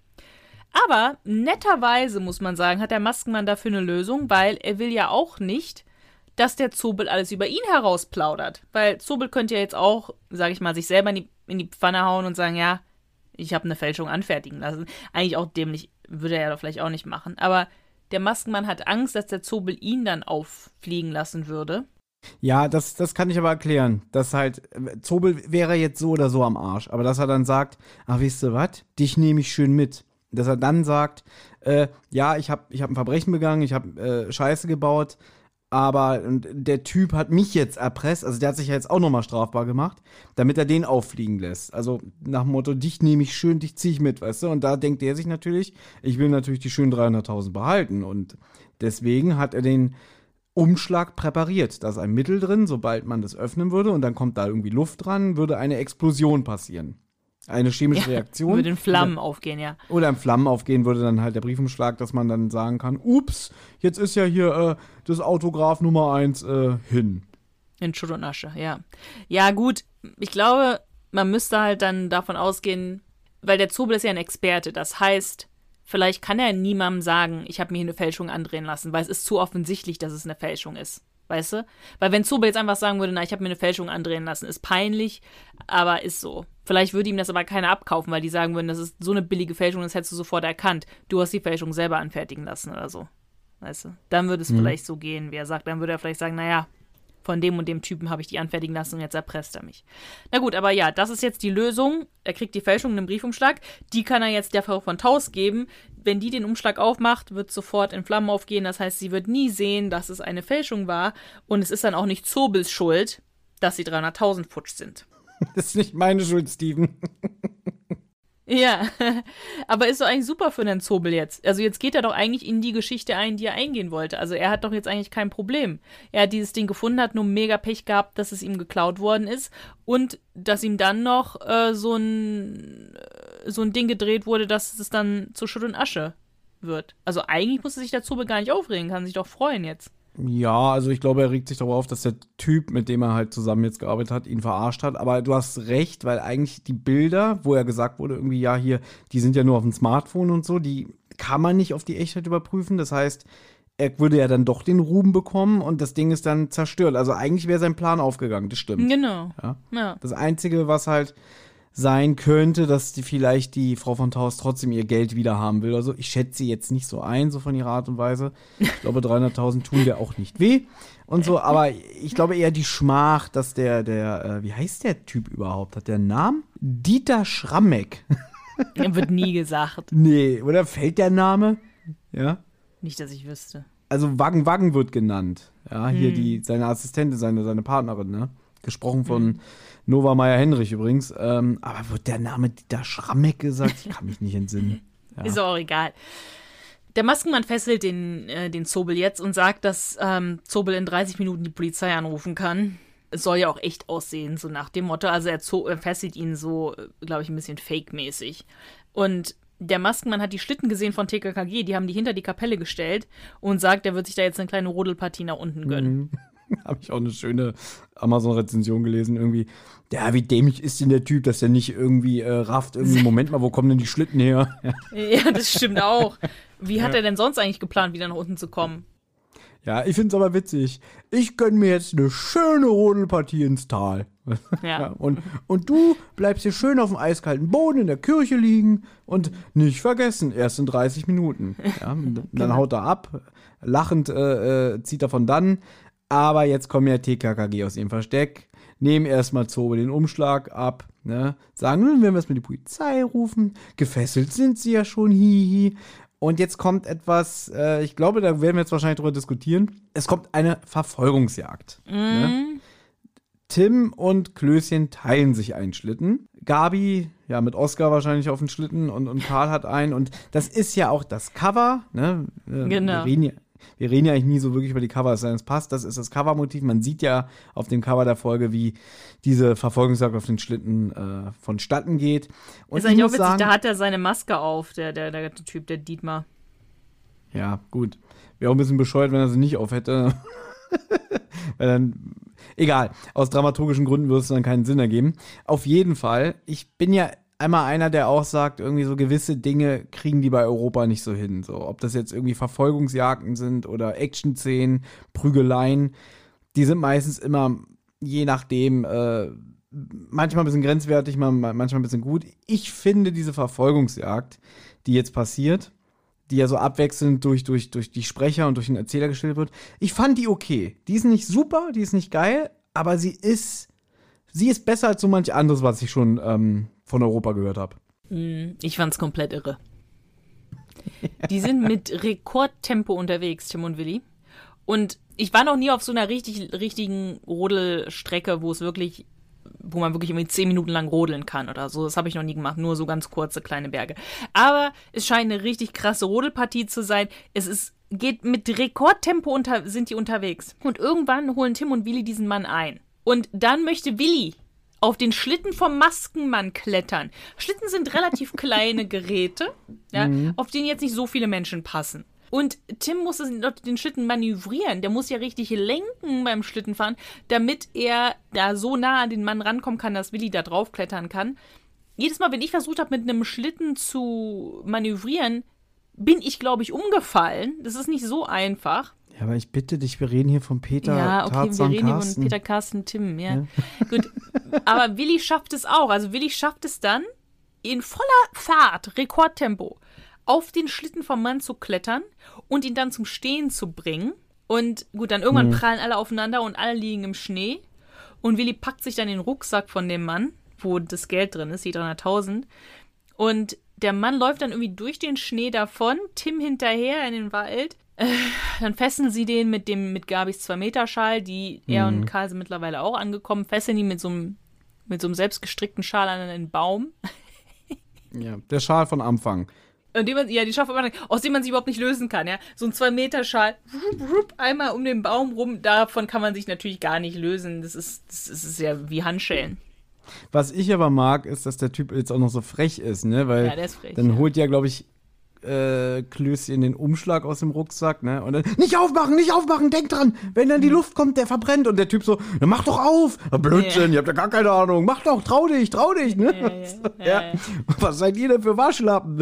Aber netterweise, muss man sagen, hat der Maskenmann dafür eine Lösung, weil er will ja auch nicht, dass der Zobel alles über ihn herausplaudert. Weil Zobel könnte ja jetzt auch, sag ich mal, sich selber in die, in die Pfanne hauen und sagen, ja, ich habe eine Fälschung anfertigen lassen. Eigentlich auch dämlich, würde er ja doch vielleicht auch nicht machen. Aber der Maskenmann hat Angst, dass der Zobel ihn dann auffliegen lassen würde. Ja, das, das kann ich aber erklären. Dass halt, Zobel wäre jetzt so oder so am Arsch. Aber dass er dann sagt, ach, weißt du was, dich nehme ich schön mit. Dass er dann sagt, äh, ja, ich habe ich hab ein Verbrechen begangen, ich habe äh, Scheiße gebaut, aber und der Typ hat mich jetzt erpresst, also der hat sich ja jetzt auch nochmal strafbar gemacht, damit er den auffliegen lässt. Also nach dem Motto, dich nehme ich schön, dich ziehe ich mit, weißt du? Und da denkt er sich natürlich, ich will natürlich die schönen dreihunderttausend behalten. Und deswegen hat er den Umschlag präpariert. Da ist ein Mittel drin, sobald man das öffnen würde und dann kommt da irgendwie Luft dran, würde eine Explosion passieren. Eine chemische ja, Reaktion. Würde in Flammen oder, aufgehen, ja. Oder in Flammen aufgehen würde dann halt der Briefumschlag, dass man dann sagen kann, ups, jetzt ist ja hier äh, das Autograph Nummer eins äh, hin. In Schutt und Asche, ja. Ja, gut, ich glaube, man müsste halt dann davon ausgehen, weil der Zobel ist ja ein Experte, das heißt, vielleicht kann er niemandem sagen, ich habe mir hier eine Fälschung andrehen lassen, weil es ist zu offensichtlich, dass es eine Fälschung ist. Weißt du? Weil wenn Zobel jetzt einfach sagen würde, na, ich habe mir eine Fälschung andrehen lassen, ist peinlich, aber ist so. Vielleicht würde ihm das aber keiner abkaufen, weil die sagen würden, das ist so eine billige Fälschung, das hättest du sofort erkannt. Du hast die Fälschung selber anfertigen lassen oder so. Weißt du? Dann würde es mhm. vielleicht so gehen, wie er sagt. Dann würde er vielleicht sagen, naja, von dem und dem Typen habe ich die anfertigen lassen und jetzt erpresst er mich. Na gut, aber ja, das ist jetzt die Lösung. Er kriegt die Fälschung in einem Briefumschlag. Die kann er jetzt der Frau von Taus geben. Wenn die den Umschlag aufmacht, wird sofort in Flammen aufgehen. Das heißt, sie wird nie sehen, dass es eine Fälschung war. Und es ist dann auch nicht Zobels Schuld, dass die dreihunderttausend futsch sind. Das ist nicht meine Schuld, Steven. Ja, aber ist doch eigentlich super für den Zobel jetzt. Also jetzt geht er doch eigentlich in die Geschichte ein, die er eingehen wollte. Also er hat doch jetzt eigentlich kein Problem. Er hat dieses Ding gefunden, hat nur mega Pech gehabt, dass es ihm geklaut worden ist und dass ihm dann noch äh, so ein so ein Ding gedreht wurde, dass es dann zu Schutt und Asche wird. Also eigentlich muss sich der Zobel gar nicht aufregen, kann sich doch freuen jetzt. Ja, also ich glaube, er regt sich darüber auf, dass der Typ, mit dem er halt zusammen jetzt gearbeitet hat, ihn verarscht hat. Aber du hast recht, weil eigentlich die Bilder, wo er gesagt wurde, irgendwie, ja, hier, die sind ja nur auf dem Smartphone und so, die kann man nicht auf die Echtheit überprüfen. Das heißt, er würde ja dann doch den Ruhm bekommen und das Ding ist dann zerstört. Also eigentlich wäre sein Plan aufgegangen, das stimmt. Genau. Ja? Ja. Das Einzige, was halt sein könnte, dass die vielleicht die Frau von Taus trotzdem ihr Geld wieder haben will. Also ich schätze sie jetzt nicht so ein, so von ihrer Art und Weise. Ich glaube, dreihunderttausend tun der auch nicht weh und so. Aber ich glaube eher die Schmach, dass der, der, äh, wie heißt der Typ überhaupt? Hat der einen Namen? Dieter Schrammeck. Der wird nie gesagt. Nee, oder fällt der Name? Ja. Nicht, dass ich wüsste. Also Waggen Waggen wird genannt. Ja, hier Hm. die, seine Assistentin, seine, seine Partnerin, ne? Gesprochen von Hm. Nova Meyer-Henrich übrigens. Ähm, aber wird der Name Dieter Schrammeck gesagt? Ich kann mich nicht entsinnen. Ja. Ist auch egal. Der Maskenmann fesselt den, äh, den Zobel jetzt und sagt, dass ähm, Zobel in dreißig Minuten die Polizei anrufen kann. Es soll ja auch echt aussehen, so nach dem Motto. Also er, zo- er fesselt ihn so, glaube ich, ein bisschen fake-mäßig. Und der Maskenmann hat die Schlitten gesehen von T K K G, die haben die hinter die Kapelle gestellt und sagt, er wird sich da jetzt eine kleine Rodelpartie nach unten gönnen. Mhm. Habe ich auch eine schöne Amazon-Rezension gelesen, irgendwie. Ja, wie dämlich ist denn der Typ, dass der nicht irgendwie äh, rafft, irgendwie, Moment mal, wo kommen denn die Schlitten her? Ja, das stimmt auch. Wie hat er denn sonst eigentlich geplant, wieder nach unten zu kommen? Ja, ich find's aber witzig. Ich gönn mir jetzt eine schöne Rodelpartie ins Tal. Ja. und, und du bleibst hier schön auf dem eiskalten Boden in der Kirche liegen und nicht vergessen, erst in dreißig Minuten. Ja, dann Genau. haut er ab, lachend äh, äh, zieht er von dann. Aber jetzt kommen ja T K K G aus ihrem Versteck, nehmen erstmal Zobel den Umschlag ab, ne? Sagen, nun werden wir erstmal die Polizei rufen. Gefesselt sind sie ja schon, hihi. Und jetzt kommt etwas, äh, ich glaube, da werden wir jetzt wahrscheinlich drüber diskutieren. Es kommt eine Verfolgungsjagd. Mhm. Ne? Tim und Klößchen teilen sich einen Schlitten. Gabi, ja, mit Oscar wahrscheinlich auf den Schlitten und, und Karl hat einen. Und das ist ja auch das Cover, ne? Äh, Genau. Wir reden, ja, wir reden ja eigentlich nie so wirklich über die Cover, es sei denn, es passt. Das ist das Covermotiv. Man sieht ja auf dem Cover der Folge, wie diese Verfolgungsjagd auf den Schlitten äh, vonstatten geht. Und Ist eigentlich ich auch muss witzig, sagen, da hat er seine Maske auf, der, der, der Typ, der Dietmar. ja, gut. Wäre auch ein bisschen bescheuert, wenn er sie nicht auf hätte. Weil dann, egal, aus dramaturgischen Gründen würde es dann keinen Sinn ergeben. Auf jeden Fall, ich bin ja einmal einer, der auch sagt, irgendwie so gewisse Dinge kriegen die bei Europa nicht so hin. So, ob das jetzt irgendwie Verfolgungsjagden sind oder Action-Szenen, Prügeleien, die sind meistens immer, je nachdem, äh, manchmal ein bisschen grenzwertig, manchmal ein bisschen gut. Ich finde diese Verfolgungsjagd, die jetzt passiert, die ja so abwechselnd durch, durch, durch die Sprecher und durch den Erzähler gestellt wird, ich fand die okay. Die ist nicht super, die ist nicht geil, aber sie ist, sie ist besser als so manch anderes, was ich schon ähm, von Europa gehört habe. Ich fand's komplett irre. Die sind mit Rekordtempo unterwegs, Tim und Willi. Und ich war noch nie auf so einer richtig, richtigen Rodelstrecke, wo es wirklich, wo man wirklich irgendwie zehn Minuten lang rodeln kann oder so. Das habe ich noch nie gemacht, nur so ganz kurze kleine Berge. Aber es scheint eine richtig krasse Rodelpartie zu sein. Es ist, geht mit Rekordtempo unter, sind die unterwegs. Und irgendwann holen Tim und Willi diesen Mann ein. Und dann möchte Willi auf den Schlitten vom Maskenmann klettern. Schlitten sind relativ kleine Geräte, ja, Mhm. auf denen jetzt nicht so viele Menschen passen. Und Tim muss den Schlitten manövrieren. Der muss ja richtig lenken beim Schlittenfahren, damit er da so nah an den Mann rankommen kann, dass Willi da drauf klettern kann. Jedes Mal, wenn ich versucht habe, mit einem Schlitten zu manövrieren, bin ich, glaube ich, umgefallen. Das ist nicht so einfach. Ja, aber ich bitte dich, wir reden hier von Peter, Ja, okay, Tarzan, wir reden hier Carsten. von Peter, Carsten, Tim, ja. Gut, aber Willi schafft es auch. Also Willi schafft es dann, in voller Fahrt, Rekordtempo, auf den Schlitten vom Mann zu klettern und ihn dann zum Stehen zu bringen. Und gut, dann irgendwann Mhm. prallen alle aufeinander und alle liegen im Schnee. Und Willi packt sich dann den Rucksack von dem Mann, wo das Geld drin ist, die dreihunderttausend. Und der Mann läuft dann irgendwie durch den Schnee davon, Tim hinterher in den Wald. Äh, dann fesseln sie den mit dem mit Gabis zwei-Meter-Schal, die er Mhm. und Karl sind mittlerweile auch angekommen, fesseln ihn mit so einem mit so einem selbstgestrickten Schal an einen Baum. Ja, der Schal von Anfang. Und den man, ja, die schafft man, aus dem man sich überhaupt nicht lösen kann, ja. So ein zwei-Meter-Schal, wupp, wupp, einmal um den Baum rum, davon kann man sich natürlich gar nicht lösen. Das ist, das ist ja wie Handschellen. Was ich aber mag, ist, dass der Typ jetzt auch noch so frech ist, ne? Weil Ja, der ist frech, dann ja. holt ja, glaube ich, äh, Klößchen den Umschlag aus dem Rucksack, ne? Und dann, nicht aufmachen, nicht aufmachen, denk dran, wenn dann die Luft kommt, der verbrennt. Und der Typ so, na, mach doch auf. Blödsinn, ja. Ihr habt ja gar keine Ahnung. Mach doch, trau dich, trau dich, ne? Ja, ja, so, ja. Ja. Was seid ihr denn für Waschlappen?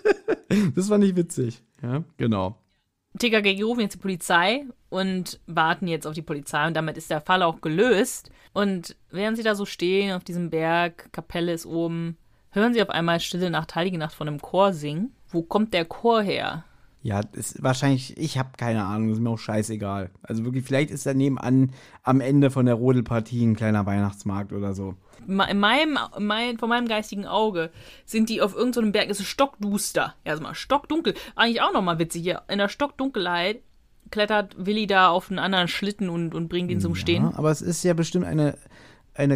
Das fand ich witzig. Ja, genau. T K K G rufen jetzt die Polizei und warten jetzt auf die Polizei. Und damit ist der Fall auch gelöst. Und während sie da so stehen auf diesem Berg, Kapelle ist oben, hören sie auf einmal Stille Nacht, Heilige Nacht von einem Chor singen. Wo kommt der Chor her? Ja, ist wahrscheinlich, ich habe keine Ahnung, ist mir auch scheißegal. Also wirklich, vielleicht ist da nebenan am Ende von der Rodelpartie ein kleiner Weihnachtsmarkt oder so. In meinem, mein, von meinem geistigen Auge sind die auf irgendeinem so Berg, es ist stockduster. Erstmal stockdunkel. Eigentlich auch nochmal witzig hier. In der Stockdunkelheit klettert Willi da auf einen anderen Schlitten und, und bringt ihn zum ja, Stehen. Aber es ist ja bestimmt eine, eine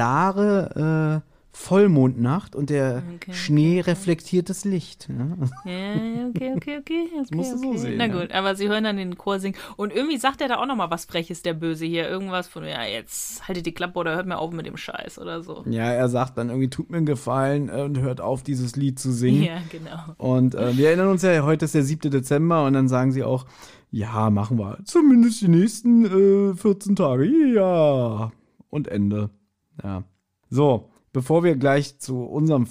klare äh, Vollmondnacht und der okay, Schnee okay. reflektiert das Licht. Ja, ja okay, okay, okay. Das musst du okay. so sehen. Na ja. gut, aber sie hören dann den Chor singen. Und irgendwie sagt er da auch nochmal was Freches, der Böse hier. Irgendwas von, ja, jetzt haltet die Klappe oder hört mir auf mit dem Scheiß oder so. Ja, er sagt dann irgendwie, tut mir einen Gefallen und hört auf, dieses Lied zu singen. Ja, genau. Und äh, wir erinnern uns ja, heute ist der siebte Dezember und dann sagen sie auch, ja, machen wir. Zumindest die nächsten äh, vierzehn Tage. Ja. Und Ende. Ja. So. Bevor wir gleich zu unserem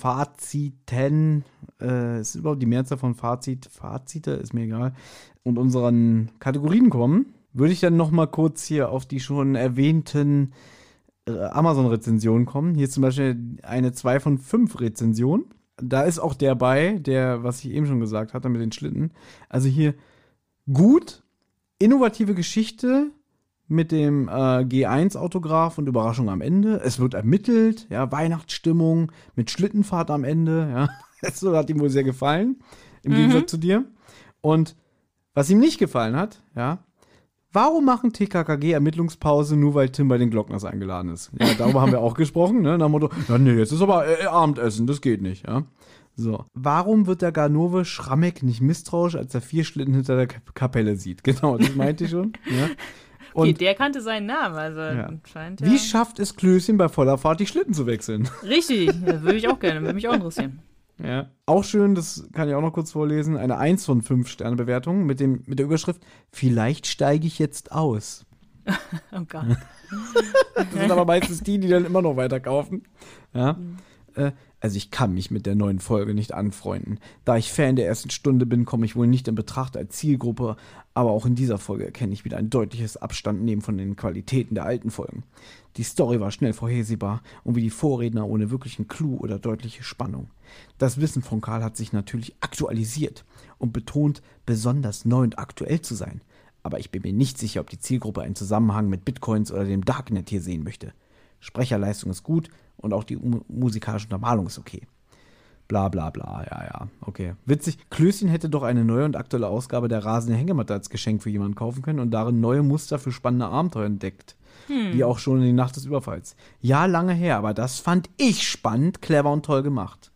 Faziten, äh, ist überhaupt die Mehrzahl von Fazit, Fazite, ist mir egal, und unseren Kategorien kommen, würde ich dann noch mal kurz hier auf die schon erwähnten äh, Amazon-Rezensionen kommen. Hier ist zum Beispiel eine zwei von fünf Rezension. Da ist auch der bei, der, was ich eben schon gesagt hatte mit den Schlitten. Also hier gut, innovative Geschichte, mit dem äh, G eins Autograph und Überraschung am Ende. Es wird ermittelt, ja, Weihnachtsstimmung mit Schlittenfahrt am Ende, ja. Das hat ihm wohl sehr gefallen, im mhm. Gegensatz zu dir. Und was ihm nicht gefallen hat, ja, warum machen T K K G Ermittlungspause, nur weil Tim bei den Glockners eingeladen ist? Ja, darüber haben wir auch gesprochen, ne, nach dem Motto, ja, nee, jetzt ist aber äh, Abendessen, das geht nicht, ja. So, warum wird der Ganove Schrammeck nicht misstrauisch, als er vier Schlitten hinter der Kapelle sieht? Genau, das meinte ich schon, ja. Und okay, der kannte seinen Namen, also ja. scheint ja. Wie schafft es Klößchen bei voller Fahrt, die Schlitten zu wechseln? Richtig, das würde ich auch gerne, würde mich auch interessieren. Ja. Auch schön, das kann ich auch noch kurz vorlesen, eine eins von fünf Sterne Bewertung mit, dem, mit der Überschrift, vielleicht steige ich jetzt aus. Oh Gott. Das sind aber meistens die, die dann immer noch weiter kaufen. Ja. Mhm. Äh, Also ich kann mich mit der neuen Folge nicht anfreunden. Da ich Fan der ersten Stunde bin, komme ich wohl nicht in Betracht als Zielgruppe, aber auch in dieser Folge erkenne ich wieder ein deutliches Abstandnehmen von den Qualitäten der alten Folgen. Die Story war schnell vorhersehbar und wie die Vorredner ohne wirklichen Clou oder deutliche Spannung. Das Wissen von Karl hat sich natürlich aktualisiert und betont, besonders neu und aktuell zu sein. Aber ich bin mir nicht sicher, ob die Zielgruppe einen Zusammenhang mit Bitcoins oder dem Darknet hier sehen möchte. Sprecherleistung ist gut und auch die mu- musikalische Untermalung ist okay. Bla bla bla, ja, ja, okay. Witzig, Klößchen hätte doch eine neue und aktuelle Ausgabe der rasende Hängematte als Geschenk für jemanden kaufen können und darin neue Muster für spannende Abenteuer entdeckt. Hm. Wie auch schon in die Nacht des Überfalls. Ja, lange her, aber das fand ich spannend, clever und toll gemacht.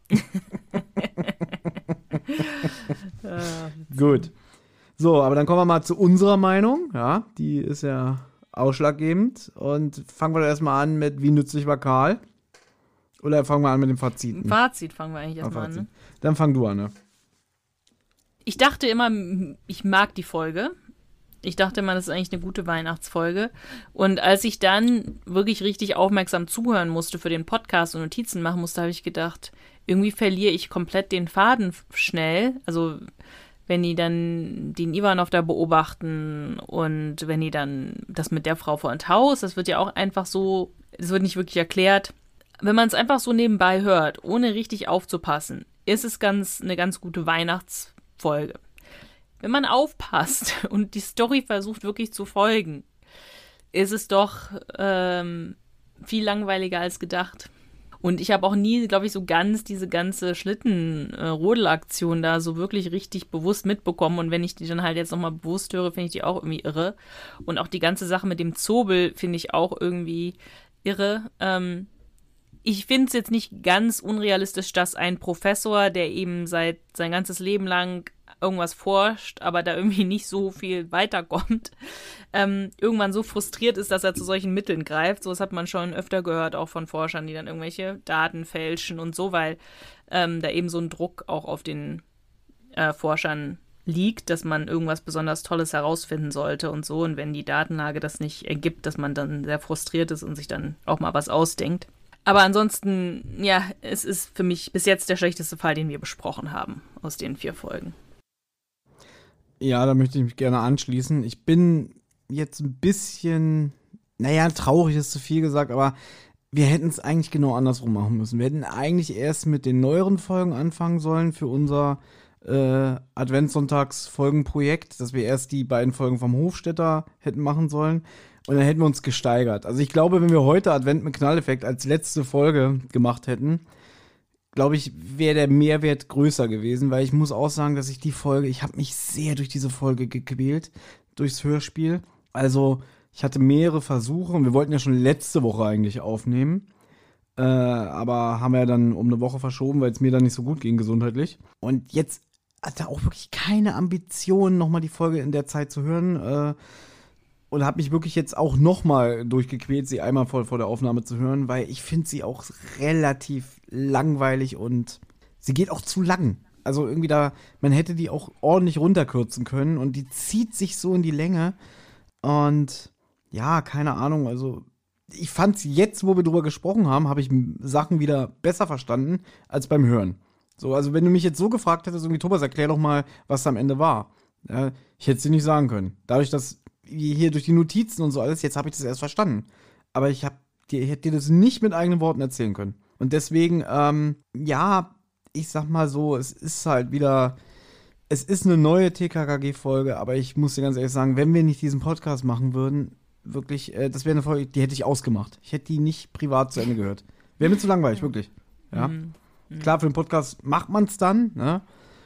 Gut. So, aber dann kommen wir mal zu unserer Meinung. Ja, die ist ja ausschlaggebend. Und fangen wir erstmal an mit, wie nützlich war Karl? Oder fangen wir an mit dem Fazit? Fazit fangen wir eigentlich erstmal an. Ne? Dann fang du an, ne? Ich dachte immer, ich mag die Folge. Ich dachte immer, das ist eigentlich eine gute Weihnachtsfolge. Und als ich dann wirklich richtig aufmerksam zuhören musste für den Podcast und Notizen machen musste, habe ich gedacht, irgendwie verliere ich komplett den Faden schnell. Also wenn die dann den Ivanov da beobachten und wenn die dann das mit der Frau vor ein Haus, das wird ja auch einfach so, das wird nicht wirklich erklärt. Wenn man es einfach so nebenbei hört, ohne richtig aufzupassen, ist es ganz eine ganz gute Weihnachtsfolge. Wenn man aufpasst und die Story versucht wirklich zu folgen, ist es doch ähm, viel langweiliger als gedacht. Und ich habe auch nie, glaube ich, so ganz diese ganze Schlitten-Rodel-Aktion da so wirklich richtig bewusst mitbekommen. Und wenn ich die dann halt jetzt nochmal bewusst höre, finde ich die auch irgendwie irre. Und auch die ganze Sache mit dem Zobel finde ich auch irgendwie irre. Ähm, ich finde es jetzt nicht ganz unrealistisch, dass ein Professor, der eben seit sein ganzes Leben lang irgendwas forscht, aber da irgendwie nicht so viel weiterkommt, ähm, irgendwann so frustriert ist, dass er zu solchen Mitteln greift. So, das hat man schon öfter gehört, auch von Forschern, die dann irgendwelche Daten fälschen und so, weil ähm, da eben so ein Druck auch auf den äh, Forschern liegt, dass man irgendwas besonders Tolles herausfinden sollte und so. Und wenn die Datenlage das nicht ergibt, dass man dann sehr frustriert ist und sich dann auch mal was ausdenkt. Aber ansonsten, ja, es ist für mich bis jetzt der schlechteste Fall, den wir besprochen haben aus den vier Folgen. Ja, da möchte ich mich gerne anschließen. Ich bin jetzt ein bisschen, naja, traurig ist zu viel gesagt, aber wir hätten es eigentlich genau andersrum machen müssen. Wir hätten eigentlich erst mit den neueren Folgen anfangen sollen für unser äh, Adventssonntags-Folgenprojekt, dass wir erst die beiden Folgen vom Hofstetter hätten machen sollen. Und dann hätten wir uns gesteigert. Also ich glaube, wenn wir heute Advent mit Knalleffekt als letzte Folge gemacht hätten, glaube ich, wäre der Mehrwert größer gewesen, weil ich muss auch sagen, dass ich die Folge, ich habe mich sehr durch diese Folge gequält, durchs Hörspiel. Also ich hatte mehrere Versuche und wir wollten ja schon letzte Woche eigentlich aufnehmen, äh, aber haben wir ja dann um eine Woche verschoben, weil es mir dann nicht so gut ging gesundheitlich. Und jetzt hatte auch wirklich keine Ambition, nochmal die Folge in der Zeit zu hören, äh, und habe mich wirklich jetzt auch nochmal durchgequält, sie einmal voll vor der Aufnahme zu hören, weil ich finde sie auch relativ langweilig und sie geht auch zu lang. Also irgendwie da, man hätte die auch ordentlich runterkürzen können und die zieht sich so in die Länge. Und ja, keine Ahnung, also ich fand's jetzt, wo wir drüber gesprochen haben, habe ich Sachen wieder besser verstanden als beim Hören. So, also wenn du mich jetzt so gefragt hättest, irgendwie, Thomas, erklär doch mal, was da am Ende war. Ja, ich hätte es dir nicht sagen können. Dadurch, dass hier durch die Notizen und so alles, jetzt habe ich das erst verstanden. Aber ich, hab dir, ich hätte dir das nicht mit eigenen Worten erzählen können. Und deswegen, ähm, ja, ich sag mal so, es ist halt wieder, es ist eine neue T K K G-Folge, aber ich muss dir ganz ehrlich sagen, wenn wir nicht diesen Podcast machen würden, wirklich, äh, das wäre eine Folge, die hätte ich ausgemacht. Ich hätte die nicht privat zu Ende gehört. Wäre mir zu langweilig, wirklich. Ja. Mhm. Klar, für den Podcast macht man es dann, ne?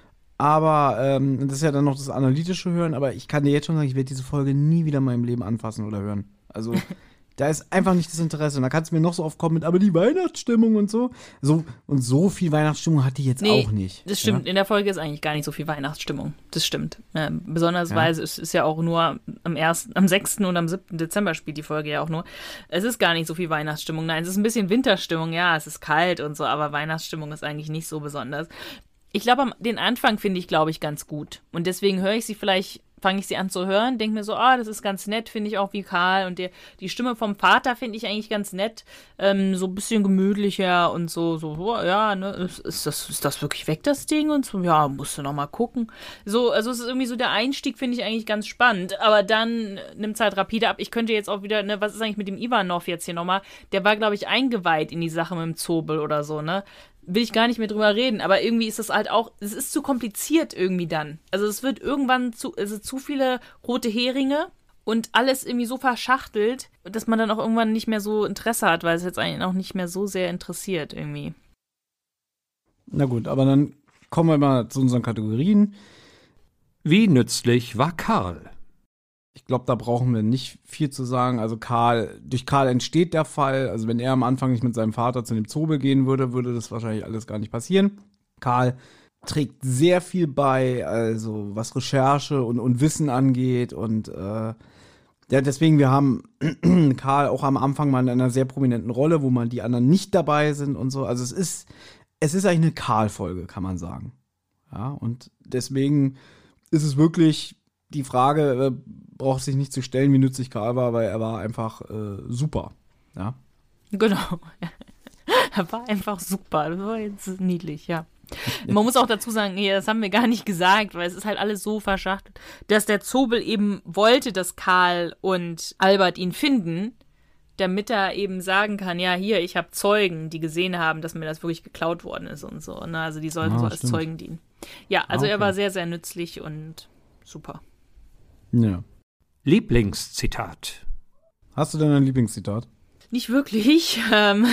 Aber ähm, das ist ja dann noch das analytische Hören, aber ich kann dir jetzt schon sagen, ich werde diese Folge nie wieder in meinem Leben anfassen oder hören. Also da ist einfach nicht das Interesse. Und da kannst du mir noch so oft kommen mit, aber die Weihnachtsstimmung und so. so. Und so viel Weihnachtsstimmung hat die jetzt nee, auch nicht. Das stimmt, ja? In der Folge ist eigentlich gar nicht so viel Weihnachtsstimmung. Das stimmt. Ja, besondersweise ja. ist es ja auch nur am ersten, am sechsten und am siebten Dezember spielt die Folge ja auch nur. Es ist gar nicht so viel Weihnachtsstimmung. Nein, es ist ein bisschen Winterstimmung. Ja, es ist kalt und so, aber Weihnachtsstimmung ist eigentlich nicht so besonders. Ich glaube, den Anfang finde ich, glaube ich, ganz gut. Und deswegen höre ich sie vielleicht, fange ich sie an zu hören, denke mir so, ah, das ist ganz nett, finde ich auch wie Karl. Und der, die Stimme vom Vater finde ich eigentlich ganz nett. Ähm, so ein bisschen gemütlicher und so, so, oh, ja, ne, ist, ist, das, ist das wirklich weg, das Ding? Und so, ja, musst du noch mal gucken. So, also es ist irgendwie so, der Einstieg finde ich eigentlich ganz spannend. Aber dann nimmt es halt rapide ab. Ich könnte jetzt auch wieder, ne, was ist eigentlich mit dem Ivanov jetzt hier nochmal? Der war, glaube ich, eingeweiht in die Sache mit dem Zobel oder so, ne? Will ich gar nicht mehr drüber reden, aber irgendwie ist das halt auch, es ist zu kompliziert irgendwie dann. Also es wird irgendwann zu, also zu viele rote Heringe und alles irgendwie so verschachtelt, dass man dann auch irgendwann nicht mehr so Interesse hat, weil es jetzt eigentlich auch nicht mehr so sehr interessiert irgendwie. Na gut, aber dann kommen wir mal zu unseren Kategorien. Wie nützlich war Karl? Ich glaube, da brauchen wir nicht viel zu sagen. Also Karl, durch Karl entsteht der Fall. Also wenn er am Anfang nicht mit seinem Vater zu dem Zobel gehen würde, würde das wahrscheinlich alles gar nicht passieren. Karl trägt sehr viel bei, also was Recherche und, und Wissen angeht. Und äh, ja, deswegen, wir haben Karl auch am Anfang mal in einer sehr prominenten Rolle, wo mal die anderen nicht dabei sind und so. Also es ist, es ist eigentlich eine Karl-Folge, kann man sagen. Ja, und deswegen ist es wirklich die Frage, äh, braucht sich nicht zu stellen, wie nützlich Karl war, weil er war einfach äh, super. Ja. Genau. Er war einfach super. Das war jetzt niedlich, ja. Man muss auch dazu sagen, nee, das haben wir gar nicht gesagt, weil es ist halt alles so verschachtelt, dass der Zobel eben wollte, dass Karl und Albert ihn finden, damit er eben sagen kann, ja, hier, ich habe Zeugen, die gesehen haben, dass mir das wirklich geklaut worden ist und so. Ne? Also die sollten ah, so als stimmt. Zeugen dienen. Ja, also ah, okay. Er war sehr, sehr nützlich und super. Ja. Lieblingszitat. Hast du denn ein Lieblingszitat? Nicht wirklich. Ähm,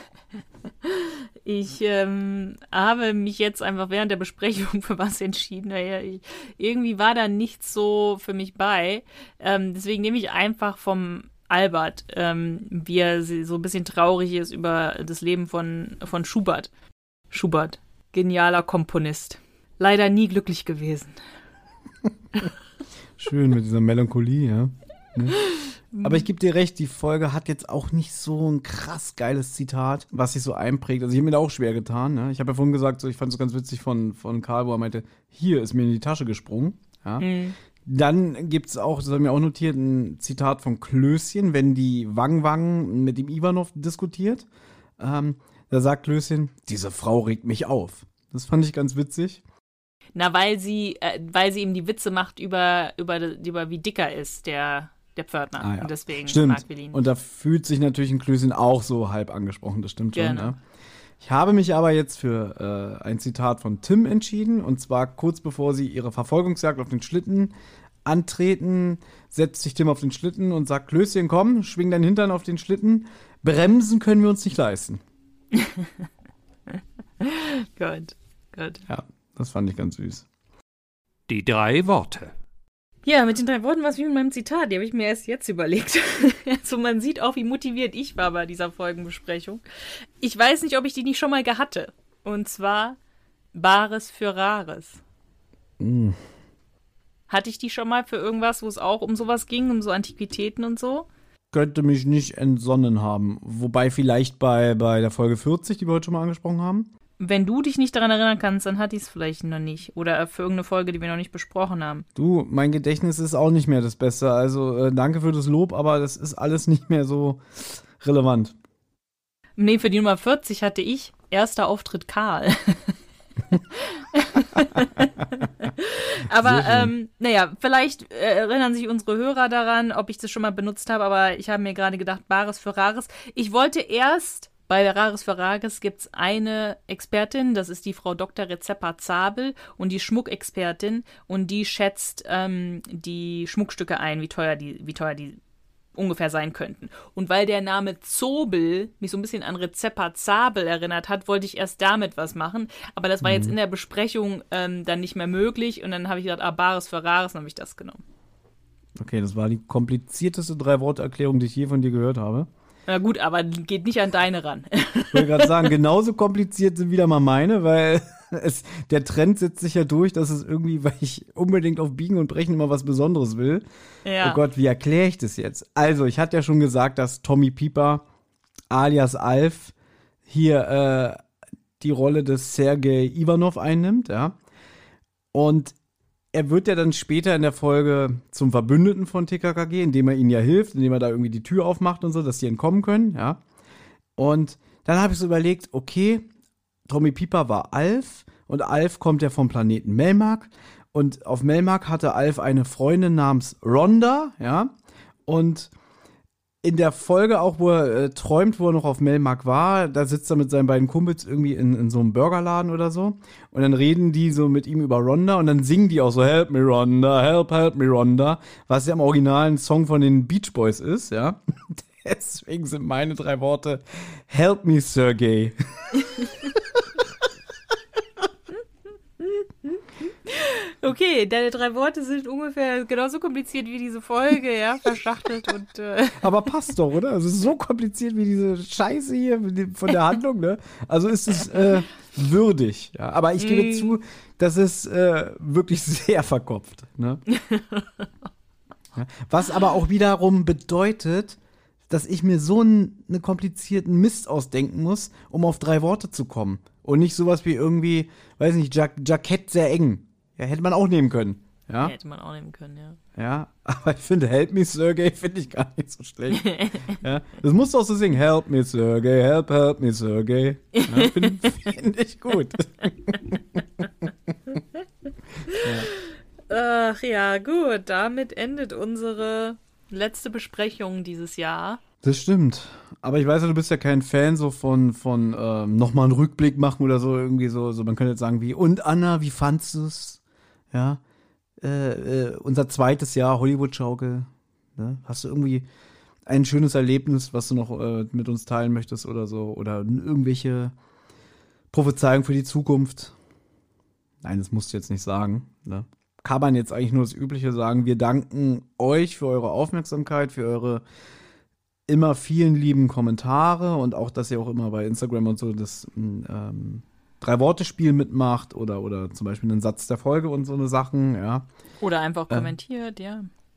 ich ähm, habe mich jetzt einfach während der Besprechung für was entschieden. Naja, ich, irgendwie war da nichts so für mich bei. Ähm, deswegen nehme ich einfach vom Albert, ähm, wie er so ein bisschen traurig ist über das Leben von, von Schubert. Schubert, genialer Komponist. Leider nie glücklich gewesen. Schön mit dieser Melancholie, ja. Ne? Aber ich gebe dir recht, die Folge hat jetzt auch nicht so ein krass geiles Zitat, was sich so einprägt. Also ich habe mir da auch schwer getan. Ne? Ich habe ja vorhin gesagt, so, ich fand es ganz witzig von, von Karl, wo er meinte, hier ist mir in die Tasche gesprungen. Ja? Mhm. Dann gibt es auch, das habe ich mir auch notiert, ein Zitat von Klößchen, wenn die Wang Wang mit dem Ivanov diskutiert. Ähm, da sagt Klößchen, diese Frau regt mich auf. Das fand ich ganz witzig. Na, weil sie, äh, weil sie ihm die Witze macht über, über, über wie dick er ist, der, der Pförtner. Ah, ja. Und deswegen stimmt. mag wir ihn. Und da fühlt sich natürlich ein Klößchen auch so halb angesprochen, das stimmt schon. Genau. Ja. Ich habe mich aber jetzt für äh, ein Zitat von Tim entschieden. Und zwar kurz bevor sie ihre Verfolgungsjagd auf den Schlitten antreten, setzt sich Tim auf den Schlitten und sagt, Klößchen, komm, schwing deinen Hintern auf den Schlitten. Bremsen können wir uns nicht leisten. Gut, gut. Ja, das fand ich ganz süß. Die drei Worte. Ja, mit den drei Worten war es wie mit meinem Zitat. Die habe ich mir erst jetzt überlegt. Also man sieht auch, wie motiviert ich war bei dieser Folgenbesprechung. Ich weiß nicht, ob ich die nicht schon mal hatte. Und zwar Bares für Rares. Mm. Hatte ich die schon mal für irgendwas, wo es auch um sowas ging, um so Antiquitäten und so? Könnte mich nicht entsonnen haben. Wobei vielleicht bei, bei der Folge vierzig, die wir heute schon mal angesprochen haben. Wenn du dich nicht daran erinnern kannst, dann hatte ich es vielleicht noch nicht. Oder für irgendeine Folge, die wir noch nicht besprochen haben. Du, mein Gedächtnis ist auch nicht mehr das Beste. Also äh, danke für das Lob, aber das ist alles nicht mehr so relevant. Nee, für die Nummer vierzig hatte ich erster Auftritt Karl. Aber ähm, naja, vielleicht äh, erinnern sich unsere Hörer daran, ob ich das schon mal benutzt habe, aber ich habe mir gerade gedacht, Bares für Rares. Ich wollte erst, bei Rares für Rares gibt es eine Expertin, das ist die Frau Doktor Rezepa Zabel und die Schmuckexpertin und die schätzt ähm, die Schmuckstücke ein, wie teuer die, wie teuer die ungefähr sein könnten. Und weil der Name Zobel mich so ein bisschen an Rezepa Zabel erinnert hat, wollte ich erst damit was machen. Aber das war mhm. jetzt in der Besprechung ähm, dann nicht mehr möglich. Und dann habe ich gedacht, ah, Bares für Rares, dann habe ich das genommen. Okay, das war die komplizierteste Drei-Wort-Erklärung, die ich je von dir gehört habe. Na gut, aber geht nicht an deine ran. Ich wollte gerade sagen, genauso kompliziert sind wieder mal meine, weil es, der Trend setzt sich ja durch, dass es irgendwie, weil ich unbedingt auf Biegen und Brechen immer was Besonderes will. Ja. Oh Gott, wie erkläre ich das jetzt? Also, ich hatte ja schon gesagt, dass Tommy Pieper alias Alf hier äh, die Rolle des Sergei Ivanov einnimmt, ja. Und er wird ja dann später in der Folge zum Verbündeten von T K K G, indem er ihnen ja hilft, indem er da irgendwie die Tür aufmacht und so, dass die entkommen können, ja. Und dann habe ich so überlegt, okay, Tommy Pieper war Alf und Alf kommt ja vom Planeten Melmark und auf Melmark hatte Alf eine Freundin namens Rhonda, ja. Und in der Folge auch, wo er äh, träumt, wo er noch auf Melmark war, da sitzt er mit seinen beiden Kumpels irgendwie in, in so einem Burgerladen oder so. Und dann reden die so mit ihm über Rhonda und dann singen die auch so Help me Rhonda, help, help me Rhonda, was ja im Original ein Song von den Beach Boys ist, ja. Deswegen sind meine drei Worte Help me Sergei. Okay, deine drei Worte sind ungefähr genauso kompliziert wie diese Folge, ja, verschachtelt und äh Aber passt doch, oder? Also es ist so kompliziert wie diese Scheiße hier von der Handlung, ne? Also ist es äh, würdig, ja. Aber ich gebe mm. zu, das ist äh, wirklich sehr verkopft, ne? Ja. Was aber auch wiederum bedeutet, dass ich mir so einen, einen komplizierten Mist ausdenken muss, um auf drei Worte zu kommen. Und nicht sowas wie irgendwie, weiß nicht, Jack, Jackett sehr eng. Ja, hätte man auch nehmen können. Ja? Hätte man auch nehmen können, ja. Ja, aber ich finde, Help me, Sergei, finde ich gar nicht so schlecht. Ja, das musst du auch so singen. Help me, Sergei, help, help me, Sergei. Ja, finde find ich gut. Ja. Ach ja, gut. Damit endet unsere letzte Besprechung dieses Jahr. Das stimmt. Aber ich weiß ja, du bist ja kein Fan so von, von ähm, nochmal einen Rückblick machen oder so, irgendwie so, so. Man könnte jetzt sagen wie, und Anna, wie fandst du es? Ja, äh, äh, unser zweites Jahr Hollywood-Schaukel. Ne? Hast du irgendwie ein schönes Erlebnis, was du noch äh, mit uns teilen möchtest oder so? Oder irgendwelche Prophezeiungen für die Zukunft? Nein, das musst du jetzt nicht sagen. Ne? Kann man jetzt eigentlich nur das Übliche sagen. Wir danken euch für eure Aufmerksamkeit, für eure immer vielen lieben Kommentare und auch, dass ihr auch immer bei Instagram und so das ähm, Drei-Worte-Spiel mitmacht oder, oder zum Beispiel einen Satz der Folge und so eine Sachen, ja. Oder einfach kommentiert, äh, ja.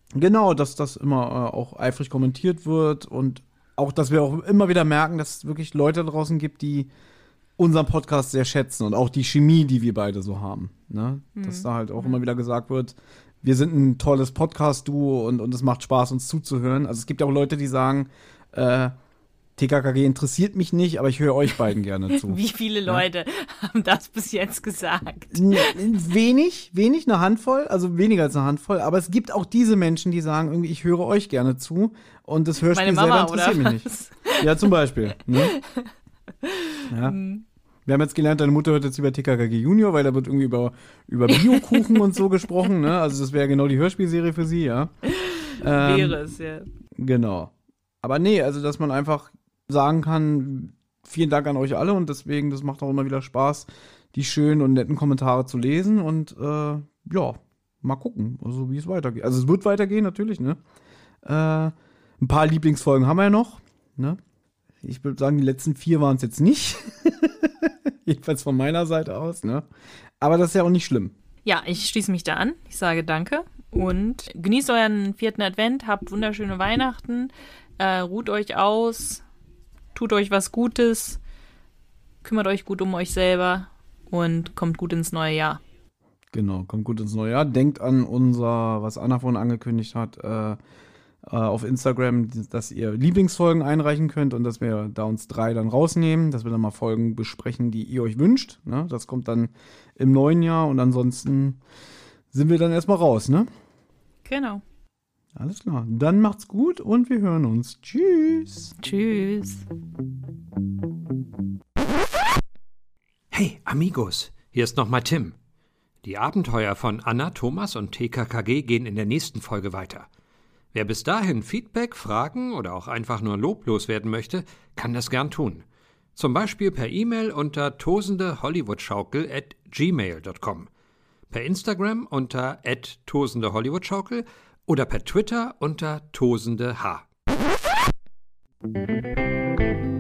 Genau, dass das immer äh, auch eifrig kommentiert wird und auch, dass wir auch immer wieder merken, dass es wirklich Leute draußen gibt, die unseren Podcast sehr schätzen und auch die Chemie, die wir beide so haben. Ne? Mhm. Dass da halt auch mhm. immer wieder gesagt wird, wir sind ein tolles Podcast-Duo und, und es macht Spaß, uns zuzuhören. Also es gibt ja auch Leute, die sagen, äh, T K K G interessiert mich nicht, aber ich höre euch beiden gerne zu. Wie viele Leute ja? haben das bis jetzt gesagt? Wenig, wenig, eine Handvoll, also weniger als eine Handvoll, aber es gibt auch diese Menschen, die sagen, irgendwie, ich höre euch gerne zu und das Hörspiel selber interessiert mich nicht. Ja, zum Beispiel. Ne? Ja. Hm. Wir haben jetzt gelernt, deine Mutter hört jetzt über T K K G Junior, weil da wird irgendwie über, über Biokuchen und so gesprochen, ne? Also das wäre genau die Hörspielserie für sie, ja. Ähm, wäre es, ja. Genau. Aber nee, also dass man einfach sagen kann, vielen Dank an euch alle und deswegen, das macht auch immer wieder Spaß, die schönen und netten Kommentare zu lesen und äh, ja, mal gucken, also wie es weitergeht. Also es wird weitergehen natürlich, ne? Äh, ein paar Lieblingsfolgen haben wir ja noch, ne? Ich würde sagen, die letzten vier waren es jetzt nicht. Jedenfalls von meiner Seite aus, ne? Aber das ist ja auch nicht schlimm. Ja, ich schließe mich da an. Ich sage danke und genießt euren vierten Advent, habt wunderschöne Weihnachten, äh, ruht euch aus, tut euch was Gutes, kümmert euch gut um euch selber und kommt gut ins neue Jahr. Genau, kommt gut ins neue Jahr. Denkt an unser, was Anna vorhin angekündigt hat, äh, äh, auf Instagram, dass ihr Lieblingsfolgen einreichen könnt und dass wir da uns drei dann rausnehmen, dass wir dann mal Folgen besprechen, die ihr euch wünscht. Ne? Das kommt dann im neuen Jahr und ansonsten sind wir dann erstmal raus, ne? Genau. Alles klar. Dann macht's gut und wir hören uns. Tschüss. Tschüss. Hey, Amigos, hier ist nochmal Tim. Die Abenteuer von Anna, Thomas und T K K G gehen in der nächsten Folge weiter. Wer bis dahin Feedback, Fragen oder auch einfach nur loblos werden möchte, kann das gern tun. Zum Beispiel per E-Mail unter tosendehollywoodschaukel at gmail dot com, per Instagram unter at tosendehollywoodschaukel oder per Twitter unter tosendeh.